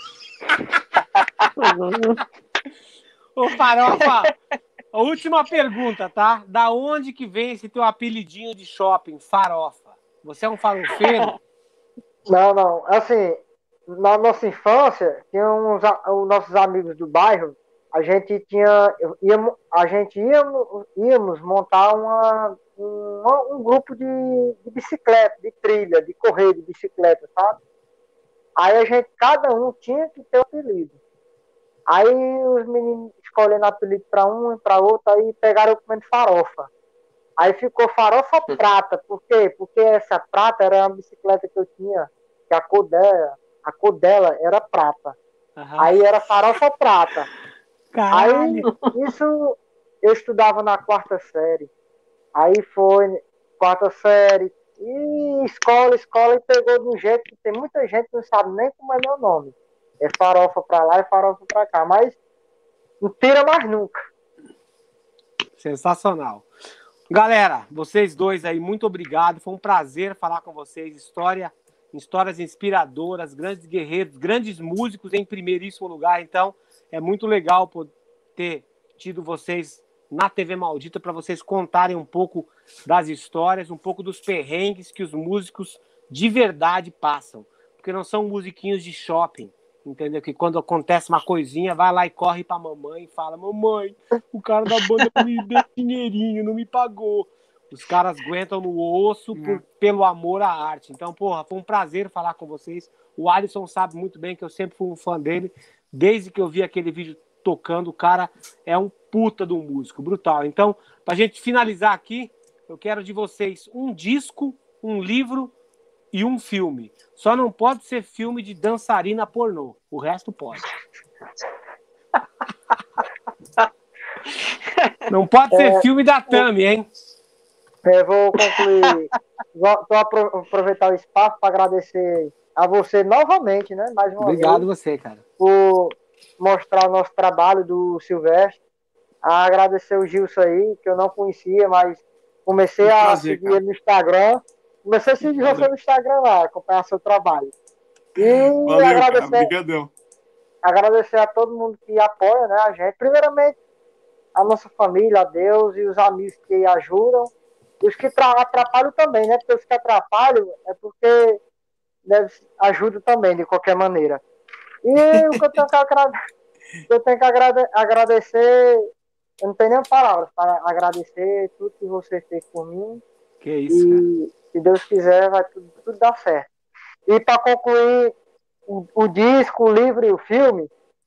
Ô, Farofa, a última pergunta, tá? Da onde que vem esse teu apelidinho de shopping, Farofa? Você é um farofeiro? Não. Assim, na nossa infância, tinha os nossos amigos do bairro, a gente íamos montar um grupo de bicicleta, de trilha, de correr de bicicleta, sabe? Aí cada um tinha que ter um apelido. Aí os meninos escolhendo apelido para um e para outro, aí pegaram o comendo farofa. Aí ficou Farofa Prata. Por quê? Porque essa prata era uma bicicleta que eu tinha, que a cor dela era prata. Uhum. Aí era Farofa Prata. Caralho. Aí, isso eu estudava na 4ª série. Aí foi quarta série. E escola e pegou de um jeito que tem muita gente que não sabe nem como é meu nome. É farofa pra lá e farofa pra cá. Mas não tira mais nunca. Sensacional. Galera, vocês dois aí, muito obrigado. Foi um prazer falar com vocês. Histórias inspiradoras, grandes guerreiros, grandes músicos em primeiríssimo lugar. Então, é muito legal ter tido vocês na TV Maldita para vocês contarem um pouco das histórias, um pouco dos perrengues que os músicos de verdade passam. Porque não são musiquinhos de shopping, entendeu? Que quando acontece uma coisinha, vai lá e corre pra mamãe e fala: mamãe, o cara da banda não me deu dinheirinho, não me pagou. Os caras aguentam no osso pelo amor à arte. Então, porra, foi um prazer falar com vocês. O Alisson sabe muito bem que eu sempre fui um fã dele. Desde que eu vi aquele vídeo tocando, o cara é um puta de um músico, brutal. Então, pra gente finalizar aqui, eu quero de vocês um disco, um livro e um filme. Só não pode ser filme de dançarina pornô. O resto pode. Não pode ser filme da Tami, hein? Eu vou concluir. Vou aproveitar o espaço para agradecer a você novamente, né? Mais uma Obrigado vez, você, cara. por mostrar o nosso trabalho do Silvestre. A agradecer o Gilson aí, que eu não conhecia, mas comecei a seguir ele no Instagram. Comecei a seguir você no Instagram lá, acompanhar seu trabalho. E valeu, obrigadão. Agradecer a todo mundo que apoia, né, a gente. Primeiramente, a nossa família, a Deus e os amigos que ajudam. E os que atrapalham também, né? Porque os que atrapalham é porque ajudam também, de qualquer maneira. E o que eu tenho que agradecer, eu não tenho nem palavras para agradecer tudo que você fez por mim. Que isso, cara. E se Deus quiser, vai tudo dar certo. E para concluir o disco, o livro e o filme,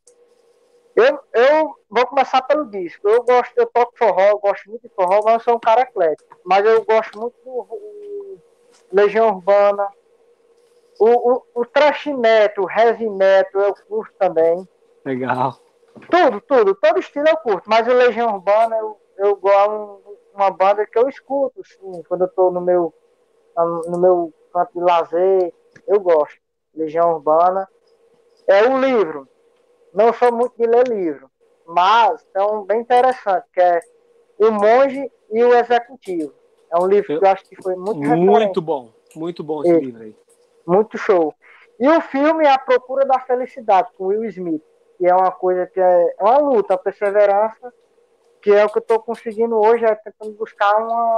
eu vou começar pelo disco. Eu toco forró, eu gosto muito de forró, mas eu sou um cara eclético. Mas eu gosto muito do Legião Urbana, o thrash metal, o heavy metal eu curto também. Legal. Todo estilo eu curto, mas o Legião Urbana eu gosto uma banda que eu escuto, assim, quando eu tô no meu canto de lazer, eu gosto. Legião Urbana. É um livro. Não sou muito de ler livro, mas é um bem interessante, que é O Monge e o Executivo. É um livro que eu acho que foi muito muito bom esse livro aí. Muito show. E o filme é A Procura da Felicidade, com Will Smith, que é uma coisa que é uma luta, a perseverança, que é o que eu estou conseguindo hoje, é tentando buscar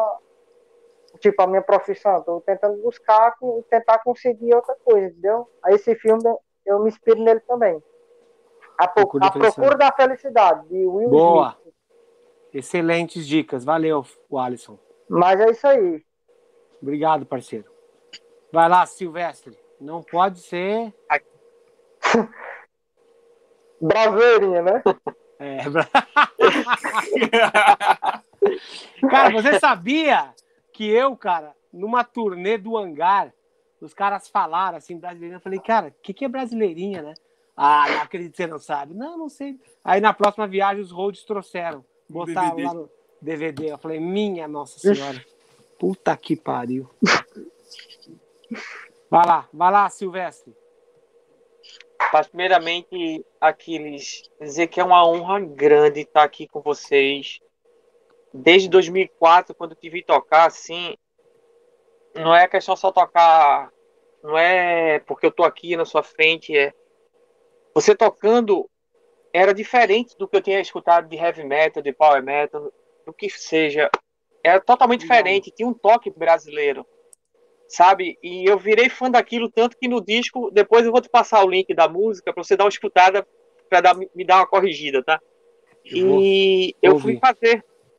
a minha profissão, estou tentando buscar e tentar conseguir outra coisa, entendeu? Aí esse filme, eu me inspiro nele também. A Procura da Felicidade, de Will Boa. Smith. Excelentes dicas. Valeu, Alisson. Mas é isso aí. Obrigado, parceiro. Vai lá, Silvestre. Não pode ser... Brasileirinha, né? Cara, você sabia que eu, cara, numa turnê do Hangar, os caras falaram assim, brasileirinha. Eu falei, cara, o que é brasileirinha, né? Ah, não acredito que você não sabe. Não sei. Aí na próxima viagem os Rhodes trouxeram. Botaram lá no DVD. Eu falei, minha Nossa Senhora. Puta que pariu. Vai lá, Silvestre. Mas, primeiramente, Aquiles, dizer que é uma honra grande estar aqui com vocês. Desde 2004, quando eu te vi tocar, assim, não é questão só tocar, não é porque eu tô aqui na sua frente, você tocando era diferente do que eu tinha escutado de heavy metal, de power metal, do que seja. Era totalmente diferente, tinha um toque brasileiro, sabe? E eu virei fã daquilo tanto que no disco, depois eu vou te passar o link da música para você dar uma escutada, para me dar uma corrigida, tá? Eu fui fazer.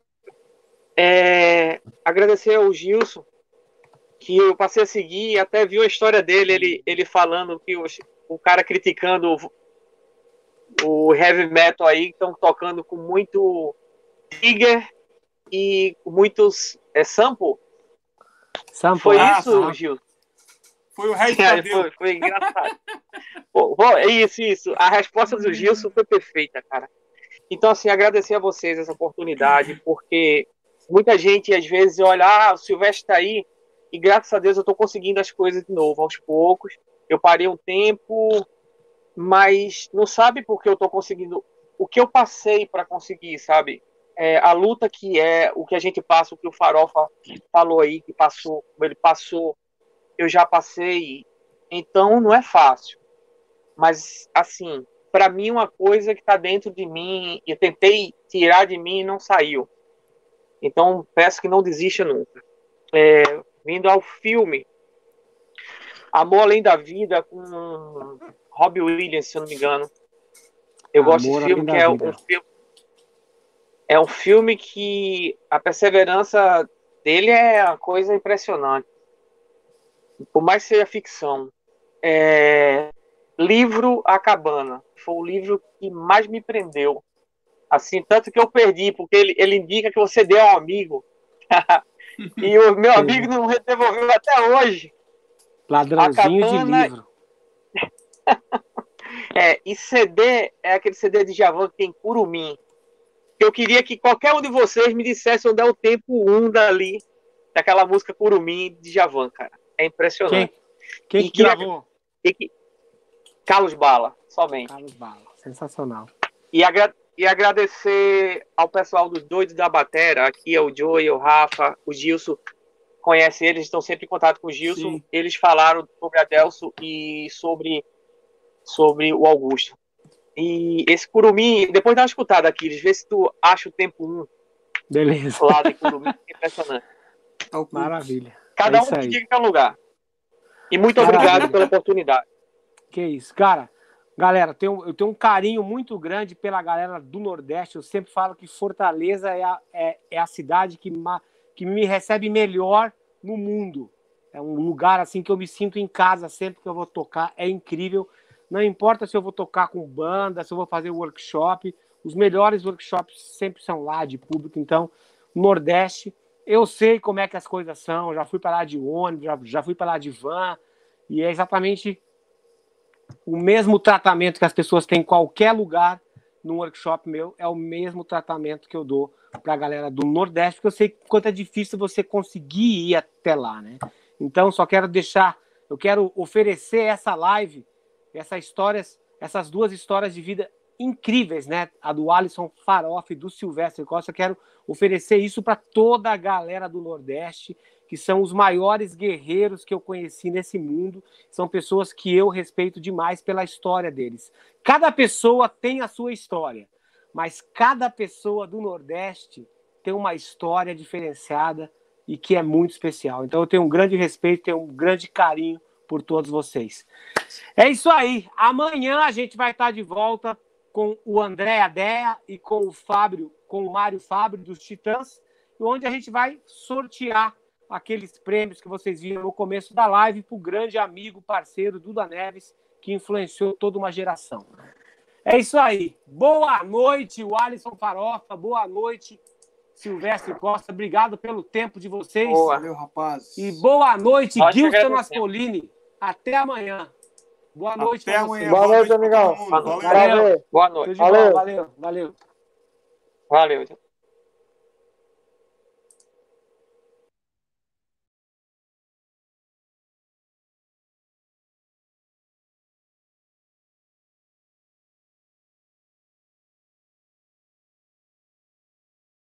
Agradecer ao Gilson, que eu passei a seguir e até vi a história dele, ele falando que o cara criticando o heavy metal aí, estão tocando com muito trigger e muitos sample. Foi isso, Gilson? Foi o resto da Deus. Foi engraçado. Isso. A resposta do Gilson foi perfeita, cara. Então, assim, agradecer a vocês essa oportunidade, porque muita gente, às vezes, olha, o Silvestre está aí, e graças a Deus eu estou conseguindo as coisas de novo, aos poucos. Eu parei um tempo, mas não sabe por que eu estou conseguindo. O que eu passei para conseguir, sabe? A luta que é o que a gente passa, o que o Farofa falou aí, que passou, como ele passou, eu já passei. Então não é fácil. Mas, assim, para mim, uma coisa que está dentro de mim, eu tentei tirar de mim e não saiu. Então, peço que não desista nunca. Vindo ao filme Amor Além da Vida, com Robbie Williams, se eu não me engano. Eu gosto desse filme, que é um filme que a perseverança dele é uma coisa impressionante. Por mais que seja ficção. Livro A Cabana. Foi o livro que mais me prendeu. Assim, tanto que eu perdi, porque ele indica que você deu a um amigo. E o meu amigo não devolveu até hoje. Ladrãozinho de livro. E CD é aquele CD de Djavan que tem Curumim. Eu queria que qualquer um de vocês me dissesse onde é o tempo 1 dali, daquela música Curumim de Djavan, cara. É impressionante. Quem que gravou? Carlos Bala, somente. Carlos Bala, sensacional. E agradecer ao pessoal dos Doidos da Batera, aqui é o Joey, o Rafa, o Gilson, conhece eles, estão sempre em contato com o Gilson. Sim. Eles falaram sobre a Delso e sobre o Augusto. E esse Curumim, depois dá uma escutada aqui, vê se tu acha o tempo 1. Beleza. Lá de Curumim, impressionante. Maravilha. Cada um que diga que é um lugar. E muito obrigado pela oportunidade. Que isso, cara. Galera, eu tenho um carinho muito grande pela galera do Nordeste. Eu sempre falo que Fortaleza é a cidade que me recebe melhor no mundo. É um lugar assim que eu me sinto em casa sempre que eu vou tocar. É incrível. Não importa se eu vou tocar com banda, se eu vou fazer workshop. Os melhores workshops sempre são lá, de público. Então, Nordeste, eu sei como é que as coisas são. Já fui para lá de ônibus, já fui para lá de van. E é exatamente o mesmo tratamento que as pessoas têm em qualquer lugar no workshop meu, é o mesmo tratamento que eu dou para a galera do Nordeste, porque eu sei quanto é difícil você conseguir ir até lá, né? Então, eu quero oferecer essa live, essas duas histórias de vida incríveis, né? A do Alisson Farofa e do Silvestre Costa. Eu quero oferecer isso para toda a galera do Nordeste, que são os maiores guerreiros que eu conheci nesse mundo. São pessoas que eu respeito demais pela história deles. Cada pessoa tem a sua história, mas cada pessoa do Nordeste tem uma história diferenciada e que é muito especial. Então eu tenho um grande respeito, tenho um grande carinho por todos vocês. É isso aí. Amanhã a gente vai estar de volta com o André Adea e com o Mário Fábio dos Titãs, onde a gente vai sortear aqueles prêmios que vocês viram no começo da live para o grande amigo, parceiro Duda Neves, que influenciou toda uma geração. É isso aí. Boa noite, o Alisson Farofa. Boa noite, Silvestre Costa. Obrigado pelo tempo de vocês. Valeu, rapaz. E boa noite, Gilson Aspolini. Até amanhã. Boa noite. Até amanhã. Boa noite, amigão. Valeu. Boa noite. Valeu. Valeu. Valeu.